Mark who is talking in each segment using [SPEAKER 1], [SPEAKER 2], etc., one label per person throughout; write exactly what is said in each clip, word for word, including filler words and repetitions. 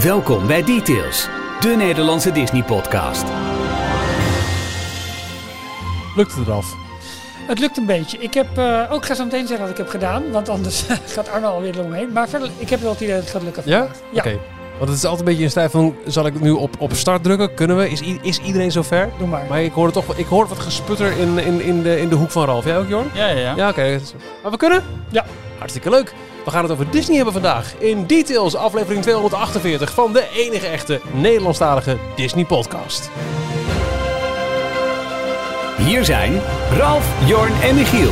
[SPEAKER 1] Welkom bij Details, de Nederlandse Disney-podcast.
[SPEAKER 2] Lukt het eraf?
[SPEAKER 3] Het lukt een beetje. Ik heb uh, ook, ik ga zo meteen zeggen wat ik heb gedaan, want anders gaat Arno alweer eromheen. Maar verder, ik heb wel het idee dat het gaat lukken.
[SPEAKER 2] Ja?
[SPEAKER 3] Vandaag. Ja.
[SPEAKER 2] Oké. Okay. Want het is altijd een beetje een stijl van, zal ik nu op, op start drukken? Kunnen we? Is, is iedereen zover?
[SPEAKER 3] Doe maar.
[SPEAKER 2] Maar ik hoor toch, ik hoor wat gesputter in, in, in, de, in de hoek van Ralf. Jij ook, Jorn?
[SPEAKER 4] Ja, ja, ja.
[SPEAKER 2] Ja, oké. Okay. Maar we kunnen?
[SPEAKER 3] Ja.
[SPEAKER 2] Hartstikke leuk. We gaan het over Disney hebben vandaag. In Details, aflevering tweehonderdachtenveertig van de enige echte Nederlandstalige Disney-podcast.
[SPEAKER 1] Hier zijn Ralf, Jorn en Michiel.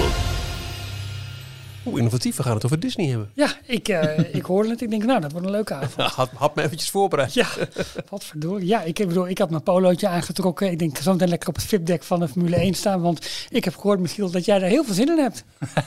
[SPEAKER 2] Hoe innovatief, we gaan het over Disney hebben.
[SPEAKER 3] Ja, ik, uh, ik hoorde het. Ik denk, nou, dat wordt een leuke avond.
[SPEAKER 2] had, had me eventjes voorbereid.
[SPEAKER 3] Ja, wat verdorie. Ja, ik, bedoel, ik had mijn polootje aangetrokken. Ik denk, zo meteen lekker op het V I P-deck van de Formule één staan. Want ik heb gehoord, Michiel, dat jij daar heel veel zin in hebt.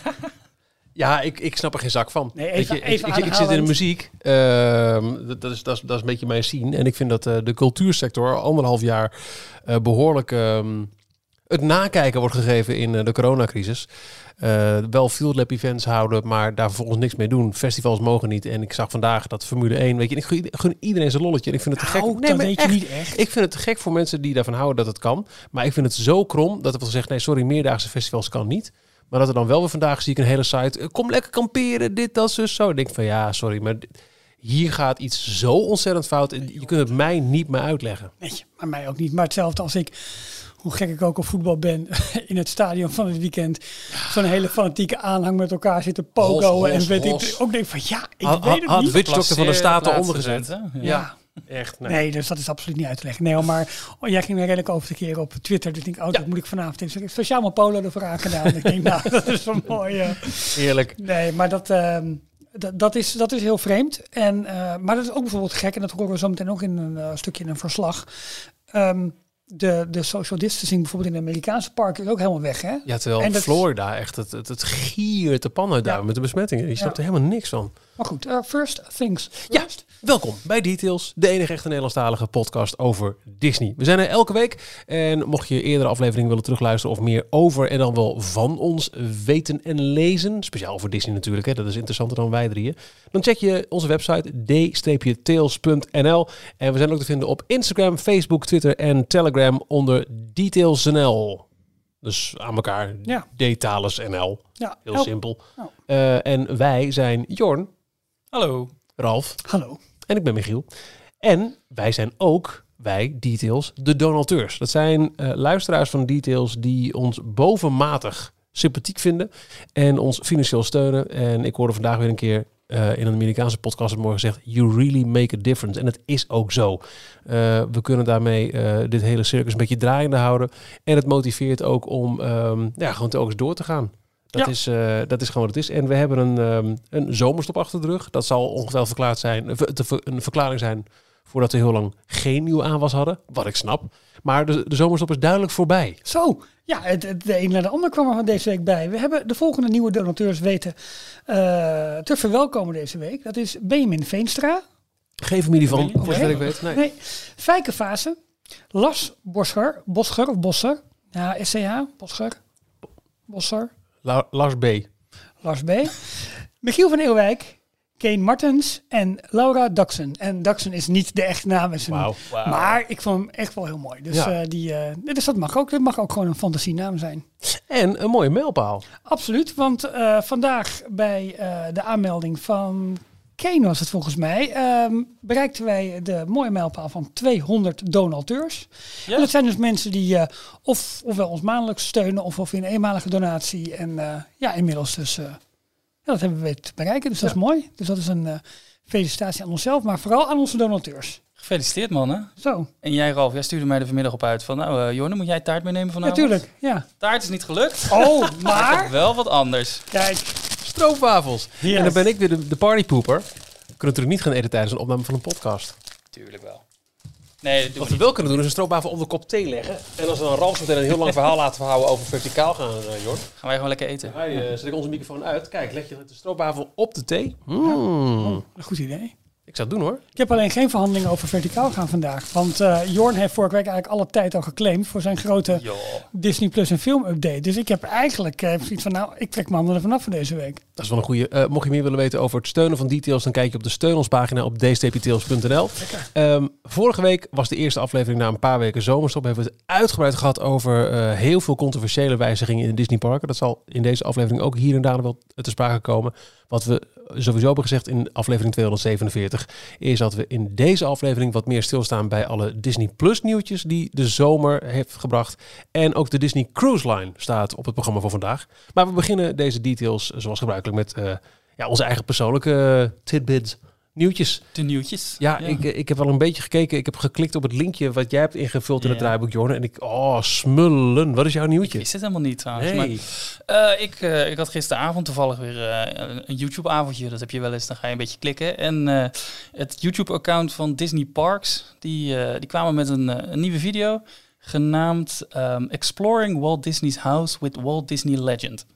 [SPEAKER 2] Ja, ik, ik snap er geen zak van.
[SPEAKER 3] Nee, even,
[SPEAKER 2] je,
[SPEAKER 3] even
[SPEAKER 2] ik, ik, ik zit in de muziek. Uh, dat, dat, is, dat, is, dat is een beetje mijn scene. En ik vind dat uh, de cultuursector anderhalf jaar uh, behoorlijk um, het nakijken wordt gegeven in uh, de coronacrisis. Uh, wel field lab events houden, maar daar vervolgens niks mee doen. Festivals mogen niet. En ik zag vandaag dat Formule één, weet je, en ik gun iedereen zijn lolletje. En ik vind het te
[SPEAKER 3] nou,
[SPEAKER 2] gek.
[SPEAKER 3] Nee, dat weet je niet echt.
[SPEAKER 2] Ik vind het te gek voor mensen die daarvan houden dat het kan. Maar ik vind het zo krom dat er wel zegt, nee, sorry, meerdaagse festivals kan niet. Maar dat er dan wel weer vandaag zie ik een hele site. Kom lekker kamperen, dit, dat, zo. Zo. Ik denk van ja, sorry, maar hier gaat iets zo ontzettend fout. En je kunt het mij niet meer uitleggen.
[SPEAKER 3] Nee, maar mij ook niet. Maar hetzelfde als ik, hoe gek ik ook op voetbal ben, in het stadion van het weekend zo'n hele fanatieke aanhang met elkaar zitten pogoen. En weet ik ook denk van ja, ik
[SPEAKER 2] had,
[SPEAKER 3] weet het
[SPEAKER 2] had
[SPEAKER 3] niet.
[SPEAKER 2] Had Witchdokter van de Staten ondergezet.
[SPEAKER 3] Ja.
[SPEAKER 2] ja. Echt, nee.
[SPEAKER 3] nee, dus dat is absoluut niet uit te leggen. Nee, maar oh, jij ging me redelijk over te keren op Twitter. Dus ik denk, oh, dat ja. moet ik vanavond in. Dus ik heb speciaal mijn polo ervoor aangedaan. ik denk, nou, dat is wel mooi. Uh.
[SPEAKER 2] Heerlijk.
[SPEAKER 3] Nee, maar dat, uh, dat, dat, is, dat is heel vreemd. En, uh, maar dat is ook bijvoorbeeld gek. En dat horen we zo meteen ook in een uh, stukje in een verslag. Um, De, de social distancing bijvoorbeeld in de Amerikaanse parken is ook helemaal weg, hè?
[SPEAKER 2] Ja, terwijl
[SPEAKER 3] en dat
[SPEAKER 2] Florida echt het, het, het giert de pan uitduimen ja. met de besmettingen. Je snapt ja. er helemaal niks van.
[SPEAKER 3] Maar goed, uh, first things first.
[SPEAKER 2] Ja, welkom bij Details, de enige echte Nederlandstalige podcast over Disney. We zijn er elke week en mocht je eerdere afleveringen willen terugluisteren of meer over en dan wel van ons weten en lezen, speciaal over Disney natuurlijk, hè, dat is interessanter dan wij drieën, dan check je onze website d tails punt n l en we zijn ook te vinden op Instagram, Facebook, Twitter en Telegram onder Details N L. Dus aan elkaar,
[SPEAKER 3] ja.
[SPEAKER 2] Details N L.
[SPEAKER 3] Ja,
[SPEAKER 2] heel
[SPEAKER 3] help.
[SPEAKER 2] simpel.
[SPEAKER 3] Oh.
[SPEAKER 2] Uh, en wij zijn Jorn.
[SPEAKER 4] Hallo.
[SPEAKER 2] Ralf.
[SPEAKER 3] Hallo.
[SPEAKER 2] En ik ben Michiel. En wij zijn ook, wij, Details, de donateurs. Dat zijn uh, luisteraars van Details die ons bovenmatig sympathiek vinden en ons financieel steunen. En ik hoorde vandaag weer een keer uh, in een Amerikaanse podcast het morgen gezegd, you really make a difference. En het is ook zo. Uh, we kunnen daarmee uh, dit hele circus een beetje draaiende houden. En het motiveert ook om um, ja, gewoon telkens door te gaan. Dat, ja. is, uh, dat is gewoon wat het is. En we hebben een, um, een zomerstop achter de rug. Dat zal ongetwijfeld verklaard zijn, een verklaring zijn voordat we heel lang geen nieuwe aanwas hadden. Wat ik snap. Maar de, de zomerstop is duidelijk voorbij.
[SPEAKER 3] Zo, ja, het, het, de een naar de ander kwam er van deze week bij. We hebben de volgende nieuwe donateurs weten uh, te verwelkomen deze week. Dat is Benjamin Veenstra.
[SPEAKER 2] Geen familie van, voor zover
[SPEAKER 3] nee.
[SPEAKER 2] ik weet. Nee.
[SPEAKER 3] nee. Fijke Vaassen. Lars Boscher. Boscher of Bosser? Ja, S C H. Boscher. Bosser.
[SPEAKER 2] La- Lars B.
[SPEAKER 3] Lars B. Michiel van Eelwijk, Kane Martens en Laura Daxen. En Daxen is niet de echte naam. Is een,
[SPEAKER 2] wow. Wow.
[SPEAKER 3] Maar ik vond hem echt wel heel mooi. Dus, ja. uh, die, uh, dus dat mag ook. Dat mag ook gewoon een fantasienaam zijn.
[SPEAKER 2] En een mooie mijlpaal.
[SPEAKER 3] Absoluut. Want uh, vandaag bij uh, de aanmelding van Kane was het volgens mij, um, bereikten wij de mooie mijlpaal van tweehonderd donateurs. Ja. En dat zijn dus mensen die uh, of, ofwel ons maandelijks steunen of, of in een eenmalige donatie. En uh, ja, inmiddels dus, uh, ja, dat hebben we weten te bereiken. Dus ja. dat is mooi. Dus dat is een uh, felicitatie aan onszelf, maar vooral aan onze donateurs.
[SPEAKER 4] Gefeliciteerd, man. Hè?
[SPEAKER 3] Zo.
[SPEAKER 4] En jij, Ralf, jij stuurde mij er vanmiddag op uit van, nou, uh, Jorne, moet jij taart meenemen vanavond?
[SPEAKER 3] Natuurlijk, ja, ja.
[SPEAKER 4] Taart is niet gelukt.
[SPEAKER 3] Oh, maar...
[SPEAKER 4] maar wel wat anders.
[SPEAKER 3] Kijk.
[SPEAKER 2] Stroopwafels.
[SPEAKER 3] Yes.
[SPEAKER 2] En dan ben ik weer de, de partypooper. We kunnen natuurlijk niet gaan eten tijdens een opname van een podcast.
[SPEAKER 4] Tuurlijk wel. Nee, dat doen
[SPEAKER 2] Wat
[SPEAKER 4] we
[SPEAKER 2] we wel kunnen doen is een stroopwafel onder de kop thee leggen. En als we dan Ralf meteen een heel lang verhaal laten verhouden over verticaal gaan, uh, Jord.
[SPEAKER 4] Gaan wij gewoon lekker eten.
[SPEAKER 2] Dan uh, zet ik onze microfoon uit. Kijk, leg je de stroopwafel op de thee. Mm.
[SPEAKER 3] Oh, een goed idee.
[SPEAKER 2] Ik zou het doen hoor.
[SPEAKER 3] Ik heb alleen geen verhandelingen over verticaal gaan vandaag. Want uh, Jorn heeft vorige week eigenlijk alle tijd al geclaimd voor zijn grote
[SPEAKER 4] Jo.
[SPEAKER 3] Disney Plus en film update. Dus ik heb eigenlijk uh, zoiets van, nou, ik trek mijn handen er vanaf voor deze week.
[SPEAKER 2] Dat is wel een goede. Uh, mocht je meer willen weten over het steunen van Details, dan kijk je op de steun ons pagina op d s t details punt n l. Um, vorige week was de eerste aflevering na een paar weken zomerstop. Hebben we het uitgebreid gehad over uh, heel veel controversiële wijzigingen in de Disney parken. Dat zal in deze aflevering ook hier en daar wel te sprake komen. Wat we sowieso hebben gezegd in aflevering tweehonderdzevenenveertig is dat we in deze aflevering wat meer stilstaan bij alle Disney Plus nieuwtjes die de zomer heeft gebracht. En ook de Disney Cruise Line staat op het programma voor vandaag. Maar we beginnen deze details zoals gebruikelijk met uh, ja, onze eigen persoonlijke uh, tidbits. Nieuwtjes.
[SPEAKER 4] De nieuwtjes.
[SPEAKER 2] Ja, ja. Ik, ik heb wel een beetje gekeken. Ik heb geklikt op het linkje wat jij hebt ingevuld in
[SPEAKER 4] ja.
[SPEAKER 2] het draaiboek, Jorn. En ik, oh, smullen. Wat is jouw nieuwtje?
[SPEAKER 4] Is het helemaal niet trouwens.
[SPEAKER 2] Nee.
[SPEAKER 4] Maar, uh, ik, uh, ik had gisteravond toevallig weer uh, een YouTube-avondje. Dat heb je wel eens. Dan ga je een beetje klikken. En uh, het YouTube-account van Disney Parks, die, uh, die kwamen met een, uh, een nieuwe video genaamd um, Exploring Walt Disney's House with Walt Disney Legend.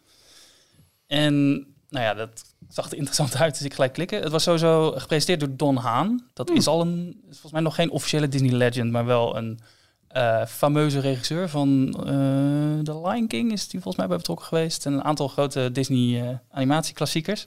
[SPEAKER 4] En nou ja, dat zag er interessant uit, dus ik gelijk klikken. Het was sowieso gepresenteerd door Don Haan. Dat hmm. is al een, is volgens mij nog geen officiële Disney Legend, maar wel een uh, fameuze regisseur van uh, The Lion King is die volgens mij bij betrokken geweest. En een aantal grote Disney uh, animatieklassiekers.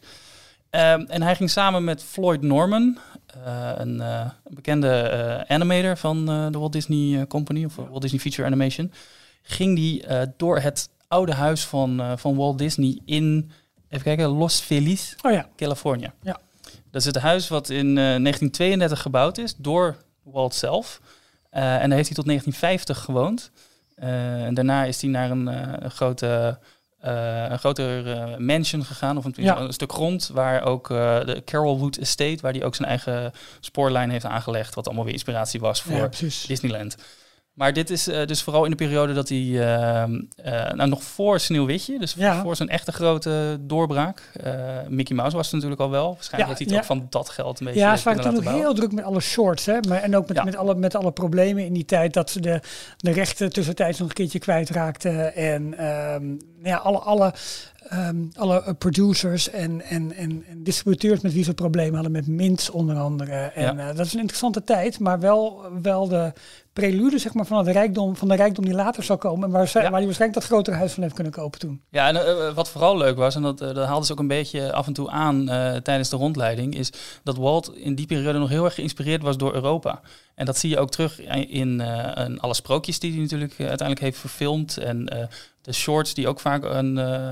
[SPEAKER 4] Um, en hij ging samen met Floyd Norman, uh, een, uh, een bekende uh, animator van uh, de Walt Disney Company, of Walt Disney Feature Animation, ging die uh, door het oude huis van, uh, van Walt Disney in... Even kijken, Los Feliz,
[SPEAKER 3] oh ja.
[SPEAKER 4] Californië.
[SPEAKER 3] Ja.
[SPEAKER 4] Dat is het huis wat in uh, negentien tweeëndertig gebouwd is door Walt zelf. Uh, en daar heeft hij tot negentien vijftig gewoond. Uh, en daarna is hij naar een, uh, een grote, uh, een groter uh, mansion gegaan, of een, ja. een stuk grond, waar ook uh, de Carolwood Estate, waar hij ook zijn eigen spoorlijn heeft aangelegd, wat allemaal weer inspiratie was voor ja, Disneyland. Maar dit is uh, dus vooral in de periode dat hij, uh, uh, nou nog voor Sneeuwwitje, dus ja. voor zijn echte grote doorbraak. Uh, Mickey Mouse was er natuurlijk al wel. Waarschijnlijk ja, heeft hij het ja. ook van dat geld een beetje
[SPEAKER 3] Ja, ze waren toen ook heel druk met alle shorts. Hè? Maar, en ook met, ja. met, alle, met alle problemen in die tijd dat ze de, de rechten tussentijds nog een keertje kwijtraakten. En um, ja, alle... alle Um, alle producers en, en, en, en distributeurs met wie ze problemen hadden, met Mints onder andere. En ja. uh, dat is een interessante tijd, maar wel, wel de prelude zeg maar, van, de rijkdom, van de rijkdom die later zal komen. En waar, ja. waar hij waarschijnlijk dat grotere huis van heeft kunnen kopen toen.
[SPEAKER 4] Ja, en uh, wat vooral leuk was, en dat, uh, dat haalden ze ook een beetje af en toe aan uh, tijdens de rondleiding, is dat Walt in die periode nog heel erg geïnspireerd was door Europa. En dat zie je ook terug in, uh, in alle sprookjes die hij natuurlijk uh, uiteindelijk heeft verfilmd. En uh, de shorts die ook vaak een... Uh,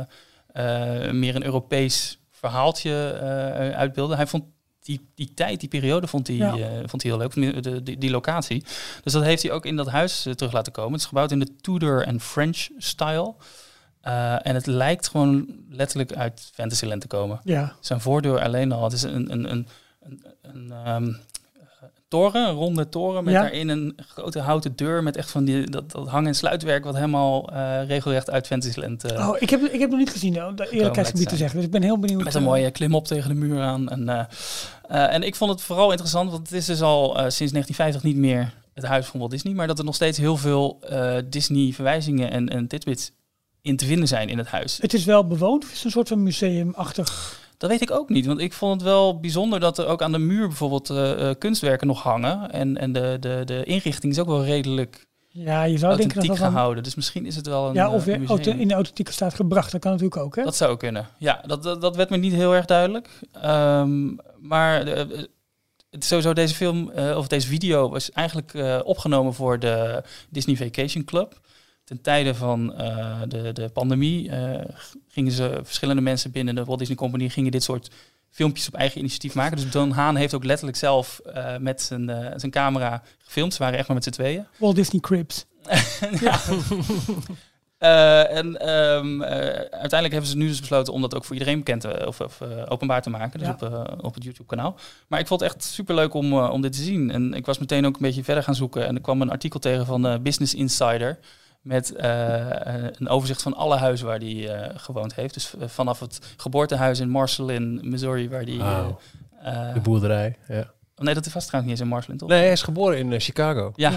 [SPEAKER 4] Uh, meer een Europees verhaaltje uh, uitbeelden. Hij vond die, die tijd, die periode, vond hij, ja. uh, vond hij heel leuk, de, die, die locatie. Dus dat heeft hij ook in dat huis uh, terug laten komen. Het is gebouwd in de Tudor en French style. Uh, en het lijkt gewoon letterlijk uit Fantasyland te komen.
[SPEAKER 3] Ja.
[SPEAKER 4] Zijn voordeur alleen al. Het is een, een, een, een, een um, toren, een ronde toren met ja. daarin een grote houten deur met echt van die dat, dat hang- en sluitwerk wat helemaal uh, regelrecht uit Fantasyland. Uh,
[SPEAKER 3] oh, ik heb ik heb nog niet gezien, hoor, de eerlijkheidsgebied te zeggen. Dus ik ben heel benieuwd.
[SPEAKER 4] Met een mooie klimop tegen de muur aan. En, uh, uh, en ik vond het vooral interessant, want het is dus al uh, sinds negentien vijftig niet meer het huis van Walt Disney, maar dat er nog steeds heel veel uh, Disney-verwijzingen en, en tidbits in te vinden zijn in het huis.
[SPEAKER 3] Het is wel bewoond, of is het een soort van museumachtig?
[SPEAKER 4] Dat weet ik ook niet, want ik vond het wel bijzonder dat er ook aan de muur bijvoorbeeld uh, uh, kunstwerken nog hangen. En, en de, de, de inrichting is ook wel redelijk
[SPEAKER 3] ja, je zou denken dat dat dan...
[SPEAKER 4] gehouden. Dus misschien is het wel een
[SPEAKER 3] ja, of weer
[SPEAKER 4] uh,
[SPEAKER 3] in de authentieke staat gebracht. Dat kan natuurlijk ook, hè?
[SPEAKER 4] Dat zou kunnen. Ja, dat, dat, dat werd me niet heel erg duidelijk. Um, maar uh, het is sowieso deze film, uh, of deze video, was eigenlijk uh, opgenomen voor de Disney Vacation Club. Ten tijde van uh, de, de pandemie uh, gingen ze verschillende mensen binnen de Walt Disney Company gingen dit soort filmpjes op eigen initiatief maken. Dus Don Haan heeft ook letterlijk zelf uh, met zijn, uh, zijn camera gefilmd. Ze waren echt maar met z'n tweeën.
[SPEAKER 3] Walt Disney Cribs.
[SPEAKER 4] ja. uh, en um, uh, uiteindelijk hebben ze nu dus besloten om dat ook voor iedereen bekend te, of, of uh, openbaar te maken. Dus ja. op, uh, op het YouTube-kanaal. Maar ik vond het echt superleuk om, uh, om dit te zien. En ik was meteen ook een beetje verder gaan zoeken. En er kwam een artikel tegen van uh, Business Insider met uh, een overzicht van alle huizen waar hij uh, gewoond heeft. Dus uh, vanaf het geboortehuis in Marceline, Missouri, waar hij... Uh,
[SPEAKER 2] uh, de boerderij, ja.
[SPEAKER 4] Oh nee, dat is vast trouwens niet eens in Marceline, toch?
[SPEAKER 2] Nee, hij is geboren in uh, Chicago.
[SPEAKER 4] Ja. ja.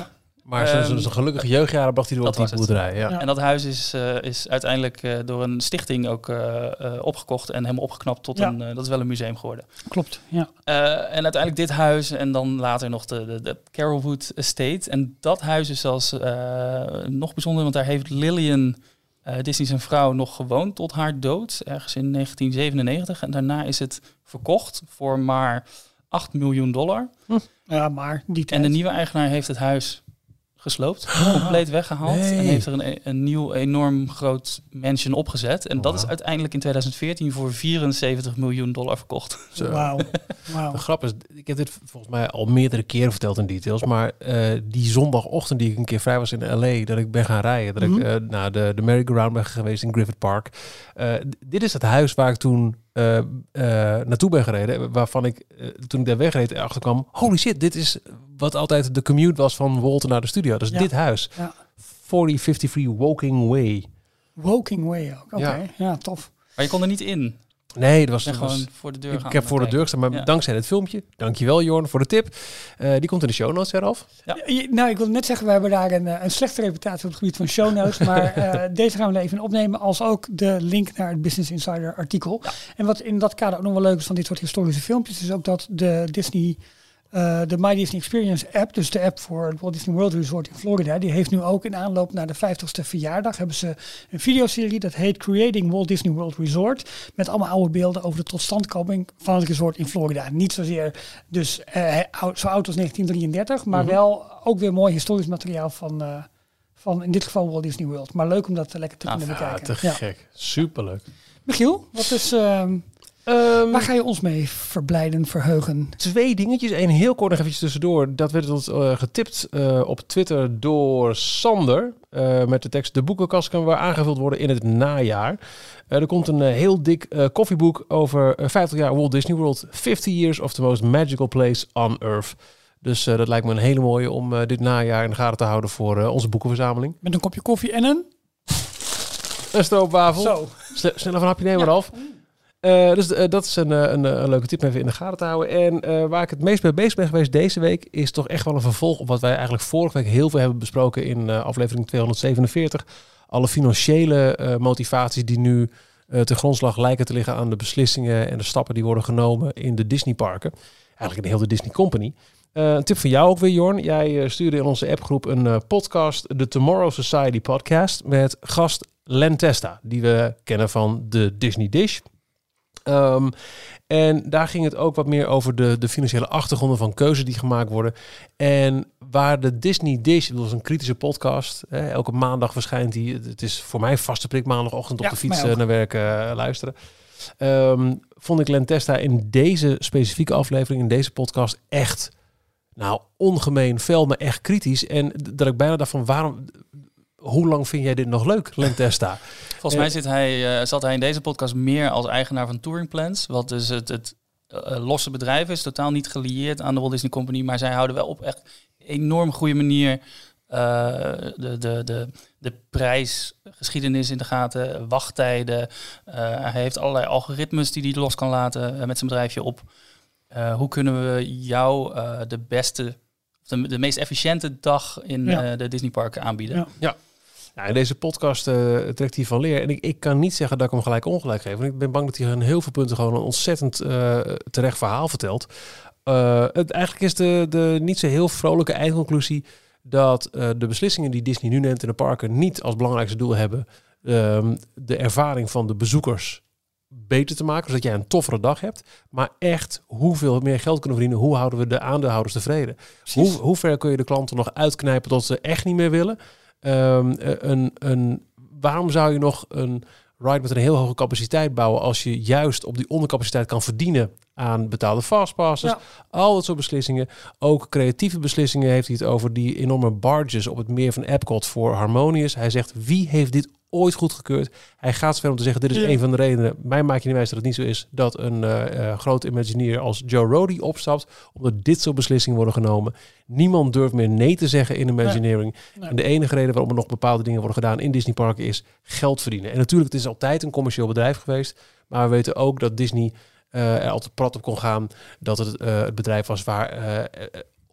[SPEAKER 2] Maar zijn um, zijn gelukkige jeugdjaren bracht hij door op die boerderij. Ja.
[SPEAKER 4] Ja. En dat huis is, uh, is uiteindelijk uh, door een stichting ook uh, uh, opgekocht en helemaal opgeknapt tot ja. een, uh, dat is wel een museum geworden.
[SPEAKER 3] Klopt, ja.
[SPEAKER 4] Uh, en uiteindelijk dit huis en dan later nog de, de, de Carolwood Estate. En dat huis is zelfs uh, nog bijzonder, want daar heeft Lillian, uh, Disney zijn vrouw, nog gewoond tot haar dood. Ergens in negentien zevenennegentig. En daarna is het verkocht voor maar acht miljoen dollar.
[SPEAKER 3] Hm. Ja, maar die tijd.
[SPEAKER 4] En de nieuwe eigenaar heeft het huis gesloopt, oh, compleet weggehaald nee. en heeft er een, een nieuw enorm groot mansion opgezet. En oh, dat wow. is uiteindelijk in tweeduizend veertien voor vierenzeventig miljoen dollar verkocht.
[SPEAKER 3] Wauw. Wow.
[SPEAKER 2] De grap is, ik heb dit volgens mij al meerdere keren verteld in details, maar uh, die zondagochtend die ik een keer vrij was in L A, dat ik ben gaan rijden, dat mm-hmm. ik uh, naar de, de merry-go-round ben geweest in Griffith Park. Uh, d- dit is het huis waar ik toen Uh, uh, naartoe ben gereden, waarvan ik uh, toen ik daar wegreed achterkwam, holy shit, dit is wat altijd de commute was van Walter naar de studio. Dus ja. dit huis.
[SPEAKER 3] Ja.
[SPEAKER 2] forty fifty-three Woking Way.
[SPEAKER 3] Woking Way ook, oké. Okay. Ja. ja, tof.
[SPEAKER 4] Maar je kon er niet in?
[SPEAKER 2] Nee, dat was,
[SPEAKER 4] en gewoon
[SPEAKER 2] was,
[SPEAKER 4] voor de deur
[SPEAKER 2] ik,
[SPEAKER 4] gaan.
[SPEAKER 2] Ik heb voor de deur gestaan, maar ja. dankzij het filmpje. Dankjewel Jorn voor de tip. Uh, die komt in de show notes eraf.
[SPEAKER 3] Ja. Ja, nou, ik wil net zeggen, we hebben daar een, een slechte reputatie op het gebied van show notes. Maar uh, deze gaan we even opnemen, als ook de link naar het Business Insider artikel. Ja. En wat in dat kader ook nog wel leuk is van dit soort historische filmpjes, is ook dat de Disney... Uh, de My Disney Experience app, dus de app voor het Walt Disney World Resort in Florida, die heeft nu ook in aanloop naar de vijftigste verjaardag, hebben ze een videoserie, dat heet Creating Walt Disney World Resort, met allemaal oude beelden over de totstandkoming van het resort in Florida. Niet zozeer dus uh, zo oud als negentien drieëndertig, maar mm-hmm. wel ook weer mooi historisch materiaal van, uh, van in dit geval Walt Disney World. Maar leuk om dat lekker te kunnen ah, bekijken.
[SPEAKER 2] Te ja. gek. Superleuk.
[SPEAKER 3] Michiel, wat is... Uh, Um, Waar ga je ons mee verblijden, verheugen?
[SPEAKER 2] Twee dingetjes. Eén heel kort nog eventjes tussendoor. Dat werd ons uh, getipt uh, op Twitter door Sander. Uh, met de tekst: de boekenkast kan weer aangevuld worden in het najaar. Uh, er komt een uh, heel dik uh, koffieboek over uh, vijftig jaar Walt Disney World. fifty years of the most magical place on earth. Dus uh, dat lijkt me een hele mooie om uh, dit najaar in de gaten te houden voor uh, onze boekenverzameling.
[SPEAKER 3] Met een kopje koffie en een...
[SPEAKER 2] Een stroopwafel.
[SPEAKER 3] Zo.
[SPEAKER 2] Sne- snel een hapje nemen, ja. Ralf. Uh, dus uh, dat is een, een, een leuke tip om even in de gaten te houden. En uh, waar ik het meest mee bezig ben geweest deze week, is toch echt wel een vervolg op wat wij eigenlijk vorige week heel veel hebben besproken in uh, aflevering tweehonderdzevenenveertig. Alle financiële uh, motivaties die nu uh, ten grondslag lijken te liggen aan de beslissingen en de stappen die worden genomen in de Disneyparken. Eigenlijk in de hele Disney Company. Uh, een tip van jou ook weer, Jorn. Jij uh, stuurde in onze appgroep een uh, podcast, de Tomorrow Society podcast, met gast Len Testa, die we kennen van de Disney Dish. Um, en daar ging het ook wat meer over de, de financiële achtergronden van keuzes die gemaakt worden. En waar de Disney Dish, dat was een kritische podcast. Hè, elke maandag verschijnt die. Het is voor mij vaste prik maandagochtend op ja, de fiets naar werk uh, luisteren. Um, vond ik Len Testa in deze specifieke aflevering, in deze podcast, echt nou ongemeen fel, maar echt kritisch. En dat ik bijna dacht van waarom... Hoe lang vind jij dit nog leuk, Len Testa?
[SPEAKER 4] Volgens mij zit hij, uh, zat hij in deze podcast meer als eigenaar van Touring Plans. Wat dus het, het uh, losse bedrijf is, totaal niet gelieerd aan de Walt Disney Company. Maar zij houden wel op echt enorm goede manier uh, de, de, de, de prijsgeschiedenis in de gaten, wachttijden. Uh, hij heeft allerlei algoritmes die hij los kan laten uh, met zijn bedrijfje op. Uh, hoe kunnen we jou uh, de beste... De, de meest efficiënte dag in ja. uh, de Disneyparken aanbieden.
[SPEAKER 2] Ja. ja. Nou, in deze podcast uh, trekt hij van leer. En ik, ik kan niet zeggen dat ik hem gelijk ongelijk geef. Want ik ben bang dat hij in heel veel punten gewoon een ontzettend uh, terecht verhaal vertelt. Uh, het, eigenlijk is de, de niet zo heel vrolijke eindconclusie dat uh, de beslissingen die Disney nu neemt in de parken niet als belangrijkste doel hebben um, de ervaring van de bezoekers beter te maken, zodat jij een toffere dag hebt. Maar echt, hoeveel meer geld kunnen verdienen? Hoe houden we de aandeelhouders tevreden? Hoe, hoe ver kun je de klanten nog uitknijpen tot ze echt niet meer willen? Um, een, een, waarom zou je nog een ride met een heel hoge capaciteit bouwen als je juist op die ondercapaciteit kan verdienen aan betaalde fastpasses? Ja. Al dat soort beslissingen. Ook creatieve beslissingen heeft hij het over die enorme barges op het meer van Epcot voor Harmonious. Hij zegt, wie heeft dit ooit goedgekeurd? Hij gaat zover om te zeggen, dit is ja. een van de redenen. Mij maak je niet wijs dat het niet zo is dat een uh, uh, grote Imagineer als Joe Rohde opstapt, omdat dit soort beslissingen worden genomen. Niemand durft meer nee te zeggen in Imagineering. Nee. Nee. En de enige reden waarom er nog bepaalde dingen worden gedaan in Disneyparken is geld verdienen. En natuurlijk, het is altijd een commercieel bedrijf geweest, maar we weten ook dat Disney uh, er altijd prat op kon gaan dat het uh, het bedrijf was waar uh,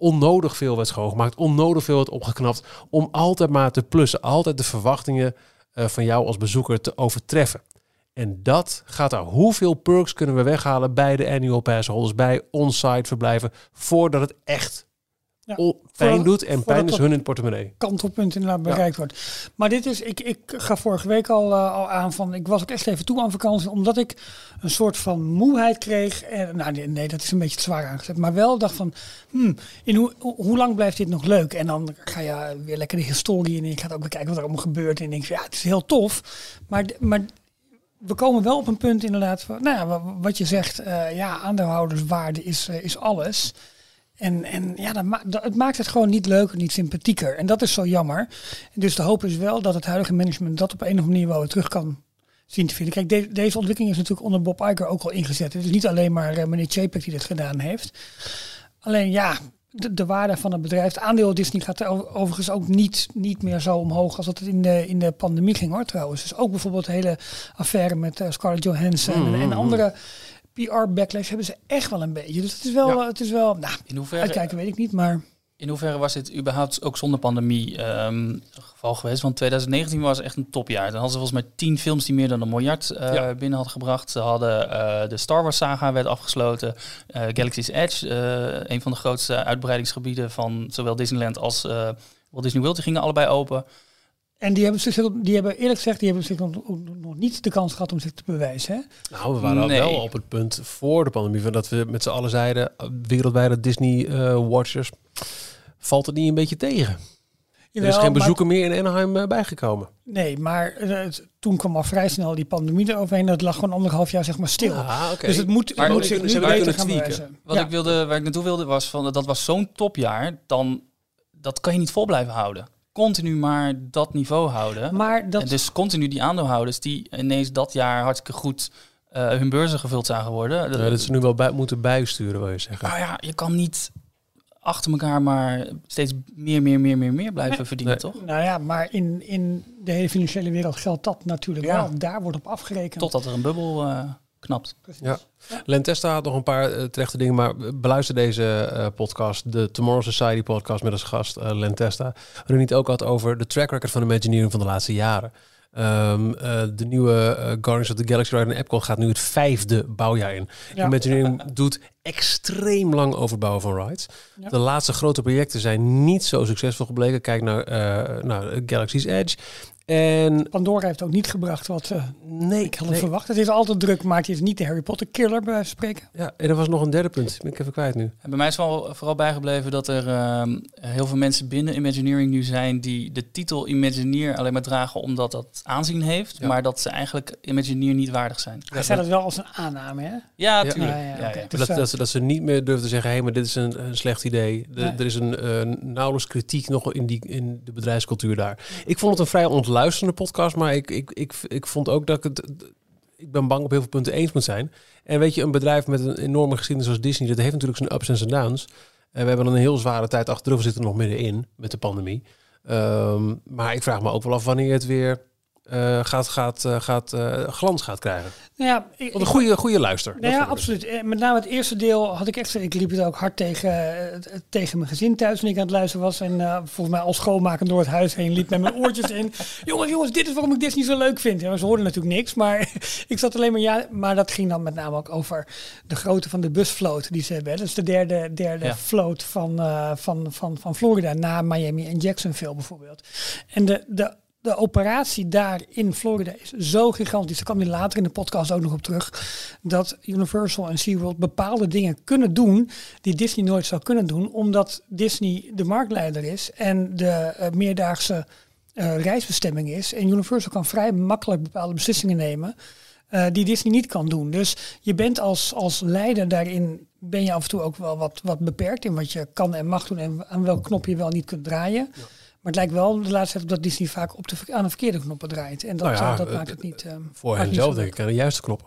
[SPEAKER 2] onnodig veel werd schoongemaakt, onnodig veel werd opgeknapt, om altijd maar te plussen, altijd de verwachtingen uh, van jou als bezoeker te overtreffen. En dat gaat daar. Hoeveel perks kunnen we weghalen bij de annual pass holders, bij on-site verblijven, voordat het echt ja, o- pijn voor, doet en pijn is hun in het portemonnee.
[SPEAKER 3] Kantelpunt inderdaad bereikt ja. wordt. Maar dit is, ik, ik ga vorige week al, uh, al aan van, ik was ook echt even toe aan vakantie, omdat ik een soort van moeheid kreeg. En, nou nee, nee, dat is een beetje te zwaar aangezet. Maar wel dacht van, hmm, in hoe, hoe lang blijft dit nog leuk? En dan ga je weer lekker de historie in en je gaat ook bekijken wat er allemaal gebeurt. En denk je, ja, het is heel tof. Maar, maar we komen wel op een punt inderdaad van, nou ja, wat je zegt, uh, ja, aandeelhouderswaarde is, uh, is alles. En, en ja, dat ma- dat, het maakt het gewoon niet leuker, niet sympathieker. En dat is zo jammer. Dus de hoop is wel dat het huidige management dat op een of andere manier wel weer terug kan zien te vinden. Kijk, de, deze ontwikkeling is natuurlijk onder Bob Iger ook al ingezet. Het is niet alleen maar uh, meneer Chapek die dit gedaan heeft. Alleen ja, de, de waarde van het bedrijf, het aandeel Disney gaat er overigens ook niet, niet meer zo omhoog als dat het in de, in de pandemie ging hoor trouwens. Dus ook bijvoorbeeld de hele affaire met uh, Scarlett Johansson mm-hmm. en, en andere P R-backlash hebben ze echt wel een beetje. Dus het is wel, ja. het is wel, nou, in hoeverre, uitkijken weet ik niet, maar...
[SPEAKER 4] In hoeverre was dit überhaupt ook zonder pandemie um, het geval geweest? Want twintig negentien was echt een topjaar. Dan hadden ze volgens mij tien films die meer dan een miljard uh, ja. binnen hadden gebracht. Ze hadden uh, de Star Wars saga werd afgesloten. Uh, Galaxy's Edge, uh, een van de grootste uitbreidingsgebieden van zowel Disneyland als uh, Walt Disney World, die gingen allebei open.
[SPEAKER 3] En die hebben, zich, die hebben eerlijk gezegd, die hebben zich nog, nog niet de kans gehad om zich te bewijzen. Hè?
[SPEAKER 2] Nou, we waren nee. wel op het punt voor de pandemie van dat we met z'n allen zeiden, wereldwijde Disney-watchers, uh, valt het niet een beetje tegen? Jawel, er is geen bezoeker meer in Anaheim uh, bijgekomen.
[SPEAKER 3] Nee, maar uh, toen kwam al vrij snel die pandemie eroverheen. Dat lag gewoon anderhalf jaar zeg maar stil.
[SPEAKER 2] Ah, okay.
[SPEAKER 3] Dus het moet, het moet zich nu beter gaan bewijzen.
[SPEAKER 4] Wat ja. ik wilde, waar ik naartoe wilde was, van dat was zo'n topjaar, dan dat kan je niet vol blijven houden. Continu maar dat niveau houden. Maar dat... En dus continu die aandeelhouders die ineens dat jaar hartstikke goed uh, hun beurzen gevuld zagen worden.
[SPEAKER 2] Ja, dat ze nu wel bij, moeten bijsturen, wil je zeggen.
[SPEAKER 4] Nou ja, je kan niet achter elkaar maar steeds meer, meer, meer, meer, meer blijven nee. verdienen, nee. toch?
[SPEAKER 3] Nou ja, maar in, in de hele financiële wereld geldt dat natuurlijk ja. wel. Daar wordt op afgerekend.
[SPEAKER 4] Totdat er een bubbel uh, knapt.
[SPEAKER 2] Ja. Ja. Len Testa had nog een paar uh, terechte dingen, maar beluister deze uh, podcast, de Tomorrow Society podcast met als gast uh, Len Testa, waarin hij het ook had over de track record van Imagineering van de laatste jaren. Um, uh, de nieuwe uh, Guardians of the Galaxy Ride in Epcot gaat nu het vijfde bouwjaar in. Ja. Imagineering doet extreem lang overbouwen van rides. Ja. De laatste grote projecten zijn niet zo succesvol gebleken. Kijk naar, uh, naar Galaxy's Edge. En
[SPEAKER 3] Pandora heeft ook niet gebracht wat uh, nee, ik had nee. verwacht. Het is altijd druk, maar het is niet de Harry Potter killer bij spreken.
[SPEAKER 2] Ja, en er was nog een derde punt. Ben ik even kwijt nu.
[SPEAKER 4] En bij mij is wel vooral bijgebleven dat er uh, heel veel mensen binnen Imagineering nu zijn die de titel Imagineer alleen maar dragen omdat dat aanzien heeft, ja. maar dat ze eigenlijk Imagineer niet waardig zijn.
[SPEAKER 3] Hij zei dat wel als een aanname, hè?
[SPEAKER 4] Ja, natuurlijk. Ja,
[SPEAKER 3] ja, ja,
[SPEAKER 4] ja,
[SPEAKER 3] okay.
[SPEAKER 4] ja.
[SPEAKER 2] Dus dat, dat, ze, dat ze niet meer durven te zeggen, hé, hey, maar dit is een, een slecht idee. De, nee. Er is een uh, nauwelijks kritiek nog in, die, in de bedrijfscultuur daar. Ik vond het een vrij ontluisterende podcast, maar ik, ik, ik, ik vond ook dat ik het... Ik ben bang op heel veel punten eens moet zijn. En weet je, een bedrijf met een enorme geschiedenis zoals Disney, dat heeft natuurlijk zijn ups en zijn downs. En we hebben een heel zware tijd achter de rug. We zitten nog middenin met de pandemie. Um, maar ik vraag me ook wel af wanneer het weer uh, gaat, gaat, uh, gaat, uh, glans gaat krijgen.
[SPEAKER 3] Nou ja, ik,
[SPEAKER 2] Want een goede, goede luister.
[SPEAKER 3] Nou ja, absoluut. Met name het eerste deel had ik echt... Ik liep het ook hard tegen, uh, tegen mijn gezin thuis toen ik aan het luisteren was. En uh, volgens mij al schoonmaken door het huis heen liep met mijn oortjes in. Jongens, jongens, dit is waarom ik Disney zo leuk vind. Ja, ze hoorden natuurlijk niks, maar ik zat alleen maar... Ja, maar dat ging dan met name ook over de grootte van de busvloot die ze hebben. Dat is de derde, derde ja. vloot van, uh, van, van, van Florida na Miami en Jacksonville bijvoorbeeld. En de... de De operatie daar in Florida is zo gigantisch. Daar kwam je later in de podcast ook nog op terug. Dat Universal en SeaWorld bepaalde dingen kunnen doen die Disney nooit zou kunnen doen. Omdat Disney de marktleider is en de uh, meerdaagse uh, reisbestemming is. En Universal kan vrij makkelijk bepaalde beslissingen nemen uh, die Disney niet kan doen. Dus je bent als, als leider daarin, ben je af en toe ook wel wat, wat beperkt in wat je kan en mag doen en aan welk knop je wel niet kunt draaien. Ja. Maar het lijkt wel de laatste tijd dat Disney vaak op de, aan de verkeerde knoppen draait. En dat, nou ja, uh, dat maakt het niet... Uh,
[SPEAKER 2] voor hen zelf denk ik aan de juiste knoppen.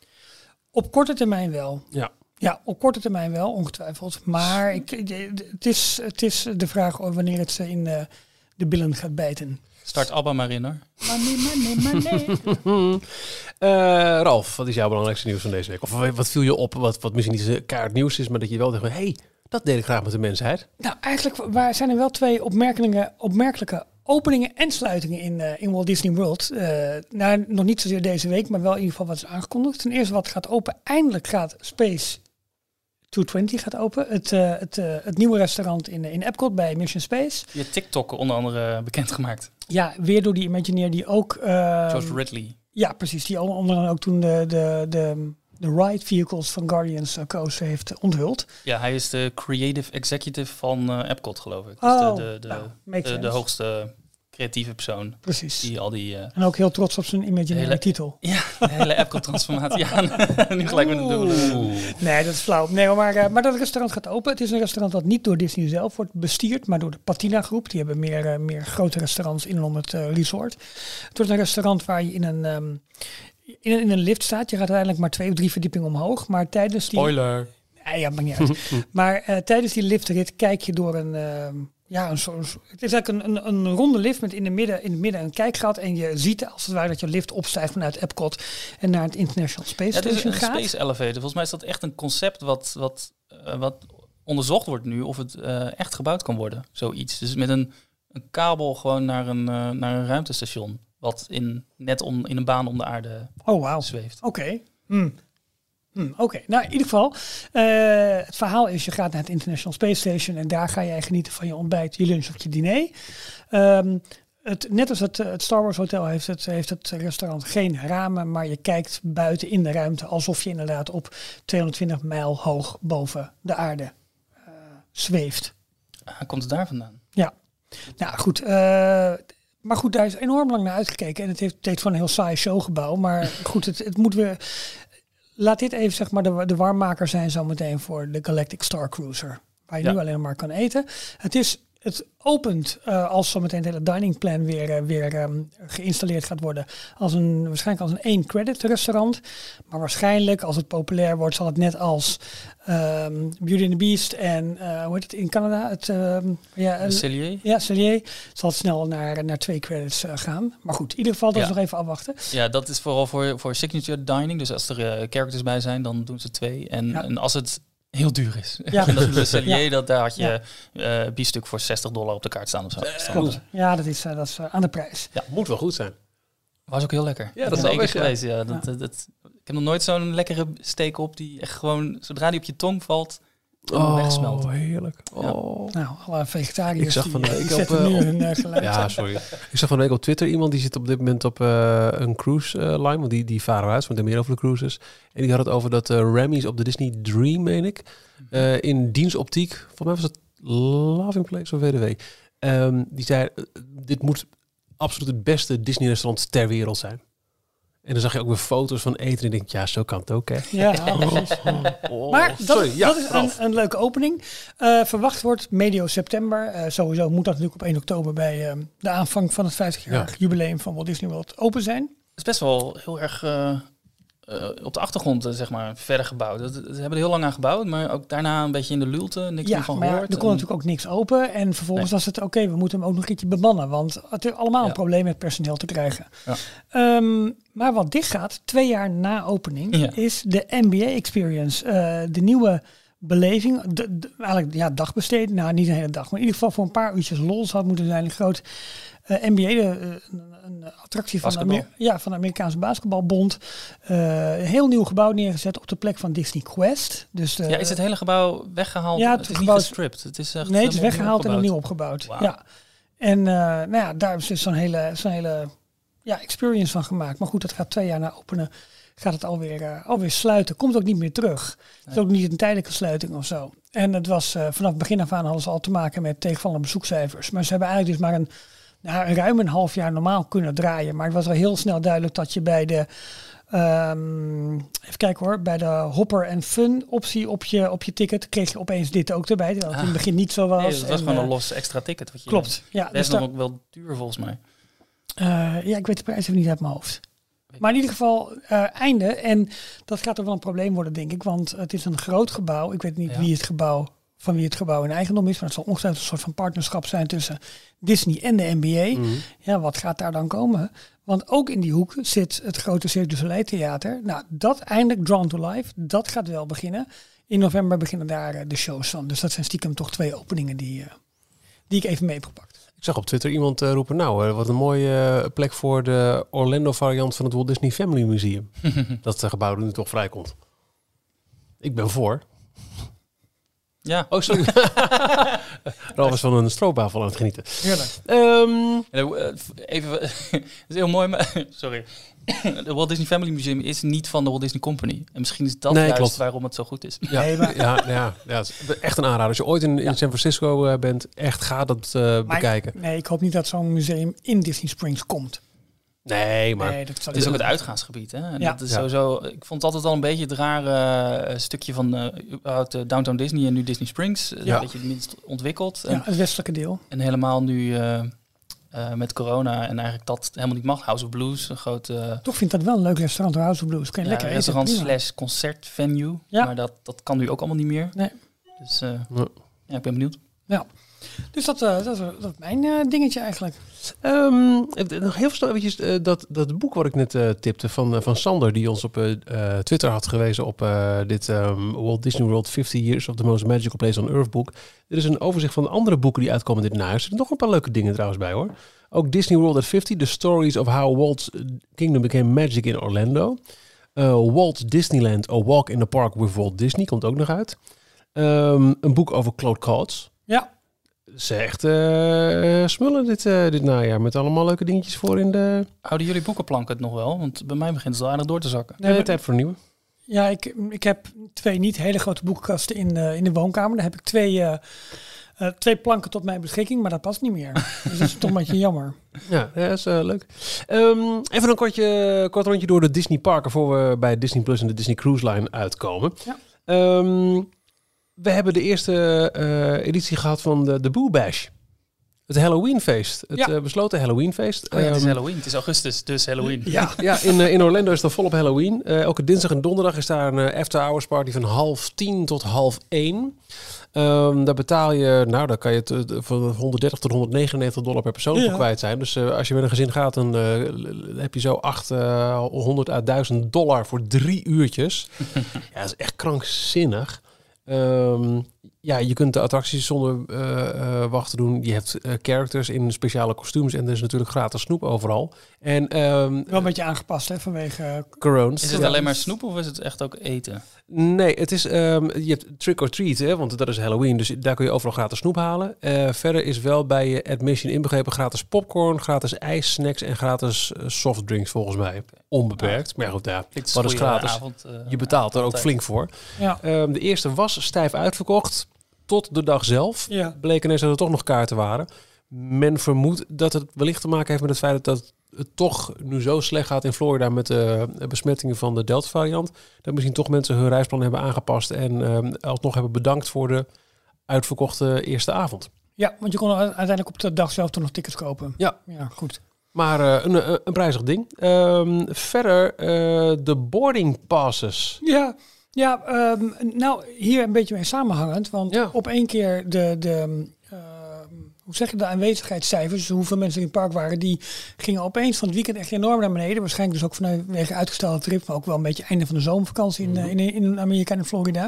[SPEAKER 3] Op korte termijn wel.
[SPEAKER 2] Ja.
[SPEAKER 3] Ja, op korte termijn wel, ongetwijfeld. Maar ik, het, is, het is de vraag wanneer het ze in uh, de billen gaat bijten.
[SPEAKER 4] Start Abba maar in, hoor.
[SPEAKER 3] Money, money, money.
[SPEAKER 2] uh, Ralf, wat is jouw belangrijkste nieuws van deze week? Of wat viel je op, wat, wat misschien niet kaart nieuws is, maar dat je wel denkt, hé, hey, Dat deel ik graag met de mensheid.
[SPEAKER 3] Nou, eigenlijk waar zijn er wel twee opmerkelijke, opmerkelijke openingen en sluitingen in, uh, in Walt Disney World. Uh, nou, nog niet zozeer deze week, maar wel in ieder geval wat is aangekondigd. Ten eerste wat gaat open. Eindelijk gaat Space tweehonderdtwintig gaat open. Het, uh, het, uh, het nieuwe restaurant in, in Epcot bij Mission Space.
[SPEAKER 4] Je TikTok onder andere bekendgemaakt.
[SPEAKER 3] Ja, weer door die Imagineer die ook... Uh,
[SPEAKER 4] George Ridley.
[SPEAKER 3] Ja, precies. Die onder andere ook toen de, de, de, de ride vehicles van Guardians uh, Coaster heeft onthuld.
[SPEAKER 4] Ja, hij is de creative executive van uh, Epcot, geloof ik. Dus
[SPEAKER 3] Oh,
[SPEAKER 4] de, de, de,
[SPEAKER 3] nou,
[SPEAKER 4] de, de hoogste creatieve persoon.
[SPEAKER 3] Precies.
[SPEAKER 4] Die al die... Uh,
[SPEAKER 3] en ook heel trots op zijn Imagineer
[SPEAKER 4] hele,
[SPEAKER 3] titel.
[SPEAKER 4] Ja, de hele Epcot-transformatie. Ja, nu gelijk met een dubbele...
[SPEAKER 3] Nee, dat is flauw. Nee, maar, uh, maar dat restaurant gaat open. Het is een restaurant dat niet door Disney zelf wordt bestuurd, maar door de Patina groep. Die hebben meer, uh, meer grote restaurants in en om het uh, resort. Het wordt een restaurant waar je in een... Um, In een, in een lift staat. Je gaat uiteindelijk maar twee of drie verdiepingen omhoog. Maar tijdens die...
[SPEAKER 2] Spoiler.
[SPEAKER 3] Ja, ja, maakt niet uit. maar uh, tijdens die liftrit kijk je door een... Uh, ja, een soort... Het is eigenlijk een, een, een ronde lift met in, de midden, in het midden een kijkgat. En je ziet als het ware dat je lift opstijgt vanuit Epcot en naar het International Space
[SPEAKER 4] ja,
[SPEAKER 3] Station
[SPEAKER 4] een
[SPEAKER 3] gaat.
[SPEAKER 4] Space Elevator. Volgens mij is dat echt een concept wat, wat, uh, wat onderzocht wordt nu. Of het uh, echt gebouwd kan worden. Zoiets. Dus met een, een kabel gewoon naar een, uh, naar een ruimtestation. Wat in, net om, in een baan om de aarde
[SPEAKER 3] oh, wow.
[SPEAKER 4] zweeft.
[SPEAKER 3] Oké. Okay. Hmm. Hmm, Oké, okay. Nou in ieder geval, uh, het verhaal is, je gaat naar het International Space Station en daar ga jij genieten van je ontbijt, je lunch of je diner. Um, het, net als het, het Star Wars Hotel heeft het, heeft het restaurant geen ramen, maar je kijkt buiten in de ruimte alsof je inderdaad op tweehonderdtwintig mijl hoog boven de aarde uh, zweeft.
[SPEAKER 4] Ah, komt het daar vandaan?
[SPEAKER 3] Ja, nou goed, uh, maar goed, daar is enorm lang naar uitgekeken en het heeft, het heeft van een heel saai showgebouw, maar goed, het, het moet weer... Laat dit even zeg maar de, de warmmaker zijn zometeen voor de Galactic Star Cruiser. Waar je ja. nu alleen maar kan eten. Het is het opent uh, als zometeen het hele dining plan weer, uh, weer um, geïnstalleerd gaat worden. Als een, waarschijnlijk als een één credit restaurant. Maar waarschijnlijk als het populair wordt zal het net als um, Beauty and the Beast en uh, hoe heet het in Canada? Het, um, ja,
[SPEAKER 4] Cellier.
[SPEAKER 3] Ja, Cellier. Zal het snel naar, naar twee credits uh, gaan. Maar goed, in ieder geval dat ja. is nog even afwachten.
[SPEAKER 4] Ja, dat is vooral voor, voor signature dining. Dus als er uh, characters bij zijn, dan doen ze twee. En, ja. en als het heel duur is. Ja. En dat is Cellier, ja. dat daar had je ja. uh, biefstuk voor zestig dollar op de kaart staan of zo.
[SPEAKER 3] Uh, ja, dat is, uh, dat is uh, aan de prijs.
[SPEAKER 2] Ja, moet wel goed zijn.
[SPEAKER 4] Was ook heel lekker.
[SPEAKER 2] Ja, dat
[SPEAKER 4] is
[SPEAKER 2] één
[SPEAKER 4] keer geweest. Ja. Dat, ja. Dat, dat, ik heb nog nooit zo'n lekkere steak op die echt gewoon, zodra die op je tong valt,
[SPEAKER 2] oh,
[SPEAKER 4] wegsmelt.
[SPEAKER 2] Heerlijk. Oh.
[SPEAKER 3] Ja. Nou, alle vegetariërs
[SPEAKER 2] ik zag van de week
[SPEAKER 3] die, die
[SPEAKER 2] op,
[SPEAKER 3] nu
[SPEAKER 2] uh,
[SPEAKER 3] hun uh, geluid.
[SPEAKER 2] Ja, sorry. Ik zag van de week op Twitter iemand die zit op dit moment op uh, een cruise uh, line, want die, die varen uit, want er meer over de cruises. En die had het over dat uh, Remy's op de Disney Dream, meen ik, uh, in dienstoptiek, volgens mij was het Loving Place of W D W. Um, die zei, uh, dit moet absoluut het beste Disney restaurant ter wereld zijn. En dan zag je ook weer foto's van eten en ik denk, ja, zo kan het ook, hè.
[SPEAKER 3] Ja, precies. Oh, maar dat, sorry, ja, dat is een, een leuke opening. Uh, verwacht wordt medio september. Uh, sowieso moet dat natuurlijk op één oktober bij uh, de aanvang van het vijftigjarig ja. jubileum van Walt Disney World open zijn.
[SPEAKER 4] Het is best wel heel erg uh, uh, op de achtergrond, uh, zeg maar, verder gebouwd. Ze hebben er heel lang aan gebouwd, maar ook daarna een beetje in de lulte, niks
[SPEAKER 3] ja,
[SPEAKER 4] meer van
[SPEAKER 3] maar
[SPEAKER 4] gehoord.
[SPEAKER 3] Ja, er kon en... natuurlijk ook niks open. En vervolgens nee. was het, oké, okay, we moeten hem ook nog een keertje bemannen. Want het is allemaal ja. een probleem met personeel te krijgen. Ja. Um, maar wat dicht gaat, twee jaar na opening, ja. is de N B A Experience. Uh, de nieuwe beleving, de, de, eigenlijk ja, dagbesteed. Nou, niet een hele dag, maar in ieder geval voor een paar uurtjes lol had moeten zijn. Een groot uh, N B A, de, uh, een, een attractie van de, Amer- ja, van de Amerikaanse basketbalbond. Uh, een heel nieuw gebouw neergezet op de plek van Disney Quest. Dus de,
[SPEAKER 4] ja, is het hele gebouw weggehaald?
[SPEAKER 3] Ja, het,
[SPEAKER 4] het is
[SPEAKER 3] gebouw,
[SPEAKER 4] niet gestript. Het is echt
[SPEAKER 3] nee, het is weggehaald en opnieuw opgebouwd. Wow. Ja. En uh, nou ja, daar is dus zo'n hele, zo'n hele ja, experience van gemaakt. Maar goed, dat gaat twee jaar na openen. Gaat het alweer, uh, alweer sluiten. Komt ook niet meer terug. Nee. Het is ook niet een tijdelijke sluiting of zo. En het was uh, vanaf het begin af aan hadden ze al te maken met tegenvallende bezoekcijfers. Maar ze hebben eigenlijk dus maar een, nou, ruim een half jaar normaal kunnen draaien. Maar het was al heel snel duidelijk dat je bij de um, even kijken hoor, bij de Hopper and Fun optie op je, op je ticket kreeg je opeens dit ook erbij. Terwijl het ah. in het begin niet zo was.
[SPEAKER 4] Nee, dat was
[SPEAKER 3] en,
[SPEAKER 4] gewoon
[SPEAKER 3] uh,
[SPEAKER 4] een los extra ticket. Wat je,
[SPEAKER 3] klopt. Ja,
[SPEAKER 4] dat
[SPEAKER 3] dus
[SPEAKER 4] is
[SPEAKER 3] daar,
[SPEAKER 4] dan ook wel duur volgens mij.
[SPEAKER 3] Uh, ja, ik weet de prijs even niet uit mijn hoofd. Maar in ieder geval uh, einde. En dat gaat ook wel een probleem worden, denk ik. Want het is een groot gebouw. Ik weet niet ja. wie het gebouw, van wie het gebouw in eigendom is. Maar het zal ongetwijfeld een soort van partnerschap zijn tussen Disney en de N B A. Mm-hmm. Ja, wat gaat daar dan komen? Want ook in die hoek zit het grote Cirque du Soleil theater. Nou, dat eindelijk Drawn to Life, dat gaat wel beginnen. In november beginnen daar uh, de shows van. Dus dat zijn stiekem toch twee openingen die, uh, die ik even mee heb gepakt.
[SPEAKER 2] Ik zag op Twitter iemand uh, roepen, nou, uh, wat een mooie uh, plek voor de Orlando variant van het Walt Disney Family Museum. Dat uh, gebouw er nu toch vrijkomt. Ik ben voor.
[SPEAKER 4] Ja.
[SPEAKER 2] Oh, sorry. Ralf is van een stroopwafel aan het genieten.
[SPEAKER 3] Heerlijk.
[SPEAKER 2] Um,
[SPEAKER 4] Even, het is heel mooi, maar sorry. De Walt Disney Family Museum is niet van de Walt Disney Company. En misschien is dat
[SPEAKER 2] nee,
[SPEAKER 4] juist
[SPEAKER 2] klopt.
[SPEAKER 4] waarom het zo goed is.
[SPEAKER 2] Ja,
[SPEAKER 3] Nee, maar-
[SPEAKER 2] ja, ja, ja, het is echt een aanrader. Als je ooit in, in
[SPEAKER 4] Ja.
[SPEAKER 2] San Francisco uh, bent, echt ga dat uh,
[SPEAKER 3] Maar
[SPEAKER 2] bekijken.
[SPEAKER 3] Ik, nee, ik hoop niet dat zo'n museum in Disney Springs komt.
[SPEAKER 2] Nee, maar...
[SPEAKER 3] Nee, dat zal
[SPEAKER 4] Het is ook
[SPEAKER 3] niet.
[SPEAKER 4] het uitgaansgebied. Hè? En
[SPEAKER 3] Ja.
[SPEAKER 4] dat is
[SPEAKER 2] Ja.
[SPEAKER 4] sowieso, ik vond het altijd al een beetje het rare uh, stukje van uh, überhaupt, uh, Downtown Disney en nu Disney Springs. Uh,
[SPEAKER 2] Ja.
[SPEAKER 4] Een beetje het minst ontwikkeld. En,
[SPEAKER 3] Ja, het westelijke deel.
[SPEAKER 4] en helemaal nu uh, uh, met corona en eigenlijk dat helemaal niet mag. House of Blues, een grote uh,
[SPEAKER 3] Toch vind ik dat wel een leuk restaurant, House of Blues. Kun je
[SPEAKER 4] ja,
[SPEAKER 3] lekker eten.
[SPEAKER 4] restaurant
[SPEAKER 3] prima.
[SPEAKER 4] slash concertvenue.
[SPEAKER 3] Ja.
[SPEAKER 4] Maar dat, dat kan nu ook allemaal niet meer.
[SPEAKER 3] Nee.
[SPEAKER 4] Dus uh,
[SPEAKER 2] Ja.
[SPEAKER 4] ja, ik ben benieuwd.
[SPEAKER 3] Dus dat, uh, dat, is, dat is mijn uh, dingetje eigenlijk.
[SPEAKER 2] Um, nog heel snel eventjes uh, dat, dat boek wat ik net uh, tipte van, uh, van Sander, die ons op uh, uh, Twitter had gewezen op uh, dit um, Walt Disney World fifty Years of the Most Magical Place on Earth boek. Er is een overzicht van de andere boeken die uitkomen dit najaar. Er zitten nog een paar leuke dingen trouwens bij hoor. Ook Disney World at fifty, The Stories of How Walt's Kingdom Became Magic in Orlando. Uh, Walt Disneyland, A Walk in the Park with Walt Disney, komt ook nog uit. Um, een boek over Claude Coats.
[SPEAKER 3] Ja,
[SPEAKER 2] Ze echt uh, smullen dit, uh, dit najaar met allemaal leuke dingetjes voor in de...
[SPEAKER 4] Houden jullie boekenplank het nog wel? Want bij mij begint het al aardig door te zakken.
[SPEAKER 2] Nee, tijd voor een nieuwe.
[SPEAKER 3] ja ik, ik heb twee niet hele grote boekenkasten in, uh, in de woonkamer. Daar heb ik twee, uh, uh, twee planken tot mijn beschikking, maar dat past niet meer. Dus dat is toch een beetje jammer.
[SPEAKER 2] Ja, ja, dat is uh, leuk. Um, even een kortje, kort rondje door de Disney parken voor we bij Disney Plus en de Disney Cruise Line uitkomen.
[SPEAKER 3] Ja.
[SPEAKER 2] Um, we hebben de eerste uh, editie gehad van de, de Boo Bash. Het Halloweenfeest. Het
[SPEAKER 3] Ja.
[SPEAKER 2] uh, besloten Halloweenfeest.
[SPEAKER 4] Oh ja, het is
[SPEAKER 2] Um,
[SPEAKER 4] Halloween. Het is augustus, dus Halloween.
[SPEAKER 2] Ja, ja in, uh, in Orlando is het volop Halloween. Uh, elke dinsdag en donderdag is daar een uh, after-hours party van half tien tot half één. Um, daar betaal je, nou, daar kan je het uh, van honderddertig tot honderdnegenennegentig dollar per persoon
[SPEAKER 3] Ja.
[SPEAKER 2] voor kwijt zijn. Dus uh, als je met een gezin gaat, dan uh, heb je zo achthonderd à duizend dollar voor drie uurtjes. Ja, dat is echt krankzinnig. Um, ja, je kunt de attracties zonder uh, uh, wachten doen. Je hebt uh, characters in speciale kostuums en er is natuurlijk gratis snoep overal. En um,
[SPEAKER 3] Wel een beetje aangepast hè, vanwege uh,
[SPEAKER 2] corones.
[SPEAKER 4] Is het alleen maar snoep of is het echt ook eten?
[SPEAKER 2] Nee, het is, um, je hebt trick or treat, hè, want dat is Halloween. Dus daar kun je overal gratis snoep halen. Uh, verder is wel bij je admission inbegrepen gratis popcorn, gratis ijs, snacks en gratis uh, softdrinks volgens mij. Onbeperkt. Maar ja, goed, ja,
[SPEAKER 4] Klinkt
[SPEAKER 2] wat is
[SPEAKER 4] een goeie
[SPEAKER 2] gratis?
[SPEAKER 4] avond, uh,
[SPEAKER 2] Je betaalt er ook
[SPEAKER 4] altijd.
[SPEAKER 2] flink voor.
[SPEAKER 3] ja.
[SPEAKER 2] Um, de eerste was stijf uitverkocht tot de dag zelf.
[SPEAKER 3] Ja.
[SPEAKER 2] Bleek ineens dat er toch nog kaarten waren. Men vermoedt dat het wellicht te maken heeft met het feit dat het toch nu zo slecht gaat in Florida met de besmettingen van de Delta-variant. Dat misschien toch mensen hun reisplan hebben aangepast en um, alsnog hebben bedankt voor de uitverkochte eerste avond.
[SPEAKER 3] ja, want je kon uiteindelijk op de dag zelf toch nog tickets kopen.
[SPEAKER 2] Ja.
[SPEAKER 3] Ja, goed.
[SPEAKER 2] Maar uh, een, een, een prijzig ding. Um, verder uh, de boarding passes.
[SPEAKER 3] Ja, ja um, nou hier een beetje mee samenhangend. Want
[SPEAKER 2] Ja.
[SPEAKER 3] op één keer de, de uh, hoe zeg je, de aanwezigheidscijfers, dus hoeveel mensen in het park waren, die gingen opeens van het weekend echt enorm naar beneden. Waarschijnlijk dus ook vanwege uitgestelde trip, maar ook wel een beetje einde van de zomervakantie in, mm-hmm. in, in Amerika en in Florida.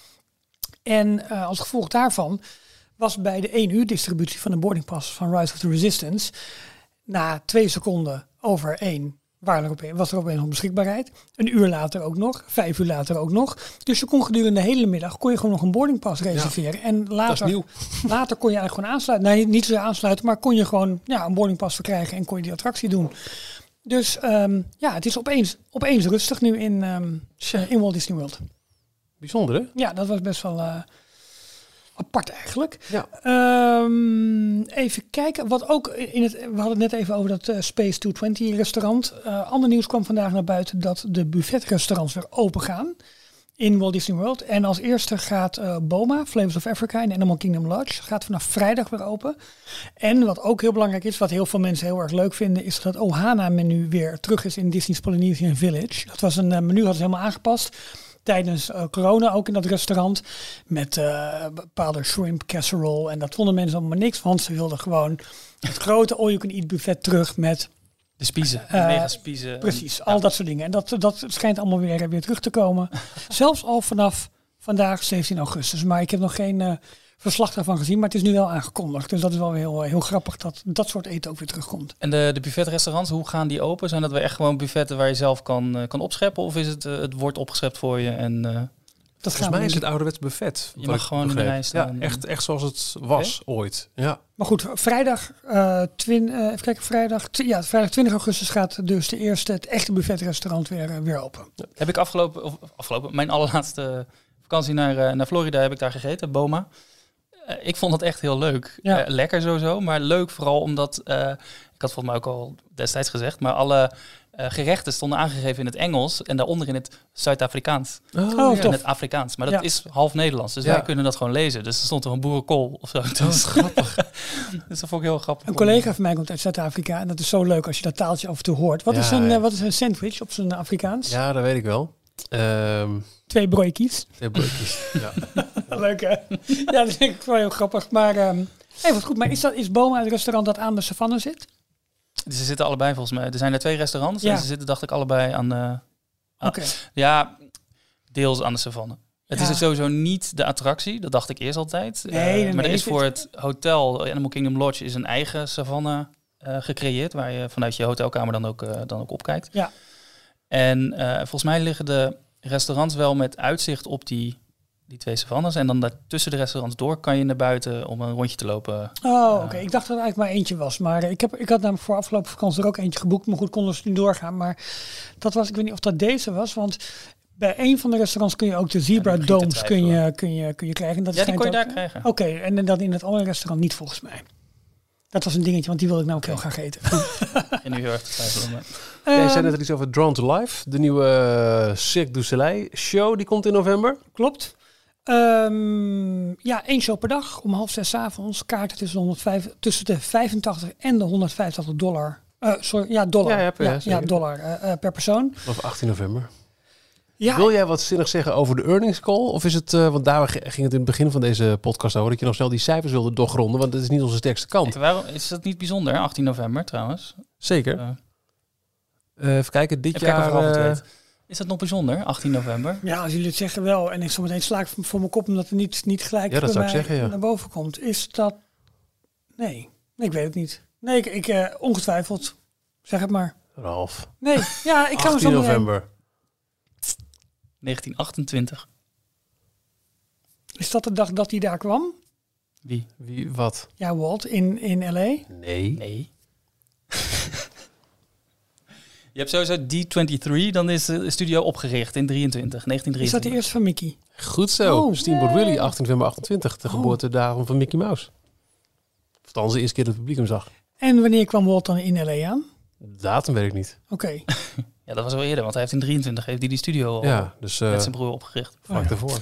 [SPEAKER 3] En uh, als gevolg daarvan was bij de één uur distributie van de boardingpass van Rise of the Resistance na twee seconden over één waren er opeens, was er opeens nog beschikbaarheid. Een uur later ook nog, vijf uur later ook nog. Dus je kon gedurende de hele middag kon je gewoon nog een boardingpass reserveren. Ja, en later,
[SPEAKER 2] dat is nieuw.
[SPEAKER 3] later kon je eigenlijk gewoon aansluiten. Nee, niet zozeer aansluiten, maar kon je gewoon ja, een boardingpass verkrijgen en kon je die attractie doen. Dus um, ja, het is opeens, opeens rustig nu in, um, in Walt Disney World.
[SPEAKER 2] Bijzonder, hè?
[SPEAKER 3] Ja, dat was best wel uh, apart eigenlijk.
[SPEAKER 2] Ja.
[SPEAKER 3] Um, even kijken, wat ook in het, we hadden het net even over dat uh, Space tweehonderdtwintig restaurant. Uh, ander nieuws kwam vandaag naar buiten dat de buffetrestaurants weer open gaan in Walt Disney World. En als eerste gaat uh, BOMA, Flavors of Africa in Animal Kingdom Lodge, gaat vanaf vrijdag weer open. En wat ook heel belangrijk is, wat heel veel mensen heel erg leuk vinden, is dat het Ohana menu weer terug is in Disney's Polynesian Village. Dat was een uh, menu, hadden ze helemaal aangepast tijdens uh, corona, ook in dat restaurant, met uh, bepaalde shrimp casserole. En dat vonden mensen allemaal niks, want ze wilden gewoon het grote all-you-can-eat buffet terug met
[SPEAKER 4] de spiezen, de
[SPEAKER 3] uh,
[SPEAKER 4] mega spiezen.
[SPEAKER 3] Precies,
[SPEAKER 4] en,
[SPEAKER 3] al
[SPEAKER 4] ja.
[SPEAKER 3] dat soort dingen. En dat, dat schijnt allemaal weer, weer terug te komen. Zelfs al vanaf vandaag zeventien augustus. Maar ik heb nog geen uh, verslag daarvan gezien, maar het is nu wel aangekondigd. Dus dat is wel weer heel, heel grappig dat dat soort eten ook weer terugkomt.
[SPEAKER 4] En de, de buffetrestaurants, hoe gaan die open? Zijn dat weer echt gewoon buffetten waar je zelf kan, uh, kan opscheppen? Of is het, uh, het wordt opgeschept voor je en... Uh,
[SPEAKER 2] Dat Volgens mij is het ouderwets buffet.
[SPEAKER 4] Je mag gewoon begreep. in de rij staan.
[SPEAKER 2] Ja, echt, echt zoals het was okay. ooit. Ja.
[SPEAKER 3] Maar goed, vrijdag, uh, twin, uh, even kijken, vrijdag, t- ja, vrijdag twintig augustus gaat dus de eerste, het echte buffetrestaurant weer, uh, weer open.
[SPEAKER 4] Ja. Heb ik afgelopen, of afgelopen, mijn allerlaatste vakantie naar, uh, naar Florida heb ik daar gegeten, Boma. Uh, ik vond het echt heel leuk. Ja. Uh, lekker sowieso, maar leuk vooral omdat, uh, ik had volgens mij ook al destijds gezegd, maar alle... Uh, gerechten stonden aangegeven in het Engels en daaronder in het Zuid-Afrikaans.
[SPEAKER 3] Oh, oh
[SPEAKER 4] ja. In het Afrikaans. Maar dat ja. is half Nederlands, dus ja. wij kunnen dat gewoon lezen. Dus er stond er een boerenkool of zo. Dat is grappig. Dus dat vond ik heel grappig.
[SPEAKER 3] Een collega van mij komt uit Zuid-Afrika en dat is zo leuk als je dat taaltje af en toe hoort. Wat, ja, is, een, ja. uh, wat is een sandwich op zijn Afrikaans?
[SPEAKER 2] Ja, dat weet ik wel. Um,
[SPEAKER 3] Twee broodjes.
[SPEAKER 2] Twee broodjes, ja.
[SPEAKER 3] Leuk hè? Ja, dat denk ik wel heel grappig. Maar um, hey, wat goed. Maar is, dat, is Boma het restaurant dat aan de savanne zit?
[SPEAKER 4] Ze zitten allebei volgens mij. Er zijn er twee restaurants ja. en ze zitten dacht ik allebei aan de... Aan,
[SPEAKER 3] okay.
[SPEAKER 4] Ja, deels aan de savanne. Het ja. is sowieso niet de attractie, dat dacht ik eerst altijd.
[SPEAKER 3] Nee, nee,
[SPEAKER 4] uh, maar
[SPEAKER 3] nee,
[SPEAKER 4] er is voor het hotel, Animal Kingdom Lodge, is een eigen savanne uh, gecreëerd, waar je vanuit je hotelkamer dan ook, uh, dan ook opkijkt.
[SPEAKER 3] Ja.
[SPEAKER 4] En uh, volgens mij liggen de restaurants wel met uitzicht op die... Die twee savannes. En dan tussen de restaurants door kan je naar buiten om een rondje te lopen.
[SPEAKER 3] Oh, oké. Okay. Ik dacht dat er eigenlijk maar eentje was. Maar ik, heb, ik had namelijk voor afgelopen vakantie er ook eentje geboekt. Maar goed, konden ze nu doorgaan. Maar dat was, ik weet niet of dat deze was. Want bij een van de restaurants kun je ook de Zebra ja, Domes kun je, kun je, kun je krijgen. Dat
[SPEAKER 4] ja, die kon je
[SPEAKER 3] ook,
[SPEAKER 4] daar krijgen.
[SPEAKER 3] Oké, okay. En dan in het andere restaurant niet volgens mij. Dat was een dingetje, want die wilde ik nou ook okay. heel graag eten.
[SPEAKER 4] En nu heel erg te twijfelen. Maar...
[SPEAKER 2] Um, Jij zei net er iets over Drawn to Life. De nieuwe uh, Cirque du Soleil show. Die komt in november.
[SPEAKER 3] Klopt. Um, ja, één show per dag om half zes 's avonds. Kaarten tussen, honderdvijf, tussen de vijfentachtig en de honderdvijfentachtig dollar. Uh, sorry, ja, dollar.
[SPEAKER 2] Ja, ja, per,
[SPEAKER 3] ja, ja, dollar uh, uh, per persoon.
[SPEAKER 2] Of achttien november.
[SPEAKER 3] Ja.
[SPEAKER 2] Wil jij wat zinnig zeggen over de earnings call? Of is het, uh, want daar ging het in het begin van deze podcast over, dat je nog snel die cijfers wilde doorgronden, want dat is niet onze sterkste kant.
[SPEAKER 4] Hey, waarom is dat niet bijzonder, achttien november trouwens?
[SPEAKER 2] Zeker. Uh, uh, even kijken, dit
[SPEAKER 4] even
[SPEAKER 2] jaar...
[SPEAKER 4] Kijken uh, is dat nog bijzonder, achttien november?
[SPEAKER 3] Ja, als jullie het zeggen wel. En ik zo meteen sla ik voor mijn kop omdat het niet, niet gelijk
[SPEAKER 2] ja, dat
[SPEAKER 3] bij
[SPEAKER 2] zou
[SPEAKER 3] mij
[SPEAKER 2] ik zeggen, ja.
[SPEAKER 3] naar boven komt. Is dat... Nee, nee ik weet het niet. Nee, ik, ik uh, ongetwijfeld. Zeg het maar.
[SPEAKER 2] Ralf.
[SPEAKER 3] Nee, ja, ik kan
[SPEAKER 2] achttien november.
[SPEAKER 4] negentien achtentwintig.
[SPEAKER 3] Is dat de dag dat hij daar kwam?
[SPEAKER 4] Wie?
[SPEAKER 2] Wie, wat?
[SPEAKER 3] Ja, Walt, in, in L A?
[SPEAKER 2] Nee.
[SPEAKER 4] Nee. Je hebt sowieso D drieëntwintig, dan is de studio opgericht in drieëntwintig, negentien drieëntwintig.
[SPEAKER 3] Is dat de eerste van Mickey?
[SPEAKER 2] Goed zo. Oh, Steamboat Willie,
[SPEAKER 3] nee.
[SPEAKER 2] achttien november achtentwintig, de oh. geboortedatum van Mickey Mouse. Of dan de eerste keer dat het publiek hem zag.
[SPEAKER 3] En wanneer kwam Walt dan in L A aan?
[SPEAKER 2] Datum weet ik niet.
[SPEAKER 3] Oké. Okay.
[SPEAKER 4] Ja, dat was wel eerder, want hij heeft in drieëntwintig heeft hij die studio
[SPEAKER 2] ja, dus, uh,
[SPEAKER 4] met zijn broer opgericht.
[SPEAKER 2] Vlak daarvoor.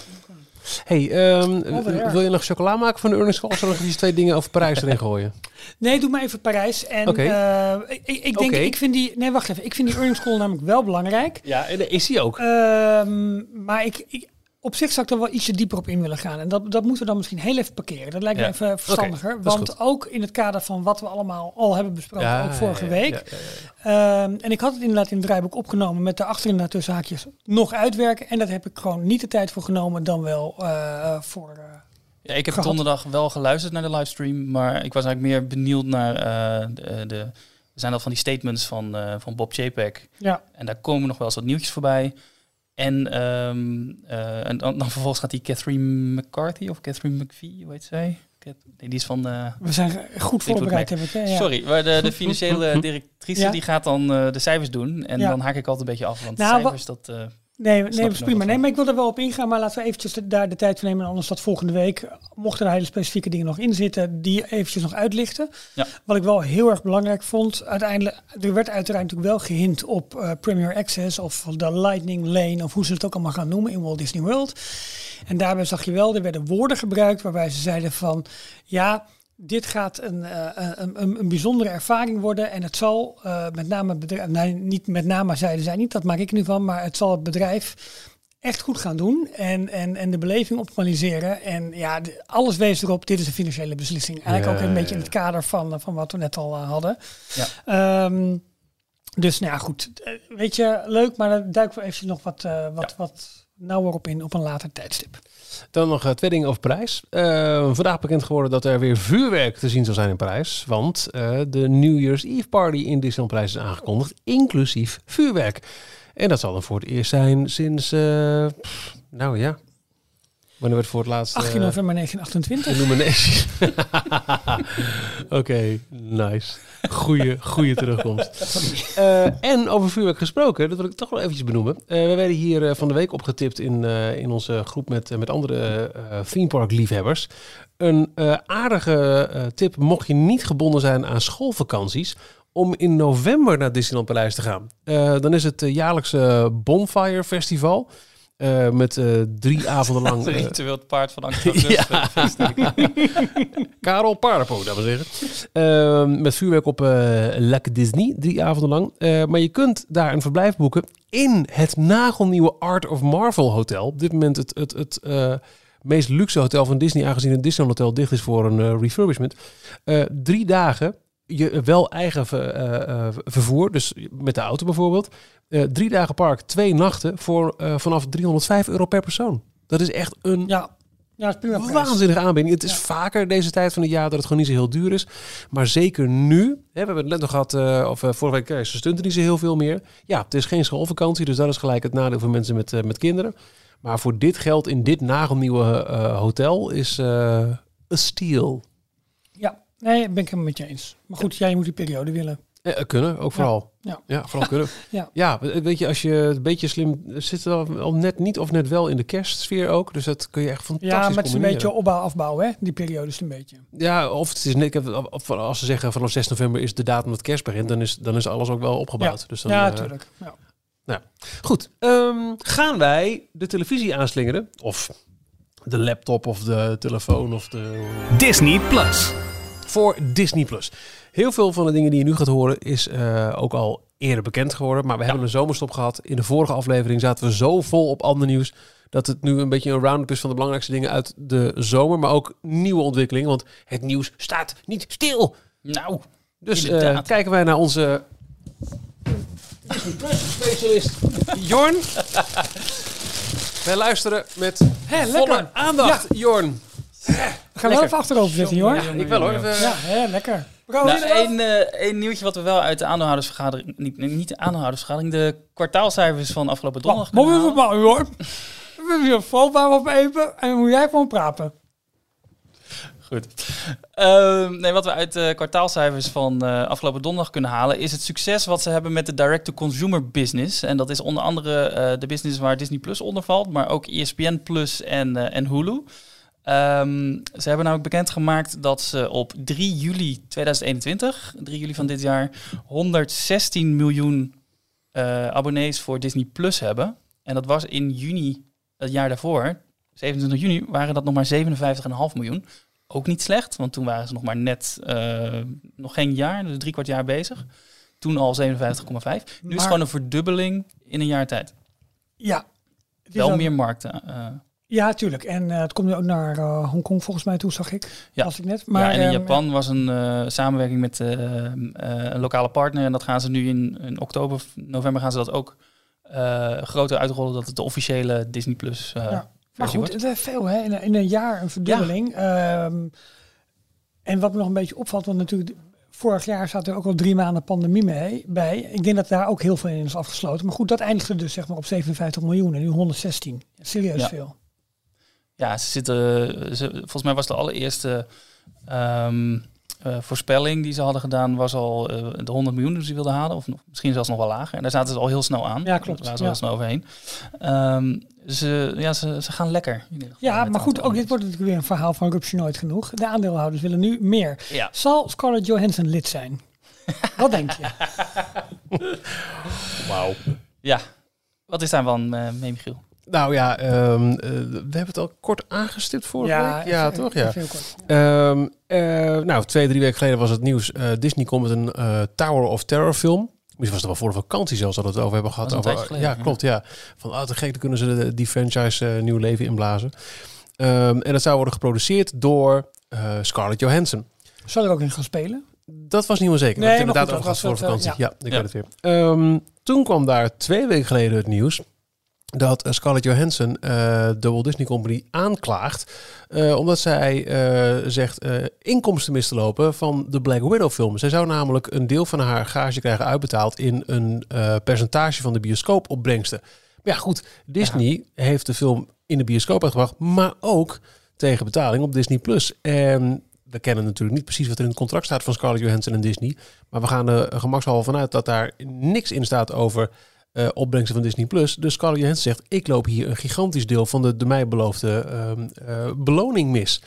[SPEAKER 2] Hey, um, oh, wil je nog chocola maken van de earnings call? Of zal ik die twee dingen over Parijs erin gooien?
[SPEAKER 3] Nee, doe maar even Parijs. En okay. uh, ik, ik denk, okay. ik vind die... Nee, wacht even. Ik vind die earnings call namelijk wel belangrijk.
[SPEAKER 2] Ja, en is die ook.
[SPEAKER 3] Um, maar ik, ik, op zich zou ik er wel ietsje dieper op in willen gaan. En dat, dat moeten we dan misschien heel even parkeren. Dat lijkt ja. me even verstandiger. Okay, want goed. Ook in het kader van wat we allemaal al hebben besproken, ja, ook vorige ja, week. Ja, ja, ja. Um, en ik had het inderdaad in het draaiboek opgenomen met daarachter inderdaad tussen haakjes nog uitwerken. En dat heb ik gewoon niet de tijd voor genomen, dan wel uh, voor... Uh,
[SPEAKER 4] ja, ik heb gehad. Donderdag wel geluisterd naar de livestream, maar ik was eigenlijk meer benieuwd naar uh, de... de er zijn al van die statements van, uh, van Bob Chapek.
[SPEAKER 3] Ja.
[SPEAKER 4] En daar komen nog wel eens wat nieuwtjes voorbij. En, um, uh, en dan, dan vervolgens gaat die Catherine McCarthy of Catherine McVie, hoe heet zij? Nee, die is van de...
[SPEAKER 3] We zijn goed voorbereid, heb ik. Hè? Ja.
[SPEAKER 4] Sorry, maar de, de financiële directrice ja. die gaat dan uh, de cijfers doen. En ja. dan haak ik altijd een beetje af, want nou, de cijfers dat... Uh,
[SPEAKER 3] Nee, nee dat is prima. Nee, maar ik wil er wel op ingaan. Maar laten we eventjes de, daar de tijd voor nemen. En anders dat volgende week, mochten er hele specifieke dingen nog in zitten, die eventjes nog uitlichten.
[SPEAKER 4] Ja.
[SPEAKER 3] Wat ik wel heel erg belangrijk vond. Uiteindelijk, er werd uiteraard natuurlijk wel gehint op uh, Premier Access of de Lightning Lane of hoe ze het ook allemaal gaan noemen in Walt Disney World. En daarbij zag je wel, er werden woorden gebruikt waarbij ze zeiden van ja, dit gaat een, uh, een, een, een bijzondere ervaring worden en het zal uh, met name het bedrijf, nou, niet met name zeiden zij niet, dat maak ik nu van, maar het zal het bedrijf echt goed gaan doen en, en, en de beleving optimaliseren. En ja, de, alles wees erop, dit is een financiële beslissing. Eigenlijk ja, ook een beetje ja. in het kader van, van wat we net al uh, hadden.
[SPEAKER 4] Ja.
[SPEAKER 3] Um, dus nou ja, goed. Weet je, leuk, maar dan duiken we even nog wat, uh, wat, ja. wat nauwer op in op een later tijdstip.
[SPEAKER 2] Dan nog uh, twee dingen over Parijs. Uh, vandaag bekend geworden dat er weer vuurwerk te zien zal zijn in Parijs. Want uh, de New Year's Eve party in Disneyland Parijs is aangekondigd. Inclusief vuurwerk. En dat zal dan voor het eerst zijn sinds... Uh, pff, nou ja... Wanneer werd voor het laatst...
[SPEAKER 3] achttien november negentien achtentwintig.
[SPEAKER 2] Indonesië. Oké, okay, nice. Goeie, goeie terugkomst. Uh, en over vuurwerk gesproken, dat wil ik toch wel eventjes benoemen. Uh, we werden hier uh, van de week opgetipt in, uh, in onze groep met, uh, met andere uh, theme park liefhebbers. Een uh, aardige uh, tip, mocht je niet gebonden zijn aan schoolvakanties, om in november naar Disneyland Parijs te gaan. Uh, dan is het uh, jaarlijkse Bonfire Festival. Uh, met uh, drie avonden lang...
[SPEAKER 4] Uh, Ritueel het paard van Anke ja.
[SPEAKER 2] Karel Paardenpoot, dames en heren. Uh, met vuurwerk op uh, Lac Disney, drie avonden lang. Uh, maar je kunt daar een verblijf boeken in het nagelnieuwe Art of Marvel Hotel. Op dit moment het, het, het uh, meest luxe hotel van Disney, aangezien het Disneyland Hotel dicht is voor een uh, refurbishment. Uh, drie dagen... Je wel eigen ver, uh, uh, vervoer, dus met de auto bijvoorbeeld. Uh, drie dagen park, twee nachten voor uh, vanaf driehonderdvijf euro per persoon. Dat is echt een
[SPEAKER 3] ja. Ja, het is
[SPEAKER 2] waanzinnige aanbieding. Het is
[SPEAKER 3] ja.
[SPEAKER 2] vaker deze tijd van het jaar dat het gewoon niet zo heel duur is. Maar zeker nu, hè, we hebben het net nog gehad, uh, of uh, vorige week, uh, ze stunten niet zo heel veel meer. Ja, het is geen schoolvakantie, dus dat is gelijk het nadeel voor mensen met, uh, met kinderen. Maar voor dit geld in dit nagelnieuwe uh, hotel is uh, a steal.
[SPEAKER 3] Ja. Nee, ben ik het met je eens. Maar goed, jij moet die periode willen.
[SPEAKER 2] Eh, kunnen, ook vooral.
[SPEAKER 3] Ja,
[SPEAKER 2] ja. ja vooral kunnen.
[SPEAKER 3] ja.
[SPEAKER 2] ja, weet je, als je een beetje slim zit, al, al net niet of net wel in de kerstsfeer ook. Dus dat kun je echt fantastisch
[SPEAKER 3] Ja, maar het is een
[SPEAKER 2] combineren.
[SPEAKER 3] beetje opbouw, afbouw, hè? Die periode is een beetje.
[SPEAKER 2] Ja, of het is net, of als ze zeggen vanaf zes november is de datum dat kerst begint, dan is, dan is alles ook wel opgebouwd.
[SPEAKER 3] Ja,
[SPEAKER 2] dus dan,
[SPEAKER 3] ja
[SPEAKER 2] uh,
[SPEAKER 3] natuurlijk. Ja.
[SPEAKER 2] Nou, goed. Um, gaan wij de televisie aanslingeren? Of de laptop of de telefoon of de...
[SPEAKER 1] Disney Plus.
[SPEAKER 2] Voor Disney Plus. Heel veel van de dingen die je nu gaat horen is uh, ook al eerder bekend geworden. Maar we ja. hebben een zomerstop gehad. In de vorige aflevering zaten we zo vol op ander nieuws dat het nu een beetje een round-up is van de belangrijkste dingen uit de zomer. Maar ook nieuwe ontwikkelingen. Want het nieuws staat niet stil.
[SPEAKER 4] Nou,
[SPEAKER 2] dus uh, kijken wij naar onze Disney Plus specialist Jorn. Wij luisteren met
[SPEAKER 3] Hé,
[SPEAKER 2] volle
[SPEAKER 3] lekker.
[SPEAKER 2] aandacht, ja. Jorn.
[SPEAKER 3] We gaan wel even achterover zitten, hoor.
[SPEAKER 2] Ja, ik wel hoor. Even,
[SPEAKER 3] ja, hè, lekker.
[SPEAKER 4] Nou, één, uh, één nieuwtje wat we wel uit de aandeelhoudersvergadering, niet, niet de aandeelhoudersvergadering, de kwartaalcijfers van afgelopen donderdag.
[SPEAKER 3] Moet je maar, hoor. We hebben hier een foto op even en dan moet jij gewoon praten.
[SPEAKER 4] Goed. Uh, nee, wat we uit de kwartaalcijfers van uh, afgelopen donderdag kunnen halen is het succes wat ze hebben met de direct-to-consumer business. En dat is onder andere uh, de business waar Disney Plus onder valt, maar ook E S P N Plus en, uh, en Hulu. Um, ze hebben namelijk bekendgemaakt dat ze op drie juli tweeduizend eenentwintig, drie juli van dit jaar, honderdzestien miljoen uh, abonnees voor Disney Plus hebben. En dat was in juni, het jaar daarvoor, zevenentwintig juni, waren dat nog maar zevenenvijftig komma vijf miljoen. Ook niet slecht, want toen waren ze nog maar net, uh, nog geen jaar, dus drie kwart jaar bezig. Toen al zevenenvijftig komma vijf. Nu maar, is het gewoon een verdubbeling in een jaar tijd.
[SPEAKER 3] Ja.
[SPEAKER 4] Wel meer markten. Uh,
[SPEAKER 3] Ja, tuurlijk. En uh, het komt nu ook naar uh, Hongkong volgens mij toe, zag ik.
[SPEAKER 4] Ja,
[SPEAKER 3] ik net. Maar,
[SPEAKER 4] ja en in
[SPEAKER 3] um,
[SPEAKER 4] Japan was een uh, samenwerking met uh, uh, een lokale partner. En dat gaan ze nu in, in oktober, november gaan ze dat ook uh, groter uitrollen. Dat het de officiële Disney Plus uh,
[SPEAKER 3] ja. Maar goed,
[SPEAKER 4] wordt.
[SPEAKER 3] het is veel hè. In een, in een jaar een verdubbeling. Ja. Um, en wat me nog een beetje opvalt, want natuurlijk vorig jaar zat er ook al drie maanden pandemie mee bij. Ik denk dat daar ook heel veel in is afgesloten. Maar goed, dat eindigde dus zeg maar op zevenenvijftig miljoen en nu honderdzestien. Serieus ja. veel.
[SPEAKER 4] Ja, ze zitten. Ze, volgens mij was de allereerste um, uh, voorspelling die ze hadden gedaan, was al uh, de honderd miljoen die ze wilden halen. Of nog, misschien zelfs nog wel lager. En daar zaten ze al heel snel aan.
[SPEAKER 3] Ja, klopt.
[SPEAKER 4] Daar waren ze
[SPEAKER 3] ja.
[SPEAKER 4] heel snel overheen. Um, ze, ja, ze, ze gaan lekker. In ieder geval,
[SPEAKER 3] ja, maar goed, ook dit wordt natuurlijk weer een verhaal van Rupsje nooit genoeg. De aandeelhouders willen nu meer.
[SPEAKER 4] Ja.
[SPEAKER 3] Zal Scarlett Johansson lid zijn? Wat denk je?
[SPEAKER 2] Wauw.
[SPEAKER 4] Ja. Wat is daar van, uh, mee, Michiel?
[SPEAKER 2] Nou ja, um, uh, we hebben het al kort aangestipt vorige
[SPEAKER 3] ja,
[SPEAKER 2] week. Ja,
[SPEAKER 3] even,
[SPEAKER 2] toch? Ja.
[SPEAKER 3] Kort,
[SPEAKER 2] ja. Um, uh, nou, twee, drie weken geleden was het nieuws. Uh, Disney komt met een uh, Tower of Terror film. Misschien was het wel voor de vakantie zelfs dat we het over hebben gehad. Over, geleden, ja, ja, klopt. Ja. Van, oh, te gek, dan kunnen ze de, die franchise uh, nieuw leven inblazen. Um, en dat zou worden geproduceerd door uh, Scarlett Johansson.
[SPEAKER 3] Zal er ook in gaan spelen?
[SPEAKER 2] Dat was niet onzeker.
[SPEAKER 3] Nee,
[SPEAKER 2] dat inderdaad
[SPEAKER 3] goed,
[SPEAKER 2] over gehad voor de vakantie.
[SPEAKER 3] Uh,
[SPEAKER 2] ja.
[SPEAKER 3] ja,
[SPEAKER 2] ik
[SPEAKER 4] ja.
[SPEAKER 2] weet het weer. Um, toen kwam daar twee weken geleden het nieuws dat uh, Scarlett Johansson uh, de Walt Disney Company aanklaagt. Uh, omdat zij uh, zegt uh, inkomsten mis te lopen van de Black Widow film. Zij zou namelijk een deel van haar gage krijgen uitbetaald in een uh, percentage van de bioscoopopbrengsten. Maar ja goed, Disney ja. heeft de film in de bioscoop uitgebracht, maar ook tegen betaling op Disney Plus. En we kennen natuurlijk niet precies wat er in het contract staat van Scarlett Johansson en Disney. Maar we gaan er gemakshalve vanuit dat daar niks in staat over uh, opbrengsten van Disney Plus. Dus Scarlett Johansson zegt, ik loop hier een gigantisch deel van de, de mij beloofde um, uh, beloning mis.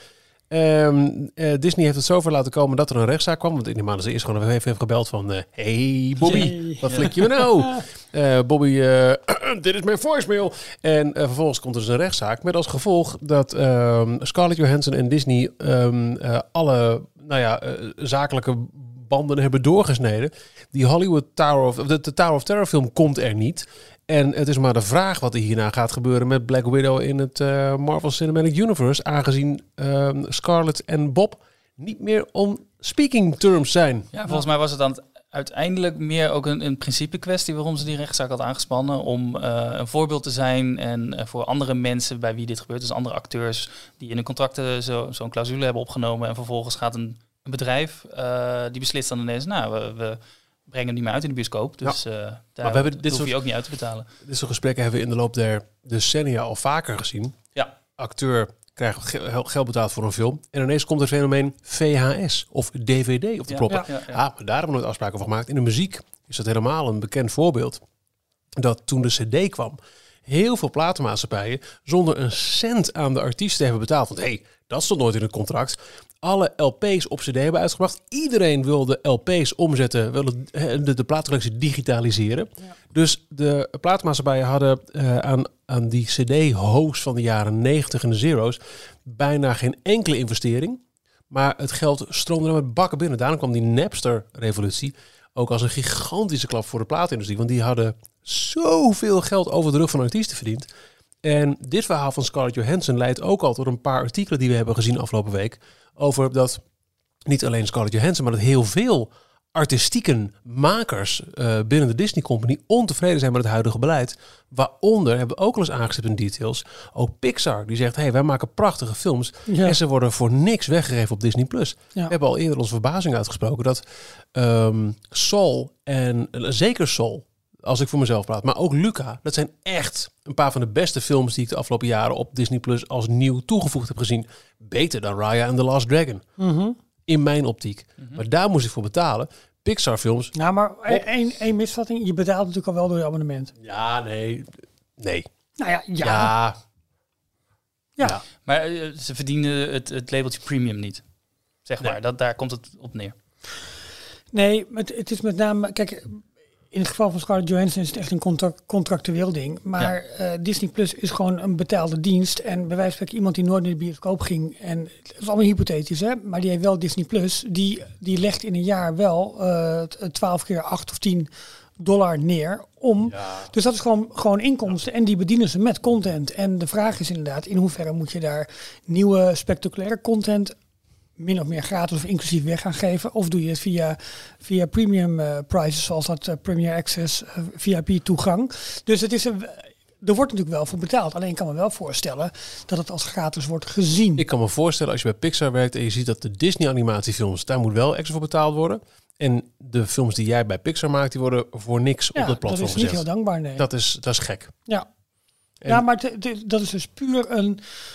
[SPEAKER 2] Um, uh, Disney heeft het zover laten komen dat er een rechtszaak kwam. Want in die maanden ze eerst gewoon even heeft gebeld van... Uh, hey Bobby, hey. Wat flik je me nou? Uh, Bobby, uh, dit is mijn voicemail. En uh, vervolgens komt er dus een rechtszaak. Met als gevolg dat um, Scarlett Johansson en Disney um, uh, alle nou ja, uh, zakelijke banden hebben doorgesneden. Die Hollywood Tower of... De, de Tower of Terror film komt er niet. En het is maar de vraag wat er hierna gaat gebeuren met Black Widow in het uh, Marvel Cinematic Universe. Aangezien uh, Scarlett en Bob niet meer on speaking terms zijn.
[SPEAKER 4] Ja, volgens mij was het dan uiteindelijk meer ook een, een principe kwestie waarom ze die rechtszaak had aangespannen. Om uh, een voorbeeld te zijn en uh, voor andere mensen bij wie dit gebeurt. Dus andere acteurs die in hun contracten zo, zo'n clausule hebben opgenomen. En vervolgens gaat een, een bedrijf, uh, die beslist dan ineens, nou, we... we brengen hem niet meer uit in de bioscoop. Dus ja. uh, daar maar we hebben dit hoef je ook niet uit te betalen.
[SPEAKER 2] Dit soort gesprekken hebben we in de loop der decennia al vaker gezien.
[SPEAKER 4] Ja.
[SPEAKER 2] Acteur krijgt geld betaald voor een film. En ineens komt het fenomeen V H S of D V D op de
[SPEAKER 4] ja.
[SPEAKER 2] proppen.
[SPEAKER 4] Ja, ja, ja.
[SPEAKER 2] Ah, maar daar hebben we nooit afspraken over gemaakt. In de muziek is dat helemaal een bekend voorbeeld. Dat toen de cd kwam, heel veel platenmaatschappijen zonder een cent aan de artiest te hebben betaald. Want hé, hey, dat stond nooit in het contract. Alle L P's op cd hebben uitgebracht. Iedereen wilde L P's omzetten, wilde de, de platencollectie digitaliseren. Ja. Dus de platenmaatschappijen hadden uh, aan, aan die cd-hoos van de jaren negentig en de zero's bijna geen enkele investering. Maar het geld stroomde er met bakken binnen. Daarom kwam die Napster-revolutie ook als een gigantische klap voor de platenindustrie. Want die hadden zoveel geld over de rug van artiesten verdiend. En dit verhaal van Scarlett Johansson leidt ook al tot een paar artikelen die we hebben gezien afgelopen week. Over dat niet alleen Scarlett Johansson, maar dat heel veel artistieke makers uh, binnen de Disney Company ontevreden zijn met het huidige beleid. Waaronder, hebben we ook al eens aangestipt in details, ook Pixar. Die zegt, hey, wij maken prachtige films ja. en ze worden voor niks weggegeven op Disney Plus. Ja. We hebben al eerder onze verbazing uitgesproken dat um, Soul en uh, zeker Soul, als ik voor mezelf praat, maar ook Luca, dat zijn echt een paar van de beste films die ik de afgelopen jaren op Disney Plus als nieuw toegevoegd heb gezien. Beter dan Raya and the Last Dragon.
[SPEAKER 3] Mm-hmm.
[SPEAKER 2] In mijn optiek. Mm-hmm. Maar daar moest ik voor betalen. Pixar films.
[SPEAKER 3] Nou, maar één, één misvatting. Je betaalt natuurlijk al wel door je abonnement.
[SPEAKER 2] Ja, nee. Nee.
[SPEAKER 3] Nou ja, ja.
[SPEAKER 2] Ja.
[SPEAKER 3] ja.
[SPEAKER 4] ja. Maar uh, ze verdienen het, het labeltje premium niet. Zeg maar. Nee. Dat, daar komt het op neer.
[SPEAKER 3] Nee, het, het is met name... Kijk, in het geval van Scarlett Johansson is het echt een contract, contractueel ding. Maar ja. uh, Disney Plus is gewoon een betaalde dienst. En bij wijze van spreken iemand die nooit naar de bioscoop ging. En het is allemaal hypothetisch, hè. Maar die heeft wel Disney Plus. Die, die legt in een jaar wel uh, twaalf keer acht of tien dollar neer. Om. Ja. Dus dat is gewoon, gewoon inkomsten. Ja. En die bedienen ze met content. En de vraag is inderdaad, in hoeverre moet je daar nieuwe spectaculaire content min of meer gratis of inclusief weg gaan geven? Of doe je het via, via premium uh, prices, zoals dat uh, Premier Access, uh, V I P toegang. Dus het is een, er wordt natuurlijk wel voor betaald. Alleen ik kan me wel voorstellen dat het als gratis wordt gezien.
[SPEAKER 2] Ik kan me voorstellen als je bij Pixar werkt en je ziet dat de Disney animatiefilms, daar moet wel extra voor betaald worden. En de films die jij bij Pixar maakt, die worden voor niks ja, op dat platform gezet.
[SPEAKER 3] Dat is niet heel dankbaar, nee.
[SPEAKER 2] Dat is, dat is gek.
[SPEAKER 3] Ja, en ja maar t- t- dat is dus puur een...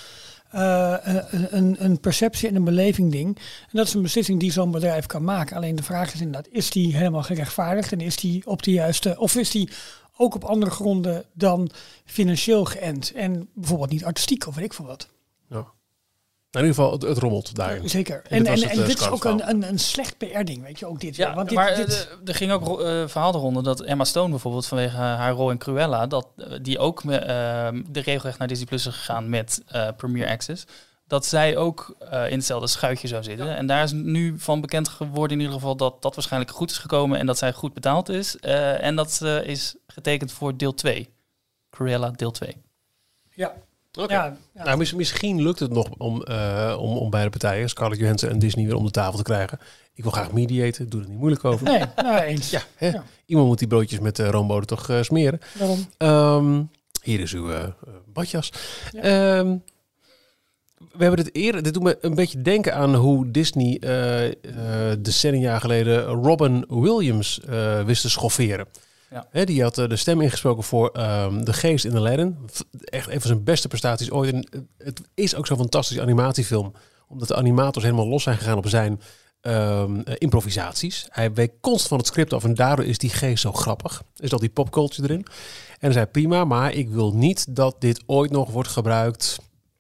[SPEAKER 3] Uh, een, een, een perceptie en een beleving ding. En dat is een beslissing die zo'n bedrijf kan maken. Alleen de vraag is inderdaad, is die helemaal gerechtvaardigd? En is die op de juiste, of is die ook op andere gronden dan financieel geënt? En bijvoorbeeld niet artistiek of weet ik veel wat.
[SPEAKER 2] Ja. In ieder geval, het, het rommelt daarin.
[SPEAKER 3] Ja, zeker. En, en, en, en dit is ook een, een, een slecht P R-ding, weet je, ook dit.
[SPEAKER 4] Ja,
[SPEAKER 3] want dit,
[SPEAKER 4] maar
[SPEAKER 3] dit...
[SPEAKER 4] er ging ook uh, verhaal eronder dat Emma Stone bijvoorbeeld vanwege haar rol in Cruella, dat uh, die ook uh, de regelrecht naar Disney Plus is gegaan met uh, Premier Access, dat zij ook uh, in hetzelfde schuitje zou zitten. Ja. En daar is nu van bekend geworden in ieder geval dat dat waarschijnlijk goed is gekomen en dat zij goed betaald is. Uh, en dat uh, is getekend voor deel twee. Cruella deel twee.
[SPEAKER 3] Ja.
[SPEAKER 2] Okay. Ja, ja. Nou, mis, misschien lukt het nog om, uh, om, om beide partijen, Scarlett Johansson en Disney, weer om de tafel te krijgen. Ik wil graag mediaten, doe er niet moeilijk over.
[SPEAKER 3] Nee, nou eens.
[SPEAKER 2] Ja, hè? Ja. Iemand moet die broodjes met uh, roomboter toch uh, smeren.
[SPEAKER 3] Waarom?
[SPEAKER 2] Um, Hier is uw uh, badjas. Ja. Um, we hebben dit eerder. Dit doet me een beetje denken aan hoe Disney uh, uh, decennia geleden Robin Williams uh, wist te schofferen. Ja. He, die had uh, de stem ingesproken voor um, De Geest in Aladdin. Echt een van zijn beste prestaties ooit. En het is ook zo'n fantastische animatiefilm. Omdat de animators helemaal los zijn gegaan op zijn um, uh, improvisaties. Hij week constant van het script af en daardoor is die geest zo grappig. Is al die popculture erin. En hij zei prima, maar ik wil niet dat dit ooit nog wordt gebruikt.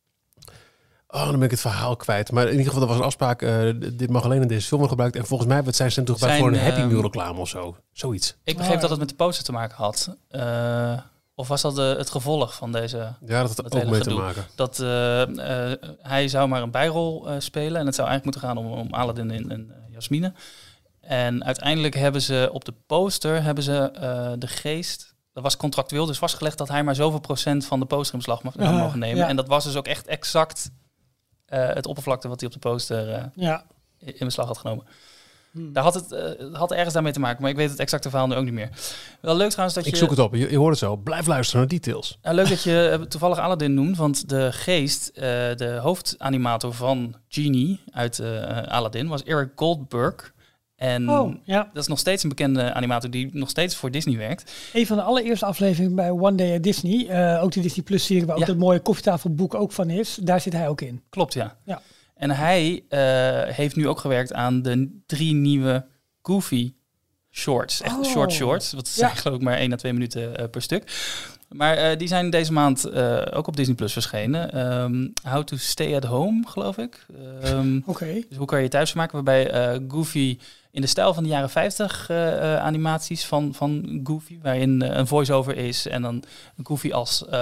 [SPEAKER 2] Oh, dan ben ik het verhaal kwijt. Maar in ieder geval, dat was een afspraak. Uh, dit mag alleen in deze film worden gebruikt. En volgens mij werd zijn stem toch bij voor een Happy Meal reclame of zo. Zoiets.
[SPEAKER 4] Ik begreep oh, dat het met de poster te maken had. Uh, of was dat de, het gevolg van deze...
[SPEAKER 2] Ja, dat had ook mee gedoe. te maken.
[SPEAKER 4] Dat uh, uh, hij zou maar een bijrol uh, spelen. En het zou eigenlijk moeten gaan om, om Aladdin en, en uh, Jasmine. En uiteindelijk hebben ze op de poster hebben ze uh, de geest... Dat was contractueel dus vastgelegd dat hij maar zoveel procent van de poster in beslag mag uh, mogen nemen. Ja. En dat was dus ook echt exact uh, het oppervlakte wat hij op de poster uh, ja. in beslag had genomen. Hmm. Daar had het uh, had ergens daarmee te maken, maar ik weet het exacte verhaal nu ook niet meer. Wel leuk trouwens dat je...
[SPEAKER 2] Ik zoek het op, je, je hoort het zo. Blijf luisteren naar details.
[SPEAKER 4] Uh, leuk dat je uh, toevallig Aladdin noemt, want de geest, uh, de hoofdanimator van Genie uit uh, Aladdin was Eric Goldberg. En oh, ja. dat is nog steeds een bekende animator die nog steeds voor Disney werkt.
[SPEAKER 3] Een van de allereerste afleveringen bij One Day at Disney, uh, ook de Disney Plus serie, waar ja. ook dat mooie koffietafelboek ook van is, daar zit hij ook in.
[SPEAKER 4] Klopt, ja. ja. En hij uh, heeft nu ook gewerkt aan de drie nieuwe Goofy shorts. Echt oh. short shorts, wat zijn ja. geloof ik maar één à twee minuten uh, per stuk. Maar uh, die zijn deze maand uh, ook op Disney Plus verschenen. Um, How to Stay at Home, geloof ik. Um, Oké. Okay. Dus hoe kan je je thuis maken? Waarbij uh, Goofy in de stijl van de jaren vijftig uh, uh, animaties van, van Goofy, waarin uh, een voice-over is en dan Goofy als uh,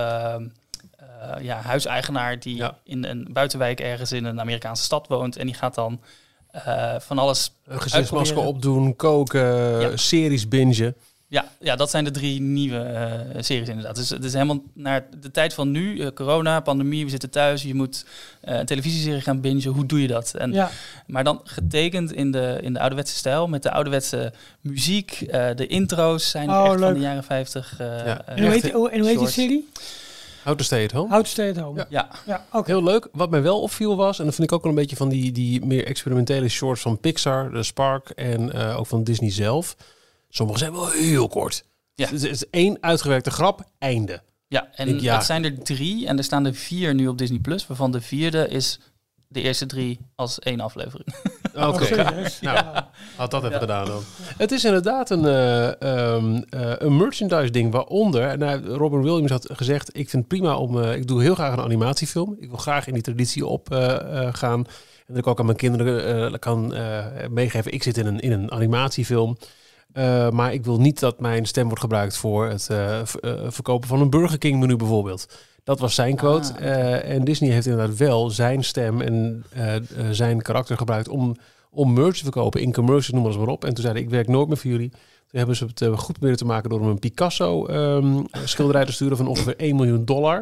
[SPEAKER 4] uh, ja, huiseigenaar die ja. in een buitenwijk ergens in een Amerikaanse stad woont en die gaat dan uh, van alles
[SPEAKER 2] een gezinsmasker opdoen, koken, ja. series bingen.
[SPEAKER 4] Ja, ja, dat zijn de drie nieuwe uh, series inderdaad. Dus het is helemaal naar de tijd van nu, uh, corona, pandemie, we zitten thuis, je moet uh, een televisieserie gaan bingen. Hoe doe je dat? En, ja. Maar dan getekend in de, in de ouderwetse stijl, met de ouderwetse muziek. Uh, de intro's zijn oh, echt leuk. Van de jaren vijftig. Uh, ja.
[SPEAKER 3] uh, en hoe heet, oh, en hoe heet die serie?
[SPEAKER 2] How to Stay at Home.
[SPEAKER 3] How to Stay at Home.
[SPEAKER 2] Ja, ja. ja okay. Heel leuk. Wat mij wel opviel was, en dat vind ik ook wel een beetje van die, die meer experimentele shorts van Pixar, de Spark en uh, ook van Disney zelf. Sommige zijn wel heel kort. Ja. Het is één uitgewerkte grap, einde.
[SPEAKER 4] Ja, en ik, ja. dat zijn er drie. En er staan er vier nu op Disney Plus. Waarvan de vierde is de eerste drie als één aflevering.
[SPEAKER 2] Oké, okay. nou, ja. had dat even ja. gedaan dan. Het is inderdaad een, uh, um, uh, een merchandise ding waaronder... Nou, Robin Williams had gezegd, ik vind het prima om... Uh, ik doe heel graag een animatiefilm. Ik wil graag in die traditie op uh, uh, gaan. En dat ik ook aan mijn kinderen uh, kan uh, meegeven. Ik zit in een, in een animatiefilm... Uh, maar ik wil niet dat mijn stem wordt gebruikt voor het uh, v- uh, verkopen van een Burger King menu bijvoorbeeld. Dat was zijn quote. Ah, okay. uh, en Disney heeft inderdaad wel zijn stem en uh, uh, zijn karakter gebruikt om, om merch te verkopen. In commercials, noem maar eens maar op. En toen zeiden ik werk nooit meer voor jullie. Toen hebben ze het uh, goed proberen te maken door hem een Picasso um, schilderij te sturen van ongeveer één miljoen dollar.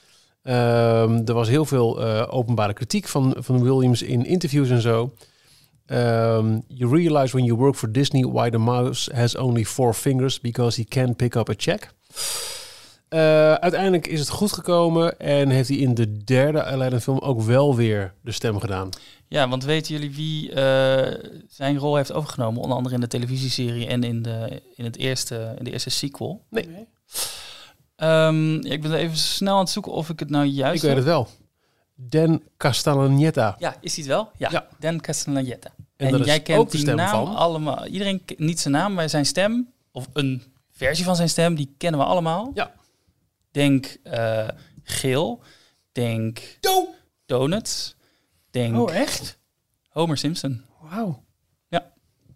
[SPEAKER 2] Um, er was heel veel uh, openbare kritiek van, van Williams in interviews en zo. Um, you realize when you work for Disney why the mouse has only four fingers because he can't pick up a check. Uh, uiteindelijk is het goed gekomen en heeft hij in de derde Aladdin film ook wel weer de stem gedaan.
[SPEAKER 4] Ja, want weten jullie wie uh, zijn rol heeft overgenomen? Onder andere in de televisieserie en in de, in het eerste, in de eerste sequel.
[SPEAKER 2] Nee.
[SPEAKER 4] Um, ja, ik ben even snel aan het zoeken of ik het nou juist...
[SPEAKER 2] Ik weet het wel. Dan Castellaneta.
[SPEAKER 4] Ja, is hij het wel? Ja, ja. Dan Castellaneta.
[SPEAKER 2] En, en jij kent die naam
[SPEAKER 4] van? allemaal. Iedereen, niet zijn naam, maar zijn stem, of een versie van zijn stem, die kennen we allemaal.
[SPEAKER 2] Ja.
[SPEAKER 4] Denk uh, Geel. Denk
[SPEAKER 3] Do.
[SPEAKER 4] Donuts. Denk
[SPEAKER 3] oh, echt?
[SPEAKER 4] Homer Simpson.
[SPEAKER 3] Wauw.
[SPEAKER 4] Ja.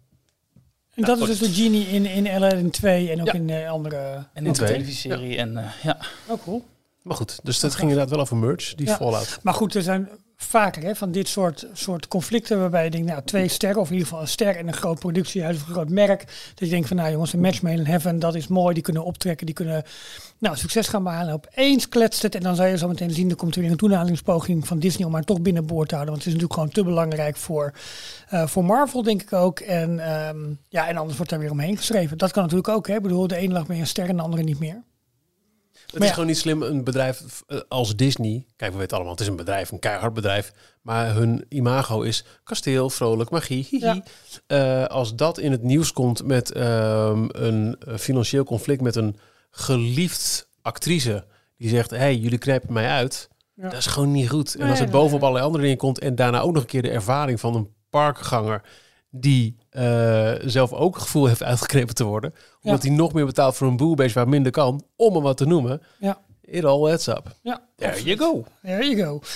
[SPEAKER 3] En dat nou, is dus de Genie in, in Aladdin twee en ook ja. in uh, andere...
[SPEAKER 4] En in de televisieserie. Ja. En, uh, ja.
[SPEAKER 3] Oh, cool.
[SPEAKER 2] Maar goed, dus dat ging inderdaad wel over merch, die ja. Fallout.
[SPEAKER 3] Maar goed, er zijn vaker hè, van dit soort, soort conflicten waarbij je denkt, nou, twee sterren, of in ieder geval een ster en een groot productiehuis of een groot merk. Dat je denkt van, nou jongens, een match made in heaven, dat is mooi, die kunnen optrekken, die kunnen nou, succes gaan behalen. Opeens kletst het en dan zou je zo meteen zien, er komt er weer een toenadering van Disney om haar toch binnenboord te houden. Want het is natuurlijk gewoon te belangrijk voor, uh, voor Marvel, denk ik ook. En, um, ja, en anders wordt daar weer omheen geschreven. Dat kan natuurlijk ook, hè. Ik bedoel, de ene lag meer een ster en de andere niet meer.
[SPEAKER 2] Het
[SPEAKER 3] Maar
[SPEAKER 2] is
[SPEAKER 3] ja.
[SPEAKER 2] gewoon niet slim, een bedrijf uh, als Disney. Kijk, we weten allemaal, het is een bedrijf, een keihard bedrijf. Maar hun imago is kasteel, vrolijk, magie, hihi. Ja. Uh, als dat in het nieuws komt met uh, een financieel conflict met een geliefd actrice die zegt, hey, jullie knijpen mij uit. Ja. Dat is gewoon niet goed. En
[SPEAKER 3] nee,
[SPEAKER 2] als het
[SPEAKER 3] nee,
[SPEAKER 2] bovenop
[SPEAKER 3] nee.
[SPEAKER 2] allerlei andere dingen komt en daarna ook nog een keer de ervaring van een parkganger die uh, zelf ook het gevoel heeft uitgeknepen te worden, omdat ja. hij nog meer betaalt voor een boelbeest waar minder kan, om hem wat te noemen.
[SPEAKER 3] Ja.
[SPEAKER 2] It all adds up.
[SPEAKER 3] Ja,
[SPEAKER 2] There
[SPEAKER 3] absoluut.
[SPEAKER 2] you go.
[SPEAKER 3] There you go.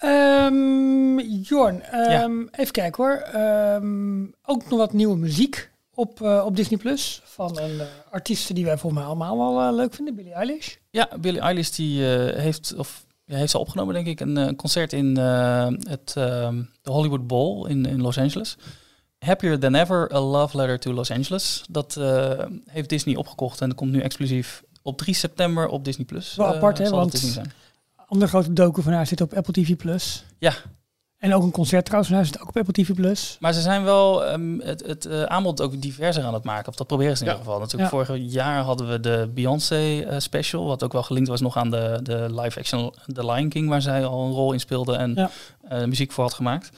[SPEAKER 3] Um, Jorn, um,
[SPEAKER 4] Ja.
[SPEAKER 3] even kijken hoor. Um, ook nog wat nieuwe muziek op, uh, op Disney Plus van een uh, artiest die wij volgens mij allemaal wel uh, leuk vinden, Billie Eilish.
[SPEAKER 4] Ja, Billie Eilish die uh, heeft, of ja, heeft al opgenomen, denk ik, een, een concert in uh, het uh, de Hollywood Bowl in, in Los Angeles. Happier Than Ever, A Love Letter to Los Angeles. Dat uh, heeft Disney opgekocht en dat komt nu exclusief op drie september op Disney Plus.
[SPEAKER 3] Wel apart,
[SPEAKER 4] uh,
[SPEAKER 3] hè?
[SPEAKER 4] zal het
[SPEAKER 3] Want
[SPEAKER 4] te zien zijn.
[SPEAKER 3] andere grote docu van haar zit op Apple T V Plus.
[SPEAKER 4] Ja.
[SPEAKER 3] En ook een concert trouwens van haar zit ook op Apple T V Plus.
[SPEAKER 4] Maar ze zijn wel um, het, het uh, aanbod ook diverser aan het maken. Of dat proberen ze in
[SPEAKER 2] Ja.
[SPEAKER 4] ieder geval. Natuurlijk,
[SPEAKER 3] Ja.
[SPEAKER 4] vorig jaar hadden we de Beyoncé uh, special. Wat ook wel gelinkt was nog aan de, de live action The Lion King. Waar zij al een rol in speelde en
[SPEAKER 3] Ja.
[SPEAKER 4] uh, muziek voor had gemaakt.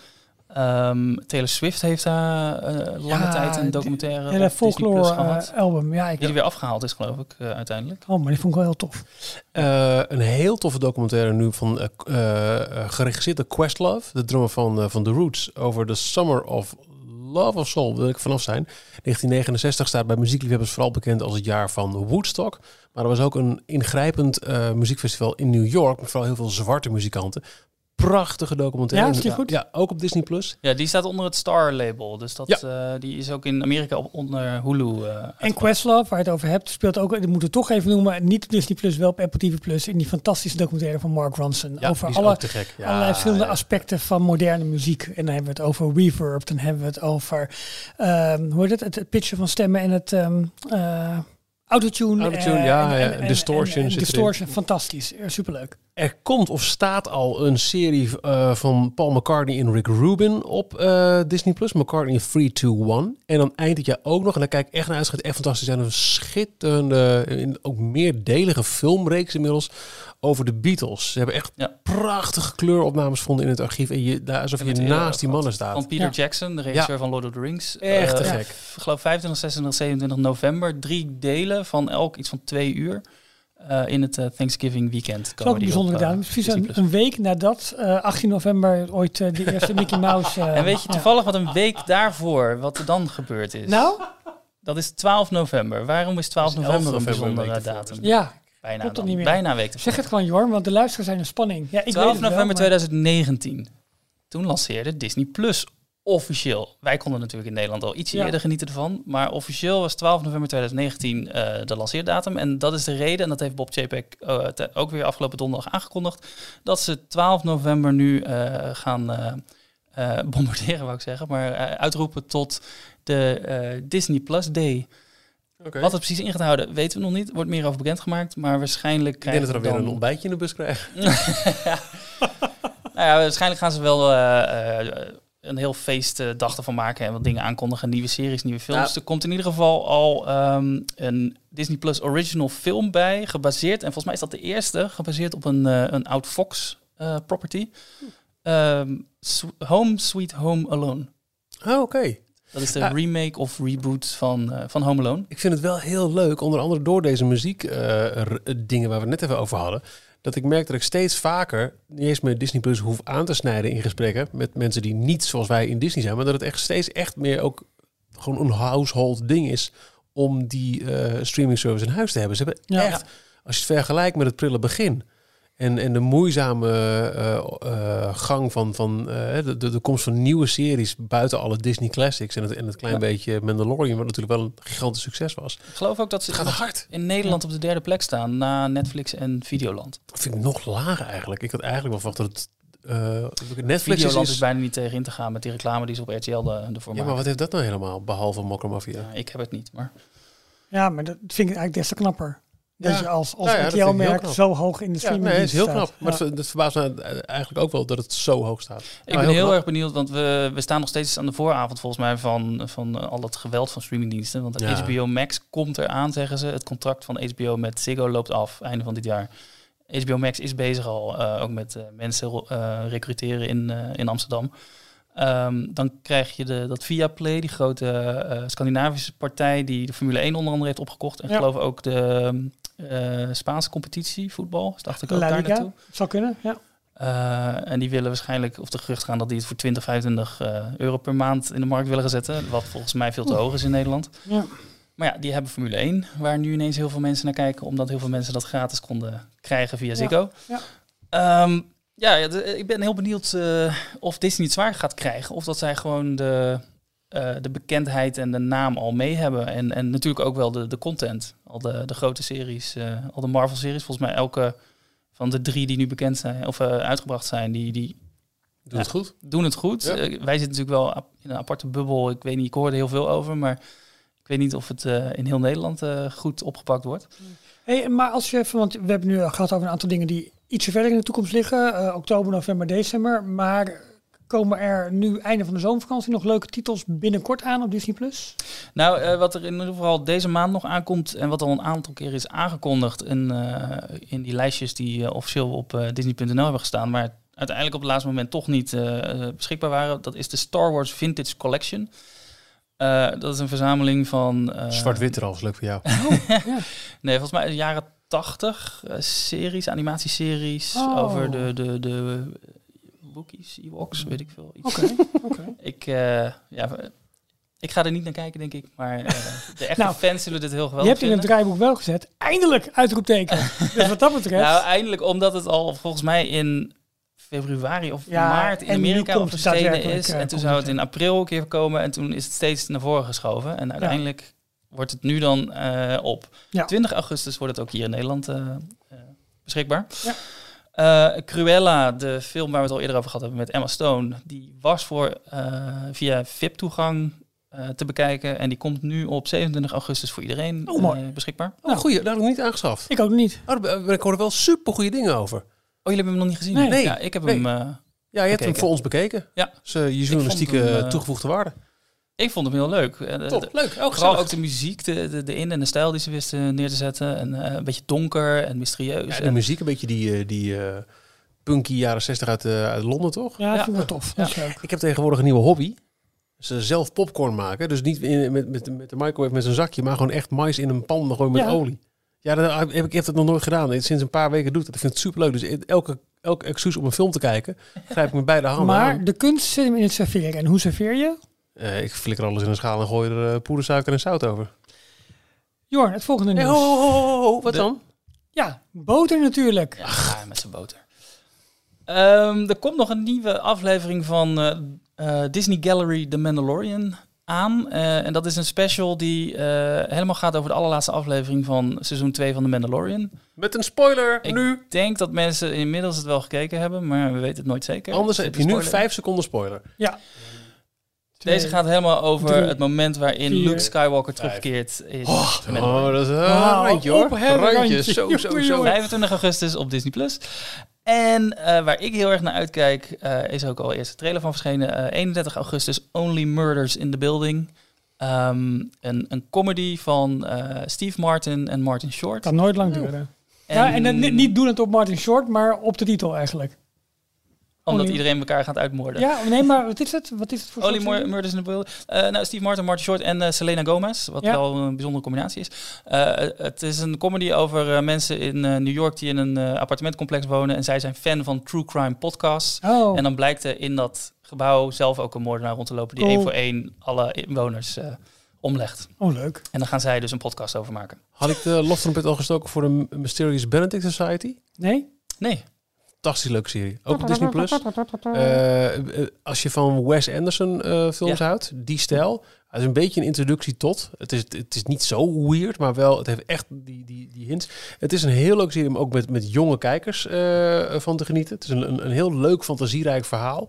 [SPEAKER 4] Um, Taylor Swift heeft daar uh, lange
[SPEAKER 3] Ja,
[SPEAKER 4] tijd een documentaire
[SPEAKER 3] hele
[SPEAKER 4] op Disney Plus
[SPEAKER 3] folklore
[SPEAKER 4] gehad.
[SPEAKER 3] uh, album. Ja, ik
[SPEAKER 4] Die er weer afgehaald is, geloof ik, uh, uiteindelijk.
[SPEAKER 3] Oh, maar die vond ik wel heel tof.
[SPEAKER 2] Uh, een heel toffe documentaire nu van uh, uh, geregisseerd door Questlove, de drummer van, uh, van The Roots, over The Summer of Love of Soul, wil ik vanaf zijn. negentien negenenzestig staat bij muziekliefhebbers vooral bekend als het jaar van Woodstock. Maar er was ook een ingrijpend uh, muziekfestival in New York, met vooral heel veel zwarte muzikanten. Prachtige documentaire.
[SPEAKER 3] Ja, is die goed?
[SPEAKER 2] Ja, ook op Disney Plus.
[SPEAKER 4] Ja, die staat onder het Star label. Dus dat,
[SPEAKER 2] Ja.
[SPEAKER 4] uh, die is ook in Amerika op, onder Hulu. Uh,
[SPEAKER 3] En
[SPEAKER 4] uitgebracht.
[SPEAKER 3] Questlove, waar je het over hebt, speelt ook, dat moeten we toch even noemen, niet op Disney Plus, wel op Apple T V Plus, in die fantastische documentaire van Mark Ronson.
[SPEAKER 2] Ja,
[SPEAKER 3] over
[SPEAKER 2] die is
[SPEAKER 3] alle,
[SPEAKER 2] ook te gek. Ja,
[SPEAKER 3] allerlei verschillende
[SPEAKER 2] ja.
[SPEAKER 3] aspecten van moderne muziek. En dan hebben we het over reverb, dan hebben we het over, um, hoe heet het, het, het pitchen van stemmen en het um, uh, autotune.
[SPEAKER 2] Autotune,
[SPEAKER 3] uh,
[SPEAKER 2] ja,
[SPEAKER 3] en,
[SPEAKER 2] ja,
[SPEAKER 3] en, en,
[SPEAKER 2] distortion
[SPEAKER 3] en, en
[SPEAKER 2] zit
[SPEAKER 3] distortion, fantastisch, superleuk.
[SPEAKER 2] Er komt of staat al een serie uh, van Paul McCartney en Rick Rubin op uh, Disney Plus. McCartney three two one. En dan eind dit jaar ook nog. En daar kijk ik echt naar uit. Het gaat echt fantastisch zijn. Een schitterende, ook meerdelige filmreeks inmiddels over de Beatles. Ze hebben echt
[SPEAKER 4] Ja.
[SPEAKER 2] prachtige kleuropnames gevonden in het archief. En je, daar, alsof je
[SPEAKER 4] Hebben we het eerder
[SPEAKER 2] naast die
[SPEAKER 4] over
[SPEAKER 2] mannen
[SPEAKER 4] gehad.
[SPEAKER 2] staat.
[SPEAKER 4] Van Peter
[SPEAKER 3] Ja.
[SPEAKER 4] Jackson, de regisseur van Lord of the Rings.
[SPEAKER 2] Echt te
[SPEAKER 4] Uh,
[SPEAKER 2] gek.
[SPEAKER 4] Ik geloof vijfentwintig, zesentwintig, zevenentwintig november. Drie delen van elk iets van twee uur. Uh, in het uh, Thanksgiving weekend.
[SPEAKER 3] Dat is ook een bijzondere datum. Precies een, een week nadat uh, achttien november ooit uh, de eerste Mickey Mouse... Uh,
[SPEAKER 4] en weet je toevallig wat een week daarvoor, wat er dan gebeurd is?
[SPEAKER 3] Nou?
[SPEAKER 4] Dat is twaalf november. Waarom is twaalf
[SPEAKER 2] Dus
[SPEAKER 4] november een
[SPEAKER 2] elf november
[SPEAKER 4] bijzondere
[SPEAKER 2] een week ervoor.
[SPEAKER 4] datum?
[SPEAKER 3] Ja,
[SPEAKER 4] Bijna,
[SPEAKER 3] klopt dat
[SPEAKER 4] dan.
[SPEAKER 3] niet meer.
[SPEAKER 4] Bijna een week
[SPEAKER 3] zeg het gewoon Jorn, want de luisteraars zijn in spanning. Ja, ik
[SPEAKER 4] twaalf
[SPEAKER 3] weet het wel,
[SPEAKER 4] november
[SPEAKER 3] maar-
[SPEAKER 4] tweeduizend negentien. Toen lanceerde Disney Plus officieel. Wij konden natuurlijk in Nederland al ietsje
[SPEAKER 3] Ja.
[SPEAKER 4] eerder genieten ervan. Maar officieel was twaalf november tweeduizend negentien uh, de lanceerdatum. En dat is de reden, en dat heeft Bob Chapek uh, te, ook weer afgelopen donderdag aangekondigd, dat ze twaalf november nu uh, gaan uh, uh, bombarderen, wou ik zeggen. Maar uh, uitroepen tot de uh, Disney Plus Day.
[SPEAKER 2] Okay.
[SPEAKER 4] Wat het precies in gaat houden, weten we nog niet. Wordt meer over bekendgemaakt. Maar waarschijnlijk
[SPEAKER 2] Ik denk
[SPEAKER 4] krijgen
[SPEAKER 2] dat we
[SPEAKER 4] we
[SPEAKER 2] weer
[SPEAKER 4] dan...
[SPEAKER 2] een ontbijtje in de bus krijgen.
[SPEAKER 4] Nou ja, waarschijnlijk gaan ze wel uh, uh, een heel feestdag ervan maken en wat dingen aankondigen. Nieuwe series, nieuwe films.
[SPEAKER 2] Ja.
[SPEAKER 4] Er komt in ieder geval al um, een Disney Plus original film bij, gebaseerd. En volgens mij is dat de eerste, gebaseerd op een, uh, een oud Fox uh, property. Um, Sw- Home Sweet Home Alone.
[SPEAKER 2] Oh, oké. Okay.
[SPEAKER 4] Dat is de
[SPEAKER 2] Ja.
[SPEAKER 4] remake of reboot van, uh, van Home Alone.
[SPEAKER 2] Ik vind het wel heel leuk, onder andere door deze muziek uh, r- dingen waar we het net even over hadden, dat ik merk dat ik steeds vaker niet eens meer Disney Plus hoef aan te snijden in gesprekken met mensen die niet zoals wij in Disney zijn, maar dat het echt steeds echt meer ook gewoon een household ding is om die uh, streaming service in huis te hebben. Ze hebben
[SPEAKER 3] Ja.
[SPEAKER 2] echt, als je het vergelijkt met het prille begin en, en de moeizame uh, uh, gang van, van uh, de, de, de komst van nieuwe series buiten alle Disney Classics en het, en het klein
[SPEAKER 4] Ja.
[SPEAKER 2] beetje Mandalorian, wat natuurlijk wel een gigantisch succes was.
[SPEAKER 4] Ik geloof ook dat ze
[SPEAKER 2] Het gaat hard.
[SPEAKER 4] in Nederland op de derde plek staan na Netflix en Videoland.
[SPEAKER 2] Dat vind ik nog lager eigenlijk. Ik had eigenlijk wel verwacht dat het uh, Netflix
[SPEAKER 4] Videoland
[SPEAKER 2] is.
[SPEAKER 4] is bijna niet tegen in te gaan met die reclame die ze op R T L de, ervoor
[SPEAKER 2] Ja,
[SPEAKER 4] maken.
[SPEAKER 2] maar wat heeft dat nou helemaal, behalve Mokromafia?
[SPEAKER 4] Ja, ik heb het niet, maar...
[SPEAKER 3] Ja, maar dat vind ik eigenlijk des te knapper. Dat
[SPEAKER 2] Ja.
[SPEAKER 3] je als, als
[SPEAKER 2] Nou ja,
[SPEAKER 3] R T
[SPEAKER 2] dat vind ik heel
[SPEAKER 3] L-merk
[SPEAKER 2] knap.
[SPEAKER 3] zo hoog in de
[SPEAKER 2] Ja,
[SPEAKER 3] streaming
[SPEAKER 2] nee, het is heel
[SPEAKER 3] staat.
[SPEAKER 2] knap. Maar
[SPEAKER 3] Ja.
[SPEAKER 2] het, het verbaast me eigenlijk ook wel dat het zo hoog staat.
[SPEAKER 4] Ik
[SPEAKER 2] Nou,
[SPEAKER 4] ben heel
[SPEAKER 2] knap.
[SPEAKER 4] erg benieuwd, want we, we staan nog steeds aan de vooravond volgens mij van, van uh, al dat geweld van streamingdiensten. Want
[SPEAKER 2] Ja.
[SPEAKER 4] H B O Max komt eraan, zeggen ze. Het contract van H B O met Ziggo loopt af, einde van dit jaar. H B O Max is bezig al, uh, ook met uh, mensen uh, recruteren in, uh, in Amsterdam. Um, dan krijg je de, dat Viaplay, die grote uh, Scandinavische partij die de Formule één onder andere heeft opgekocht. En
[SPEAKER 3] Ja.
[SPEAKER 4] ik geloof ook de uh, Spaanse competitie, voetbal, dus dacht ik ook
[SPEAKER 3] La
[SPEAKER 4] daar
[SPEAKER 3] Liga,
[SPEAKER 4] naartoe.
[SPEAKER 3] zou kunnen, ja.
[SPEAKER 4] Uh, en die willen waarschijnlijk, of de gerucht gaan dat die het voor twintig, vijfentwintig uh, euro per maand in de markt willen gaan zetten. Wat volgens mij veel te hoog is in Nederland.
[SPEAKER 3] Ja.
[SPEAKER 4] Maar ja, die hebben Formule één, waar nu ineens heel veel mensen naar kijken, omdat heel veel mensen dat gratis konden krijgen via Ziggo.
[SPEAKER 3] Ja.
[SPEAKER 4] Ja, um, ja, ja de, ik ben heel benieuwd uh, of Disney het zwaar gaat krijgen. Of dat zij gewoon de, uh, de bekendheid en de naam al mee hebben. En, en natuurlijk ook wel de, de content. Al de, de grote series, uh, al de Marvel-series. Volgens mij elke van de drie die nu bekend zijn, of uh, uitgebracht zijn, die, die
[SPEAKER 2] Doe het
[SPEAKER 4] ja,
[SPEAKER 2] goed.
[SPEAKER 4] doen het goed.
[SPEAKER 2] Ja.
[SPEAKER 4] Uh, wij zitten natuurlijk wel in een aparte bubbel. Ik weet niet, ik hoorde heel veel over, maar ik weet niet of het uh, in heel Nederland uh, goed opgepakt wordt.
[SPEAKER 3] Hey, maar als je, want we hebben nu gehad over een aantal dingen die ietsje verder in de toekomst liggen. Uh, oktober, november, december. Maar komen er nu einde van de zomervakantie nog leuke titels binnenkort aan op Disney Plus?
[SPEAKER 4] Nou, uh, wat er in ieder geval deze maand nog aankomt en wat al een aantal keer is aangekondigd in, uh, in die lijstjes die uh, officieel op uh, Disney punt n l hebben gestaan, maar uiteindelijk op het laatste moment toch niet uh, beschikbaar waren. Dat is de Star Wars Vintage Collection. Uh, dat is een verzameling van... Uh,
[SPEAKER 2] Zwart-wit trouwens, leuk voor jou.
[SPEAKER 3] Oh, ja.
[SPEAKER 4] Nee, volgens mij de jaren tachtig uh, series, animatieseries
[SPEAKER 3] Oh.
[SPEAKER 4] over de, de, de Wookiees, Ewoks, weet ik veel.
[SPEAKER 3] Oké, oké.
[SPEAKER 4] Ik, uh, ja, ik ga er niet naar kijken, denk ik. Maar uh, de echte
[SPEAKER 3] Nou,
[SPEAKER 4] fans zullen dit heel geweldig
[SPEAKER 3] Je hebt in
[SPEAKER 4] vinden.
[SPEAKER 3] het draaiboek wel gezet, eindelijk, uitroepteken. Dus wat dat betreft...
[SPEAKER 4] Nou, eindelijk omdat het al volgens mij in februari of
[SPEAKER 3] Ja,
[SPEAKER 4] maart in
[SPEAKER 3] en nu
[SPEAKER 4] Amerika
[SPEAKER 3] komt het
[SPEAKER 4] verschenen
[SPEAKER 3] daadwerkelijk,
[SPEAKER 4] is.
[SPEAKER 3] uh,
[SPEAKER 4] En toen
[SPEAKER 3] komt
[SPEAKER 4] zou
[SPEAKER 3] het,
[SPEAKER 4] het in april een keer komen. En toen is het steeds naar voren geschoven. En uiteindelijk wordt het nu dan uh, op.
[SPEAKER 3] Ja.
[SPEAKER 4] twintig augustus wordt het ook hier in Nederland uh, uh, beschikbaar.
[SPEAKER 3] Ja.
[SPEAKER 4] Uh, Cruella, de film waar we het al eerder over gehad hebben met Emma Stone, die was voor uh, via V I P-toegang uh, te bekijken. En die komt nu op zevenentwintig augustus voor iedereen
[SPEAKER 3] Oh, mooi.
[SPEAKER 4] uh, beschikbaar.
[SPEAKER 2] Oh, goeie, daar heb ik niet aangeschaft.
[SPEAKER 3] Ik ook niet.
[SPEAKER 2] Oh, daar- ik hoorde wel super goede dingen over.
[SPEAKER 4] Oh, jullie hebben hem nog niet gezien?
[SPEAKER 3] Nee.
[SPEAKER 2] Nee.
[SPEAKER 4] Ja, ik heb
[SPEAKER 2] Nee.
[SPEAKER 4] hem... Uh,
[SPEAKER 2] Ja, je hebt hem
[SPEAKER 4] Bekeken.
[SPEAKER 2] voor ons bekeken.
[SPEAKER 4] Ja.
[SPEAKER 2] Dus uh, je
[SPEAKER 4] vond
[SPEAKER 2] journalistieke
[SPEAKER 4] hem, uh,
[SPEAKER 2] toegevoegde waarde.
[SPEAKER 4] ik vond hem heel leuk. Uh, de-
[SPEAKER 2] Top,
[SPEAKER 4] de-
[SPEAKER 2] leuk. Ook
[SPEAKER 4] Vooral ook de muziek, de, de, de in- en de stijl die ze wisten neer te zetten. En uh, een beetje donker en mysterieus.
[SPEAKER 2] Ja, de
[SPEAKER 4] en,
[SPEAKER 2] muziek, een beetje die, uh, die uh, punky jaren zestig uit, uh, uit Londen, toch?
[SPEAKER 3] Ja, dat
[SPEAKER 4] Ja.
[SPEAKER 3] vind ik wel tof. Dat is leuk.
[SPEAKER 2] Ik heb tegenwoordig een nieuwe hobby. Ze zelf popcorn maken. Dus niet in, met, met, met de microwave met zo'n zakje, maar gewoon echt mais in een pan gooien met
[SPEAKER 3] Ja.
[SPEAKER 2] olie. Ja, dat heb ik, ik heb dat nog nooit gedaan. Sinds een paar weken doet het. Ik vind het superleuk. Dus elke, elke excuus om een film te kijken, grijp ik met beide handen
[SPEAKER 3] Maar
[SPEAKER 2] aan.
[SPEAKER 3] de kunst zit hem in het serveren. En hoe serveer je?
[SPEAKER 2] Uh, ik flikker alles in een schaal en gooi er uh, poedersuiker en zout over.
[SPEAKER 3] Jorn, het volgende
[SPEAKER 2] Hey,
[SPEAKER 3] nieuws.
[SPEAKER 2] ho, ho, ho, ho, wat
[SPEAKER 4] De-
[SPEAKER 2] dan?
[SPEAKER 3] Ja, boter natuurlijk.
[SPEAKER 4] ja, ja, met zijn boter. Um, er komt nog een nieuwe aflevering van uh, uh, Disney Gallery The Mandalorian aan. Uh, en dat is een special die uh, helemaal gaat over de allerlaatste aflevering van seizoen twee van The Mandalorian.
[SPEAKER 2] Met een spoiler
[SPEAKER 4] Ik
[SPEAKER 2] nu.
[SPEAKER 4] denk dat mensen inmiddels het wel gekeken hebben, maar we weten het nooit zeker.
[SPEAKER 2] Anders
[SPEAKER 4] Zit
[SPEAKER 2] heb
[SPEAKER 4] een
[SPEAKER 2] je nu
[SPEAKER 4] spoiler.
[SPEAKER 2] vijf seconden spoiler.
[SPEAKER 3] Ja.
[SPEAKER 4] Deze gaat helemaal over
[SPEAKER 3] drie,
[SPEAKER 4] het moment waarin
[SPEAKER 3] vier,
[SPEAKER 4] Luke Skywalker
[SPEAKER 2] vijf.
[SPEAKER 4] terugkeert. In
[SPEAKER 2] Oh,
[SPEAKER 4] Mandalorian.
[SPEAKER 2] oh dat is een
[SPEAKER 3] Wauw,
[SPEAKER 2] randje hoor.
[SPEAKER 3] op het randje.
[SPEAKER 2] Randje. Zo, zo,
[SPEAKER 3] Jongen,
[SPEAKER 2] zo.
[SPEAKER 3] jongen.
[SPEAKER 4] vijfentwintig augustus op Disney Plus. En uh, waar ik heel erg naar uitkijk, uh, is ook al eerst de trailer van verschenen. Uh, eenendertig augustus, Only Murders in the Building. Um, een, een comedy van uh, Steve Martin en Martin Short.
[SPEAKER 3] Kan nooit lang duren. Ja, en dan niet- niet doen het op Martin Short, maar op de titel eigenlijk.
[SPEAKER 4] Omdat
[SPEAKER 3] Only-
[SPEAKER 4] iedereen elkaar gaat uitmoorden.
[SPEAKER 3] Ja, nee, maar wat is het? Wat is het voor
[SPEAKER 4] Only
[SPEAKER 3] soort
[SPEAKER 4] Mur-
[SPEAKER 3] serie?
[SPEAKER 4] Murders in the Building. Uh, nou, Steve Martin, Martin Short en uh, Selena Gomez. Wat
[SPEAKER 3] Ja.
[SPEAKER 4] wel een bijzondere combinatie is. Uh, het is een comedy over uh, mensen in uh, New York die in een uh, appartementcomplex wonen. En zij zijn fan van true crime podcasts.
[SPEAKER 3] Oh,
[SPEAKER 4] En dan blijkt er in dat gebouw zelf ook een moordenaar rond te lopen die
[SPEAKER 3] Oh.
[SPEAKER 4] één voor één alle inwoners uh, omlegt.
[SPEAKER 3] oh, leuk.
[SPEAKER 4] En dan gaan zij dus een podcast over maken.
[SPEAKER 2] Had ik de loftrompet al gestoken voor de Mysterious Benedict Society?
[SPEAKER 3] Nee?
[SPEAKER 4] Nee.
[SPEAKER 2] Fantastisch leuke serie. Ook op Disney Plus. Uh, uh, als je van Wes Anderson uh, films
[SPEAKER 4] Ja.
[SPEAKER 2] houdt, die stijl. Het is een beetje een introductie tot. Het is, het is niet zo weird, maar wel, het heeft echt die, die, die hints. Het is een heel leuke serie om ook met, met jonge kijkers uh, van te genieten. Het is een, een, een heel leuk, fantasierijk verhaal.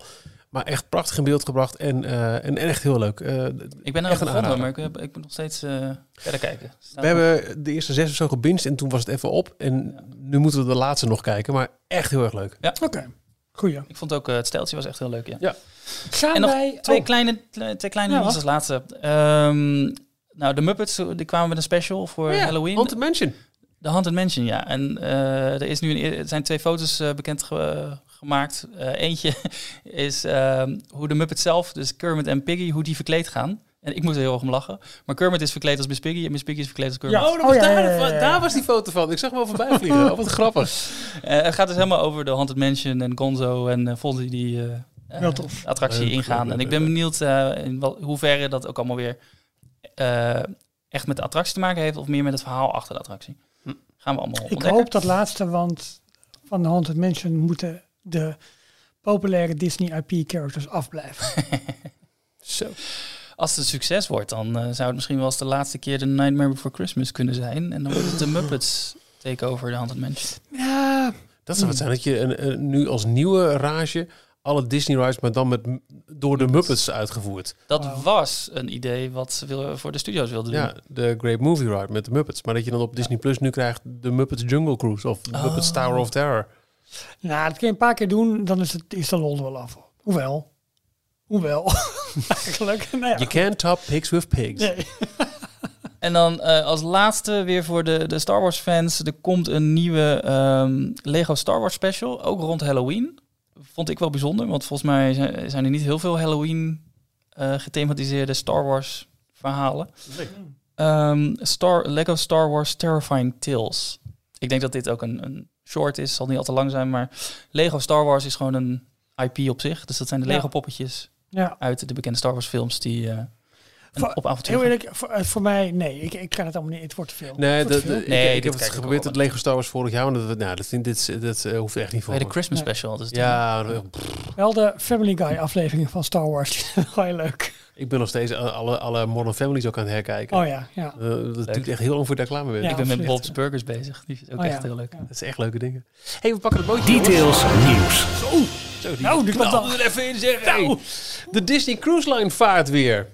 [SPEAKER 2] Maar echt prachtig in beeld gebracht en, uh, en, en echt heel leuk. Uh,
[SPEAKER 4] ik ben er begonnen, maar ik, heb, ik moet nog steeds uh, verder kijken.
[SPEAKER 2] Staat we nog... hebben de eerste zes of zo gebinged en toen was het even op. En ja. nu moeten we de laatste nog kijken, maar echt heel erg leuk.
[SPEAKER 4] Ja,
[SPEAKER 3] oké. Okay. Goeie.
[SPEAKER 4] Ik vond ook uh, het steltje was echt heel leuk, ja.
[SPEAKER 2] ja.
[SPEAKER 3] Gaan
[SPEAKER 4] en nog
[SPEAKER 3] wij...
[SPEAKER 4] twee
[SPEAKER 3] oh.
[SPEAKER 4] kleine, twee kleine
[SPEAKER 3] ja,
[SPEAKER 4] nieuws als laatste. Um, nou, de Muppets die kwamen met een special voor
[SPEAKER 2] oh ja,
[SPEAKER 4] Halloween.
[SPEAKER 2] Haunted Mansion.
[SPEAKER 4] De Haunted Mansion, ja. En uh, er is nu een, er zijn twee foto's uh, bekend ge, uh, gemaakt. Uh, eentje is uh, hoe de Muppets zelf, dus Kermit en Piggy, hoe die verkleed gaan. En ik moet er heel erg om lachen. Maar Kermit is verkleed als Miss Piggy en Miss Piggy is verkleed als Kermit.
[SPEAKER 2] Ja, oh, oh, ja, daar, ja, ja, ja. daar was die foto van. Ik zag hem al voorbij vliegen. Oh, wat grappig.
[SPEAKER 4] Uh, het gaat dus helemaal over de Haunted Mansion en Gonzo en uh, Fonzie die uh, uh, attractie leuk, ingaan. Leuk, en ik ben benieuwd uh, in wel, hoeverre dat ook allemaal weer uh, echt met de attractie te maken heeft of meer met het verhaal achter de attractie. Hm. Gaan we allemaal
[SPEAKER 3] Ik
[SPEAKER 4] ontdekken.
[SPEAKER 3] hoop dat laatste, want van de Haunted Mansion moeten de populaire Disney I P-characters afblijven.
[SPEAKER 4] Zo. Als het een succes wordt, dan uh, zou het misschien wel eens de laatste keer de Nightmare Before Christmas kunnen zijn. En dan wordt het de Muppets take over de Haunted Mansion.
[SPEAKER 3] Ja.
[SPEAKER 2] Dat zou het zijn, dat je een, een, nu als nieuwe rage alle Disney rides, maar dan met door de Muppets uitgevoerd.
[SPEAKER 4] Dat
[SPEAKER 3] wow.
[SPEAKER 4] was een idee wat ze wil, voor de studio's wilden doen.
[SPEAKER 2] Ja, de Great Movie Ride met de Muppets. Maar dat je dan op ja. Disney Plus nu krijgt de Muppets Jungle Cruise of oh. Muppets Tower of Terror.
[SPEAKER 3] Nou, dat kun je een paar keer doen, dan is, het, is de lol er wel af. Hoewel. Hoewel. Eigenlijk. Nou ja.
[SPEAKER 2] You can't top pigs with pigs.
[SPEAKER 3] Nee.
[SPEAKER 4] En dan uh, als laatste weer voor de, de Star Wars fans. Er komt een nieuwe um, Lego Star Wars special, ook rond Halloween. Vond ik wel bijzonder, want volgens mij zijn, zijn er niet heel veel Halloween uh, gethematiseerde Star Wars verhalen. Um, Star, Lego Star Wars Terrifying Tales. Ik denk dat dit ook een, een short is, zal niet al te lang zijn, maar Lego Star Wars is gewoon een I P op zich. Dus dat zijn de Lego poppetjes
[SPEAKER 3] ja.
[SPEAKER 4] uit de bekende Star Wars films die uh,
[SPEAKER 3] voor,
[SPEAKER 4] op avontuur
[SPEAKER 3] heel eerlijk, voor, uh, voor mij, nee, ik, ik krijg het allemaal niet, het wordt te veel.
[SPEAKER 2] Nee,
[SPEAKER 3] dat,
[SPEAKER 2] de, de,
[SPEAKER 4] nee
[SPEAKER 2] ik, ik heb het geprobeerd, het Lego Star Wars vorig jaar, want dat, nou, dat, dit, dit, dit uh, hoeft echt niet voor.
[SPEAKER 4] De Christmas nee. special. Dus
[SPEAKER 2] ja,
[SPEAKER 3] wel de Family Guy afleveringen van Star Wars, die zijn wel heel leuk.
[SPEAKER 2] Ik ben nog steeds alle, alle Modern Families ook aan het herkijken.
[SPEAKER 3] Oh ja, ja.
[SPEAKER 2] Uh, dat leuk. Duurt echt heel lang voor je daar klaar mee bent.
[SPEAKER 4] Ja, ik ben
[SPEAKER 3] absoluut.
[SPEAKER 4] met Bob's Burgers bezig. Die is ook
[SPEAKER 3] oh,
[SPEAKER 4] echt
[SPEAKER 3] ja.
[SPEAKER 4] heel leuk.
[SPEAKER 3] Ja.
[SPEAKER 2] Dat is echt leuke dingen. Hey, we pakken het bootje.
[SPEAKER 1] Details nieuws.
[SPEAKER 2] Zo, zo die
[SPEAKER 3] nou, die komt
[SPEAKER 2] er even in zeggen. Nou. De Disney Cruise Line vaart weer.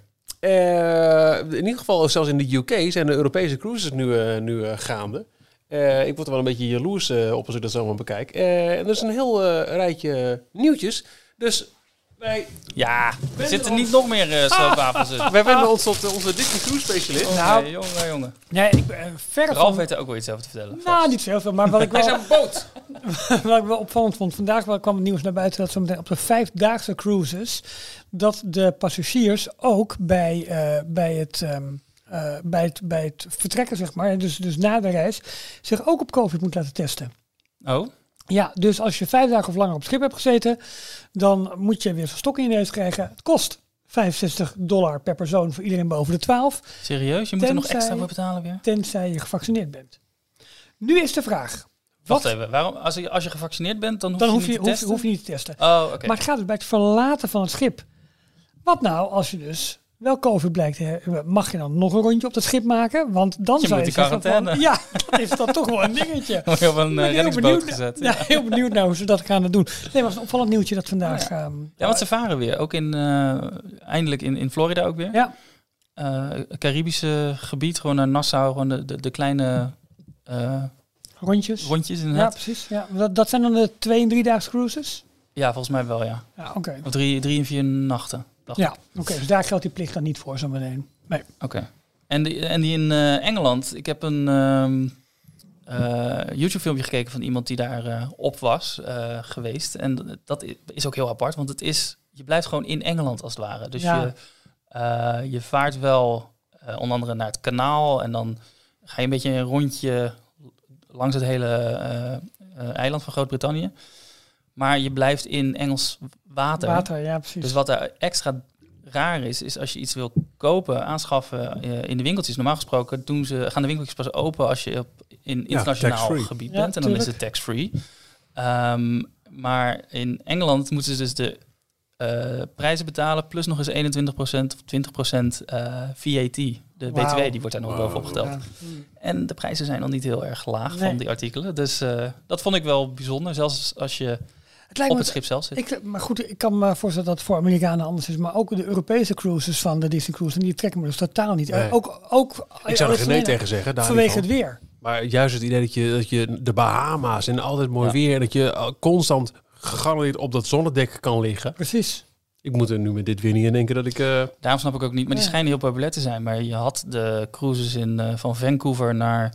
[SPEAKER 2] Uh, in ieder geval, zelfs in de U K zijn de Europese cruises nu, uh, nu uh, gaande. Uh, ik word er wel een beetje jaloers uh, op als ik dat zo maar bekijk. Uh, en er is een heel uh, rijtje nieuwtjes. Dus wij...
[SPEAKER 4] Ja, er zitten niet nog meer uh, sloopwafels in.
[SPEAKER 2] Wij wenden ons tot uh, onze Disney Cruise specialist.
[SPEAKER 4] Oh,
[SPEAKER 3] nou,
[SPEAKER 4] nee, jongen, jongen.
[SPEAKER 3] Nee, ik ben uh, verre
[SPEAKER 4] Ralf
[SPEAKER 3] van...
[SPEAKER 4] weet er ook wel iets over te vertellen.
[SPEAKER 3] Nou, vast. Niet zo heel veel, maar wat ik wel...
[SPEAKER 2] Hij is een boot!
[SPEAKER 3] wat ik wel opvallend vond, vandaag wel kwam het nieuws naar buiten dat zo meteen op de vijfdaagse cruises, dat de passagiers ook bij, uh, bij, het, um, uh, bij, het, bij het vertrekken, zeg maar, dus, dus na de reis, zich ook op COVID moet laten testen.
[SPEAKER 4] Oh?
[SPEAKER 3] Ja, dus als je vijf dagen of langer op het schip hebt gezeten, dan moet je weer zo'n stok in je neus krijgen. Het kost vijfenzestig dollar per persoon voor iedereen boven de twaalf.
[SPEAKER 4] Serieus? Je moet er nog extra voor betalen weer?
[SPEAKER 3] Tenzij je gevaccineerd bent. Nu is de vraag.
[SPEAKER 4] Wacht even, waarom, als, je, als je gevaccineerd bent, dan hoef,
[SPEAKER 3] dan
[SPEAKER 4] je,
[SPEAKER 3] hoef, je,
[SPEAKER 4] niet te
[SPEAKER 3] hoef,
[SPEAKER 4] testen?
[SPEAKER 3] hoef je niet te testen.
[SPEAKER 4] Oh, oké. Okay.
[SPEAKER 3] Maar het gaat dus bij het verlaten van het schip. Wat nou als je dus wel COVID blijkt te hebben, mag je dan nog een rondje op het schip maken? Want dan
[SPEAKER 4] je
[SPEAKER 3] zou
[SPEAKER 4] moet
[SPEAKER 3] je
[SPEAKER 4] in quarantaine.
[SPEAKER 3] Van, ja, dan is dat toch wel een dingetje.
[SPEAKER 4] Word je op een uh, reddingsboot gezet.
[SPEAKER 3] Ja, ja, heel benieuwd naar hoe ze dat gaan doen. Nee, was een opvallend nieuwtje dat vandaag...
[SPEAKER 4] Oh, ja.
[SPEAKER 3] Um,
[SPEAKER 4] ja, want ze varen weer. Ook in, uh, eindelijk in, in Florida ook weer.
[SPEAKER 3] Ja.
[SPEAKER 4] Uh, Caribische gebied, gewoon naar Nassau, gewoon de, de, de kleine... Uh,
[SPEAKER 3] Rondjes.
[SPEAKER 4] Rondjes, inderdaad.
[SPEAKER 3] Ja, precies. Ja. Dat, dat zijn dan de twee- en driedaags cruises?
[SPEAKER 4] Ja, volgens mij wel, ja.
[SPEAKER 3] Ja, oké. Okay.
[SPEAKER 4] Of drie, drie en vier nachten.
[SPEAKER 3] Ja, oké. Okay, dus daar geldt die plicht dan niet voor zo meteen. Nee.
[SPEAKER 4] Oké. Okay. En, die, en die in uh, Engeland, ik heb een um, uh, YouTube-filmpje gekeken van iemand die daar uh, op was uh, geweest. En dat is ook heel apart, want het is, je blijft gewoon in Engeland als het ware. Dus ja. je, uh, je vaart wel uh, onder andere naar het kanaal en dan ga je een beetje een rondje langs het hele uh, uh, eiland van Groot-Brittannië. Maar je blijft in Engels water.
[SPEAKER 3] Water, ja, precies.
[SPEAKER 4] Dus wat er extra raar is, is als je iets wil kopen, aanschaffen uh, in de winkeltjes. Normaal gesproken doen ze, gaan de winkeltjes pas open als je op in internationaal ja, gebied bent. Ja, en dan is het tax-free. Um, maar in Engeland moeten ze dus de uh, prijzen betalen plus nog eens eenentwintig procent of twintig procent uh, V A T. De wow. B T W, die wordt daar nog wow. bovenop geteld. Ja. En de prijzen zijn nog niet heel erg laag nee. van die artikelen. Dus uh, dat vond ik wel bijzonder. Zelfs als je
[SPEAKER 3] lijkt
[SPEAKER 4] op
[SPEAKER 3] me
[SPEAKER 4] het schip zelf zit.
[SPEAKER 3] Ik, maar goed, ik kan me voorstellen dat het voor Amerikanen anders is. Maar ook de Europese cruises van de Disney Cruise, en die trekken me dus totaal niet.
[SPEAKER 2] Nee.
[SPEAKER 3] Uh, ook, ook,
[SPEAKER 2] Ik zou er geen nee tegen zeggen. Daar
[SPEAKER 3] vanwege
[SPEAKER 2] van.
[SPEAKER 3] het weer.
[SPEAKER 2] Maar juist het idee dat je, dat je de Bahama's en altijd mooi
[SPEAKER 4] Ja.
[SPEAKER 2] weer, dat je constant gegarandeerd op dat zonnedek kan liggen.
[SPEAKER 3] Precies.
[SPEAKER 2] Ik moet er nu met dit weer niet in denken dat ik... Uh...
[SPEAKER 4] Daarom snap ik ook niet, maar die
[SPEAKER 3] Ja.
[SPEAKER 4] schijnen heel populair te zijn. Maar je had de cruises in, uh, van Vancouver naar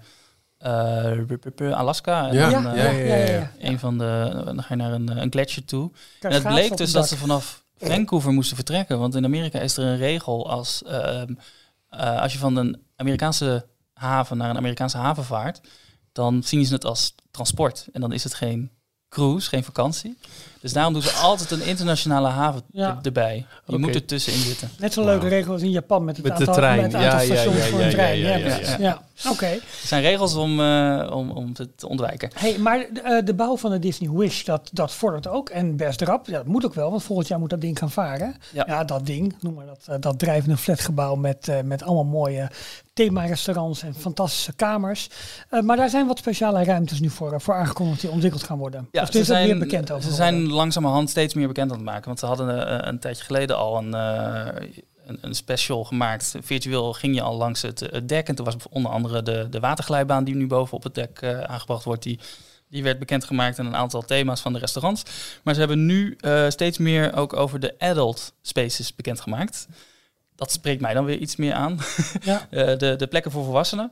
[SPEAKER 4] uh, Alaska. En
[SPEAKER 2] Ja.
[SPEAKER 4] dan,
[SPEAKER 3] Ja,
[SPEAKER 4] uh,
[SPEAKER 2] ja, ja, ja, ja.
[SPEAKER 4] Een van de, dan ga je naar een, een gletsjer toe.
[SPEAKER 3] Kijk,
[SPEAKER 4] En het
[SPEAKER 3] schaatsen
[SPEAKER 4] bleek
[SPEAKER 3] op
[SPEAKER 4] dus
[SPEAKER 3] het
[SPEAKER 4] dat
[SPEAKER 3] dak.
[SPEAKER 4] ze vanaf Vancouver moesten vertrekken. Want in Amerika is er een regel als, uh, uh, als je van een Amerikaanse haven naar een Amerikaanse haven vaart, dan zien ze het als transport. En dan is het geen cruise, geen vakantie. Dus daarom doen ze altijd een internationale haven
[SPEAKER 3] Ja.
[SPEAKER 4] er- erbij. Je
[SPEAKER 2] Oké.
[SPEAKER 4] moet er tussenin zitten.
[SPEAKER 3] Net zo'n
[SPEAKER 2] Wauw.
[SPEAKER 3] leuke regel als in Japan met het
[SPEAKER 2] Met de
[SPEAKER 3] aantal,
[SPEAKER 2] trein.
[SPEAKER 3] met het aantal
[SPEAKER 2] Ja, ja,
[SPEAKER 3] stations
[SPEAKER 2] ja,
[SPEAKER 3] voor
[SPEAKER 2] ja,
[SPEAKER 3] een
[SPEAKER 2] ja,
[SPEAKER 3] trein.
[SPEAKER 2] ja,
[SPEAKER 3] Ja,
[SPEAKER 2] ja,
[SPEAKER 3] precies.
[SPEAKER 4] ja.
[SPEAKER 3] Ja. Oké.
[SPEAKER 4] Er zijn regels om, uh, om, om het te ontwijken.
[SPEAKER 3] Hey, maar uh, de bouw van de Disney Wish, dat, dat vordert ook. En best rap, ja, dat moet ook wel, want volgend jaar moet dat ding gaan varen.
[SPEAKER 4] Ja.
[SPEAKER 3] Ja, dat ding, noem maar dat, uh, dat drijvende flatgebouw met, uh, met allemaal mooie thema-restaurants en fantastische kamers. Uh, maar daar zijn wat speciale ruimtes nu voor, uh, voor aangekondigd die ontwikkeld gaan worden.
[SPEAKER 4] Ja,
[SPEAKER 3] of
[SPEAKER 4] ze
[SPEAKER 3] er is er
[SPEAKER 4] zijn,
[SPEAKER 3] meer bekend over
[SPEAKER 4] ze
[SPEAKER 3] geworden.
[SPEAKER 4] zijn langzamerhand steeds meer bekend aan het maken. Want ze hadden uh, een tijdje geleden al een, uh, een, een special gemaakt. Virtueel ging je al langs het, het dek. En toen was onder andere de, de waterglijbaan die nu boven op het dek uh, aangebracht wordt. Die, die werd bekendgemaakt en een aantal thema's van de restaurants. Maar ze hebben nu uh, steeds meer ook over de adult spaces bekendgemaakt. Dat spreekt mij dan weer iets meer aan.
[SPEAKER 3] Ja.
[SPEAKER 4] uh, de, de plekken voor volwassenen.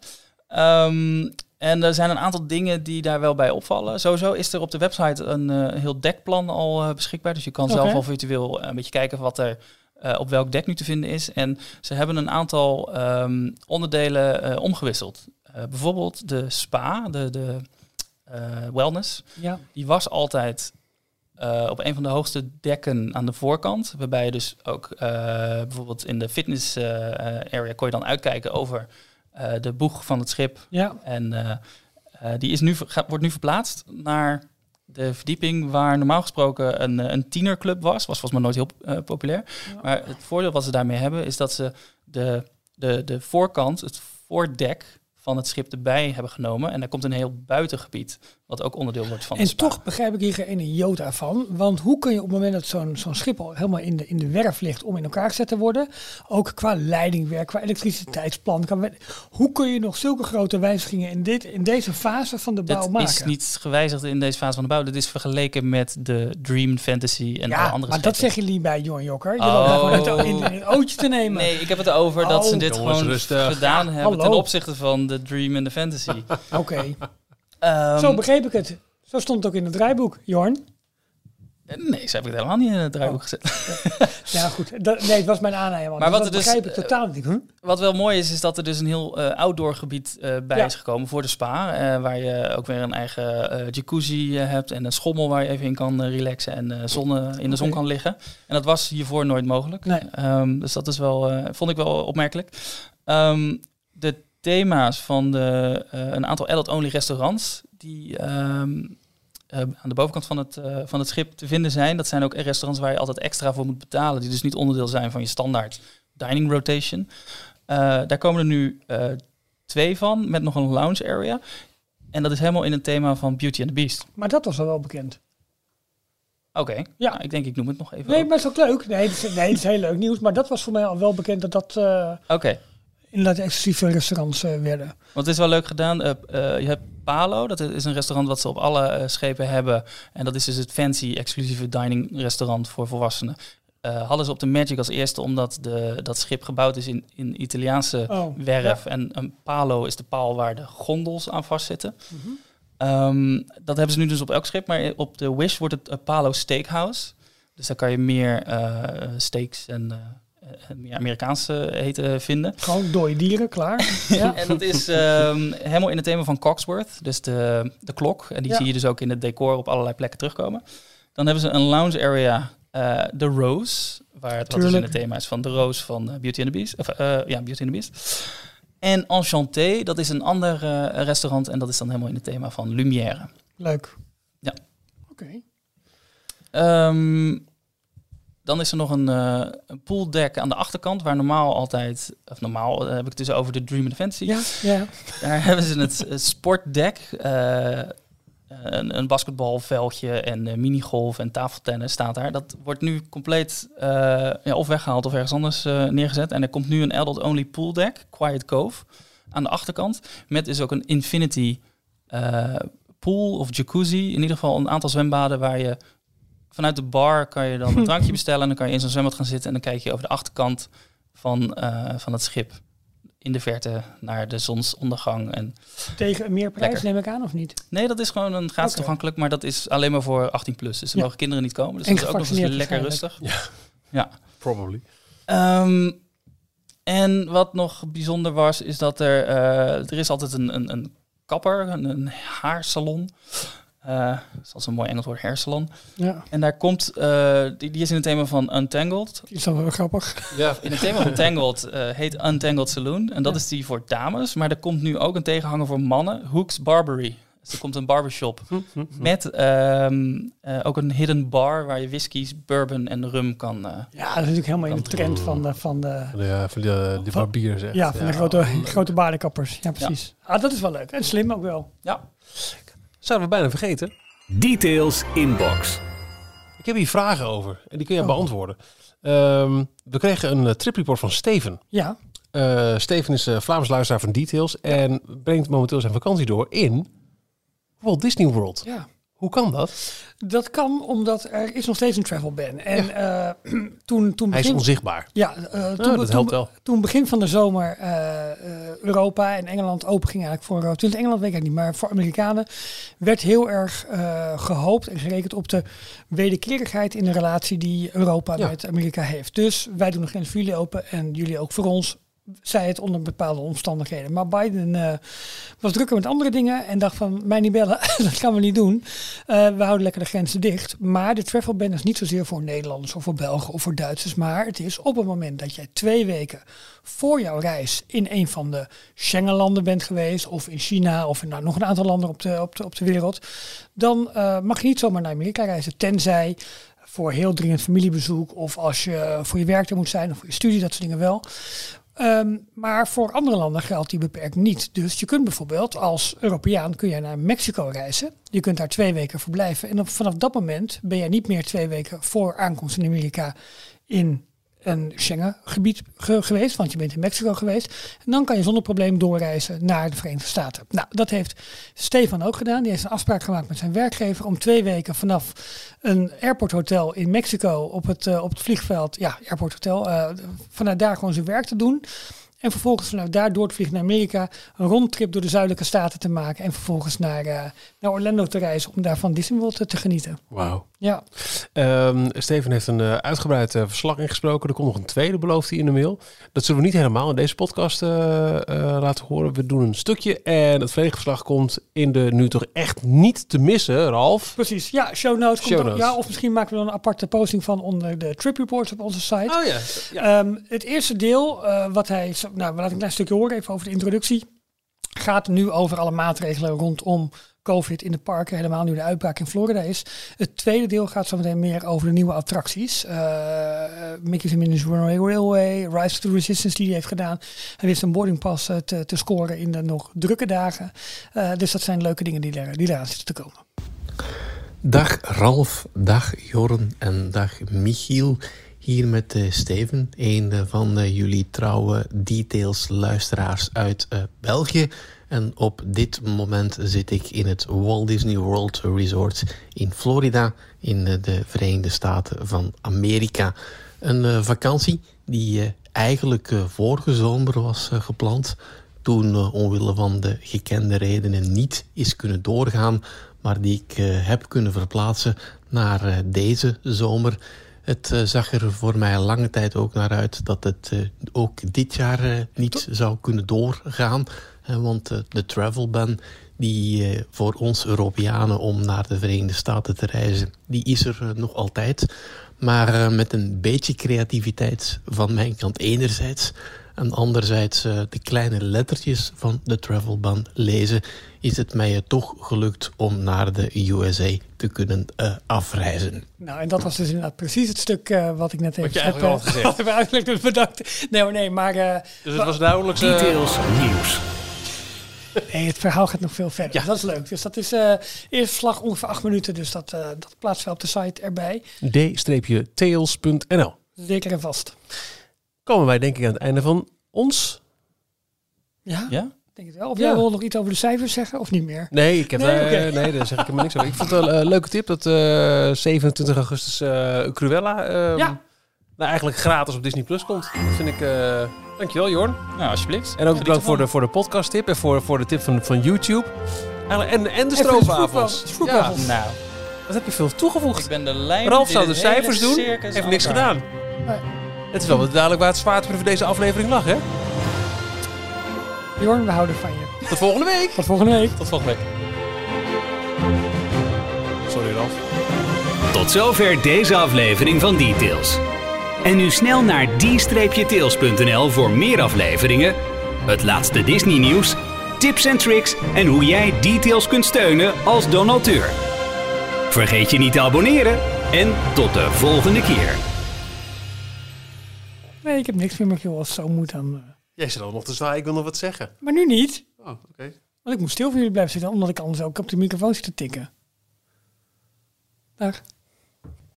[SPEAKER 4] Um, en er zijn een aantal dingen die daar wel bij opvallen. Sowieso is er op de website een uh, heel dekplan al uh, beschikbaar. Dus je kan
[SPEAKER 3] Oké.
[SPEAKER 4] zelf al virtueel een beetje kijken wat er uh, op welk dek nu te vinden is. En ze hebben een aantal um, onderdelen uh, omgewisseld. Uh, bijvoorbeeld de spa, de, de uh, wellness.
[SPEAKER 3] Ja.
[SPEAKER 4] Die was altijd uh, op een van de hoogste dekken aan de voorkant. Waarbij je dus ook uh, bijvoorbeeld in de fitness uh, area kon je dan uitkijken over uh, de boeg van het schip.
[SPEAKER 3] Ja.
[SPEAKER 4] En uh, uh, die is nu, gaat, wordt nu verplaatst naar de verdieping waar normaal gesproken een, een tienerclub was. Was volgens mij nooit heel uh, populair.
[SPEAKER 3] Ja.
[SPEAKER 4] Maar het voordeel wat ze daarmee hebben is dat ze de, de, de voorkant, het voordek van het schip erbij hebben genomen. En daar komt een heel buitengebied, wat ook onderdeel wordt van de
[SPEAKER 3] En
[SPEAKER 4] spa.
[SPEAKER 3] toch begrijp ik hier geen iota van. Want hoe kun je op het moment dat zo'n zo'n schip al helemaal in de, in de werf ligt om in elkaar gezet te worden, ook qua leidingwerk, qua elektriciteitsplan, qua we- hoe kun je nog zulke grote wijzigingen in, dit, in deze fase van de bouw
[SPEAKER 4] Het
[SPEAKER 3] maken?
[SPEAKER 4] is niet gewijzigd in deze fase van de bouw. Dit is vergeleken met de Dream Fantasy en
[SPEAKER 3] ja,
[SPEAKER 4] alle andere
[SPEAKER 3] maar dat
[SPEAKER 4] schepen.
[SPEAKER 3] zeggen jullie bij Johan Jokker. Je
[SPEAKER 4] Oh.
[SPEAKER 3] loopt daar gewoon het in, in het ootje te nemen.
[SPEAKER 4] Nee, ik heb het erover dat
[SPEAKER 3] Oh.
[SPEAKER 4] ze dit
[SPEAKER 2] Jongens,
[SPEAKER 4] gewoon
[SPEAKER 2] rustig.
[SPEAKER 4] gedaan hebben
[SPEAKER 3] hallo.
[SPEAKER 4] ten opzichte van de Dream en de Fantasy.
[SPEAKER 3] Oké,
[SPEAKER 4] Ehm,
[SPEAKER 3] zo begreep ik het. Zo stond het ook in het draaiboek, Jorn.
[SPEAKER 4] Nee, zo heb ik het helemaal niet in het draaiboek
[SPEAKER 3] Oh.
[SPEAKER 4] gezet.
[SPEAKER 3] Ja, goed. Dat, nee, het was mijn aanname.
[SPEAKER 4] Maar
[SPEAKER 3] Dus
[SPEAKER 4] wat
[SPEAKER 3] dat
[SPEAKER 4] er dus,
[SPEAKER 3] begrijp ik totaal niet. Huh?
[SPEAKER 4] Wat wel mooi is, is dat er dus een heel uh, outdoor gebied uh, bij
[SPEAKER 3] Ja.
[SPEAKER 4] is gekomen voor de spa. Uh, waar je ook weer een eigen uh, jacuzzi uh, hebt en een schommel waar je even in kan uh, relaxen en uh, zonne, in de zon
[SPEAKER 3] Oké.
[SPEAKER 4] kan liggen. En dat was hiervoor nooit mogelijk.
[SPEAKER 3] Nee.
[SPEAKER 4] Um, dus dat is wel, uh, vond ik wel opmerkelijk. Um, de thema's van de, uh, een aantal adult-only restaurants die um, uh, aan de bovenkant van het, uh, van het schip te vinden zijn. Dat zijn ook restaurants waar je altijd extra voor moet betalen. Die dus niet onderdeel zijn van je standaard dining rotation. Uh, daar komen er nu uh, twee van met nog een lounge area. En dat is helemaal in het thema van Beauty and the Beast.
[SPEAKER 3] Maar dat was al wel bekend.
[SPEAKER 4] Oké, okay.
[SPEAKER 3] Ja.
[SPEAKER 4] Nou, ik denk ik noem het nog even.
[SPEAKER 3] Nee,
[SPEAKER 4] op.
[SPEAKER 3] maar het is ook leuk. Nee, het is, nee, het is heel leuk nieuws. Maar dat was voor mij al wel bekend dat dat uh,
[SPEAKER 4] Oké. Okay.
[SPEAKER 3] inderdaad exclusieve restaurants uh, werden.
[SPEAKER 4] Want het is wel leuk gedaan. Uh, uh, je hebt Palo, dat is een restaurant wat ze op alle uh, schepen hebben. En dat is dus het fancy exclusieve dining restaurant voor volwassenen. Uh, hadden ze op de Magic als eerste, omdat de, dat schip gebouwd is in, in Italiaanse
[SPEAKER 3] Oh,
[SPEAKER 4] werf.
[SPEAKER 3] ja.
[SPEAKER 4] En een palo is de paal waar de gondels aan vastzitten.
[SPEAKER 3] Mm-hmm.
[SPEAKER 4] Um, dat hebben ze nu dus op elk schip, maar op de Wish wordt het een Palo Steakhouse. Dus daar kan je meer uh, steaks en uh, meer Amerikaanse eten vinden.
[SPEAKER 3] Gewoon dode dieren, klaar. Ja.
[SPEAKER 4] En dat is um, helemaal in het thema van Cogsworth, dus de, de klok. En die
[SPEAKER 3] Ja.
[SPEAKER 4] zie je dus ook in het decor op allerlei plekken terugkomen. Dan hebben ze een lounge area, uh, The Rose, waar het wat dus in het thema is van The Rose van uh, Beauty and the Beast. Of, uh, ja, Beauty and the Beast. En Enchanté, dat is een ander uh, restaurant en dat is dan helemaal in het thema van Lumière.
[SPEAKER 3] Leuk.
[SPEAKER 4] Ja.
[SPEAKER 3] Oké.
[SPEAKER 4] Okay. Um, dan is er nog een, uh, een pooldeck aan de achterkant, waar normaal altijd, of normaal uh, heb ik het dus over de Dream and Fantasy.
[SPEAKER 3] Ja, ja.
[SPEAKER 4] Daar hebben ze het uh, sportdeck. Uh, een, een basketbalveldje en uh, minigolf en tafeltennis staat daar. Dat wordt nu compleet uh, ja, of weggehaald of ergens anders uh, neergezet. En er komt nu een adult-only pool deck, Quiet Cove, aan de achterkant. Met dus ook een infinity uh, pool of jacuzzi. In ieder geval een aantal zwembaden waar je vanuit de bar kan je dan een drankje bestellen. En dan kan je in zo'n zwembad gaan zitten en dan kijk je over de achterkant van, uh, van het schip. In de verte naar de zonsondergang. En
[SPEAKER 3] tegen een meer prijs,
[SPEAKER 4] lekker.
[SPEAKER 3] neem ik aan, of niet?
[SPEAKER 4] Nee, dat is gewoon een gratis
[SPEAKER 3] Okay.
[SPEAKER 4] toegankelijk, maar dat is alleen maar voor achttien plus. Dus er
[SPEAKER 3] Ja.
[SPEAKER 4] mogen kinderen niet komen. Dus
[SPEAKER 3] En
[SPEAKER 4] dat is ook nog eens
[SPEAKER 3] gevaccineerd
[SPEAKER 4] lekker rustig.
[SPEAKER 2] Ja,
[SPEAKER 4] Ja.
[SPEAKER 2] probably.
[SPEAKER 4] Um, en wat nog bijzonder was, is dat er... Uh, er is altijd een, een, een kapper, een, een haarsalon. Uh, dat is een mooi Engels woord, hairsalon.
[SPEAKER 3] Ja,
[SPEAKER 4] En daar komt... Uh, die, die is in het thema van Untangled.
[SPEAKER 3] die is dan wel grappig.
[SPEAKER 2] Ja.
[SPEAKER 4] In het thema van Untangled uh, heet Untangled Saloon. En dat
[SPEAKER 3] Ja.
[SPEAKER 4] is die voor dames. Maar er komt nu ook een tegenhanger voor mannen. Hook's Barbery. Dus er komt een barbershop. Met um, uh, ook een hidden bar waar je whiskies, bourbon en rum kan... Uh,
[SPEAKER 3] Ja, dat is natuurlijk helemaal in de
[SPEAKER 4] Kan-
[SPEAKER 3] trend van de, van de,
[SPEAKER 2] Ja, van de, de
[SPEAKER 3] Van-
[SPEAKER 2] barbiers echt.
[SPEAKER 3] ja, van de grote, grote baardenkappers. Ja, precies. Ah, dat is wel leuk. En slim ook wel.
[SPEAKER 4] ja.
[SPEAKER 2] Zouden we bijna vergeten.
[SPEAKER 1] Details Inbox.
[SPEAKER 2] Ik heb hier vragen over en die kun je
[SPEAKER 3] Oh.
[SPEAKER 2] beantwoorden. Um, we kregen een uh, tripreport van Steven.
[SPEAKER 3] Ja,
[SPEAKER 2] Uh, Steven is uh, Vlaams luisteraar van Details en brengt momenteel zijn vakantie door in Walt Disney World.
[SPEAKER 3] ja.
[SPEAKER 2] Hoe kan dat?
[SPEAKER 3] Dat kan omdat er is nog steeds een travel ban. En ja. uh, toen, toen
[SPEAKER 2] Hij is
[SPEAKER 3] begin,
[SPEAKER 2] onzichtbaar.
[SPEAKER 3] ja, uh, toen,
[SPEAKER 2] Oh,
[SPEAKER 3] toen,
[SPEAKER 2] dat helpt wel.
[SPEAKER 3] toen begin van de zomer uh, uh, Europa en Engeland open ging eigenlijk voor Europa. Toen het Engeland weet ik niet, maar voor Amerikanen werd heel erg uh, gehoopt en gerekend op de wederkerigheid in de relatie die Europa
[SPEAKER 2] Ja.
[SPEAKER 3] met Amerika heeft. Dus wij doen de grens voor jullie open en jullie ook voor ons. Zij het onder bepaalde omstandigheden. Maar Biden uh, was drukker met andere dingen en dacht van, mij niet bellen, dat gaan we niet doen. Uh, we houden lekker de grenzen dicht. Maar de travel ban is niet zozeer voor Nederlanders of voor Belgen of voor Duitsers. Maar het is op het moment dat jij twee weken voor jouw reis in een van de Schengenlanden bent geweest, of in China of in nou, nog een aantal landen op de, op de, op de wereld, dan uh, mag je niet zomaar naar Amerika reizen, tenzij voor heel dringend familiebezoek of als je voor je werk er moet zijn of voor je studie, dat soort dingen wel. Um, maar voor andere landen geldt die beperking niet. Dus je kunt bijvoorbeeld als Europeaan kun je naar Mexico reizen. Je kunt daar twee weken verblijven. En op, vanaf dat moment ben jij niet meer twee weken voor aankomst in Amerika in een Schengen-gebied ge- geweest. Want je bent in Mexico geweest. En dan kan je zonder probleem doorreizen naar de Verenigde Staten. Nou, dat heeft Stefan ook gedaan. Die heeft een afspraak gemaakt met zijn werkgever om twee weken vanaf een airporthotel in Mexico op het, uh, op het vliegveld, ja, airporthotel, uh, vanuit daar gewoon zijn werk te doen. En vervolgens vanuit daar door te vliegen naar Amerika, een rondtrip door de zuidelijke staten te maken en vervolgens naar, uh, naar Orlando te reizen om daar van Disney World te, te genieten.
[SPEAKER 2] Wauw.
[SPEAKER 3] Ja.
[SPEAKER 2] Um, Steven heeft een uh, uitgebreid uh, verslag ingesproken. Er komt nog een tweede, belooft hij in de mail. Dat zullen we niet helemaal in deze podcast uh, uh, laten horen. We doen een stukje en het volledige verslag komt in de nu toch echt niet te missen, Ralf.
[SPEAKER 3] Precies, ja, show notes. Komt
[SPEAKER 2] Show
[SPEAKER 3] ook,
[SPEAKER 2] notes.
[SPEAKER 3] ja, of misschien maken we dan een aparte posting van onder de trip reports op onze site.
[SPEAKER 2] Oh ja. ja.
[SPEAKER 3] Um, het eerste deel, uh, wat hij, nou, laat ik een klein stukje horen, even over de introductie, gaat nu over alle maatregelen rondom COVID in de parken, helemaal nu de uitbraak in Florida is. Het tweede deel gaat zo meteen meer over de nieuwe attracties. Uh, Mickey's Minnie's Runaway Railway, Rise of the Resistance die hij heeft gedaan. Hij wist een boarding pass uh, te, te scoren in de nog drukke dagen. Uh, dus dat zijn leuke dingen die, er, die eraan zitten te komen.
[SPEAKER 5] Dag Ralf, dag Jorn en dag Michiel. Hier met uh, Steven, een uh, van uh, jullie trouwe Details-luisteraars uit uh, België. En op dit moment zit ik in het Walt Disney World Resort in Florida, in uh, de Verenigde Staten van Amerika. Een uh, vakantie die uh, eigenlijk uh, vorige zomer was uh, gepland, toen uh, omwille van de gekende redenen niet is kunnen doorgaan, maar die ik uh, heb kunnen verplaatsen naar uh, deze zomer. Het uh, zag er voor mij lange tijd ook naar uit dat het uh, ook dit jaar uh, niet zou kunnen doorgaan. Uh, want uh, de travel ban die uh, voor ons Europeanen om naar de Verenigde Staten te reizen, die is er uh, nog altijd. Maar uh, met een beetje creativiteit van mijn kant enerzijds en anderzijds uh, de kleine lettertjes van de travel ban lezen, is het mij uh, toch gelukt om naar de U S A te kunnen uh, afreizen.
[SPEAKER 3] Nou, en dat was dus inderdaad precies het stuk uh, wat ik net even
[SPEAKER 2] Wat je
[SPEAKER 3] heb,
[SPEAKER 2] eigenlijk al had gezegd.
[SPEAKER 3] Wat we eigenlijk dus bedankt. Nee, maar nee, maar... Uh,
[SPEAKER 2] Dus het was duidelijk... Uh,
[SPEAKER 1] Details nieuws.
[SPEAKER 3] Nee, het verhaal gaat nog veel verder.
[SPEAKER 2] Ja.
[SPEAKER 3] Dat is leuk. Dus dat is uh, eerste verslag ongeveer acht minuten. Dus dat, uh, dat plaatsen we op de site erbij.
[SPEAKER 2] d tails punt n l.
[SPEAKER 3] Zeker en vast.
[SPEAKER 2] Komen wij denk ik aan het einde van ons.
[SPEAKER 3] Ja?
[SPEAKER 4] Ja?
[SPEAKER 3] Ik denk het wel. Of
[SPEAKER 2] Ja.
[SPEAKER 3] jij wil nog iets over de cijfers zeggen of niet meer?
[SPEAKER 2] Nee, ik heb
[SPEAKER 3] Nee,
[SPEAKER 2] daar,
[SPEAKER 3] oké.
[SPEAKER 2] nee, daar zeg ik helemaal niks over. Ik vond het wel een leuke tip dat uh, zevenentwintig augustus uh, Cruella uh,
[SPEAKER 3] Ja.
[SPEAKER 2] nou, eigenlijk gratis op Disney Plus komt. Dat vind ik... Uh, dankjewel, Jorn.
[SPEAKER 4] Nou, alsjeblieft.
[SPEAKER 2] En ook
[SPEAKER 4] Geniet
[SPEAKER 2] bedankt voor
[SPEAKER 4] ervan.
[SPEAKER 2] de, voor de podcast tip en voor, voor de tip van, van YouTube. Eigenlijk, en, en de
[SPEAKER 3] En voor de
[SPEAKER 2] stroopwafels.
[SPEAKER 3] stroopwafels. Stroopwafels.
[SPEAKER 2] Ja,
[SPEAKER 4] Nou,
[SPEAKER 2] wat heb je veel toegevoegd?
[SPEAKER 4] ik ben de lijn...
[SPEAKER 2] Ralf
[SPEAKER 4] die
[SPEAKER 2] zou de
[SPEAKER 4] dit hele
[SPEAKER 2] cijfers doen,
[SPEAKER 4] circus
[SPEAKER 2] heeft
[SPEAKER 4] aan
[SPEAKER 2] niks
[SPEAKER 4] elkaar-
[SPEAKER 2] gedaan.
[SPEAKER 3] Nee.
[SPEAKER 2] Het is wel wat duidelijk waar het zwaartepunt voor deze aflevering lag, hè?
[SPEAKER 3] Jorn, we houden van je.
[SPEAKER 2] Tot volgende week.
[SPEAKER 3] Tot volgende week.
[SPEAKER 2] Tot volgende week. Sorry, Ralf.
[SPEAKER 1] Tot zover deze aflevering van Details. En nu snel naar d tails punt n l voor meer afleveringen, het laatste Disney nieuws, tips en tricks en hoe jij Details kunt steunen als donateur. Vergeet je niet te abonneren en tot de volgende keer.
[SPEAKER 3] Nee, ik heb niks meer met je. Als het zo moet dan... Uh...
[SPEAKER 2] Jij zit al nog te zwaaien, ik wil nog wat zeggen.
[SPEAKER 3] Maar nu niet.
[SPEAKER 2] Oh, oké. Okay.
[SPEAKER 3] Want ik moet stil voor jullie blijven zitten. Omdat ik anders ook op de microfoon zit te tikken. Dag.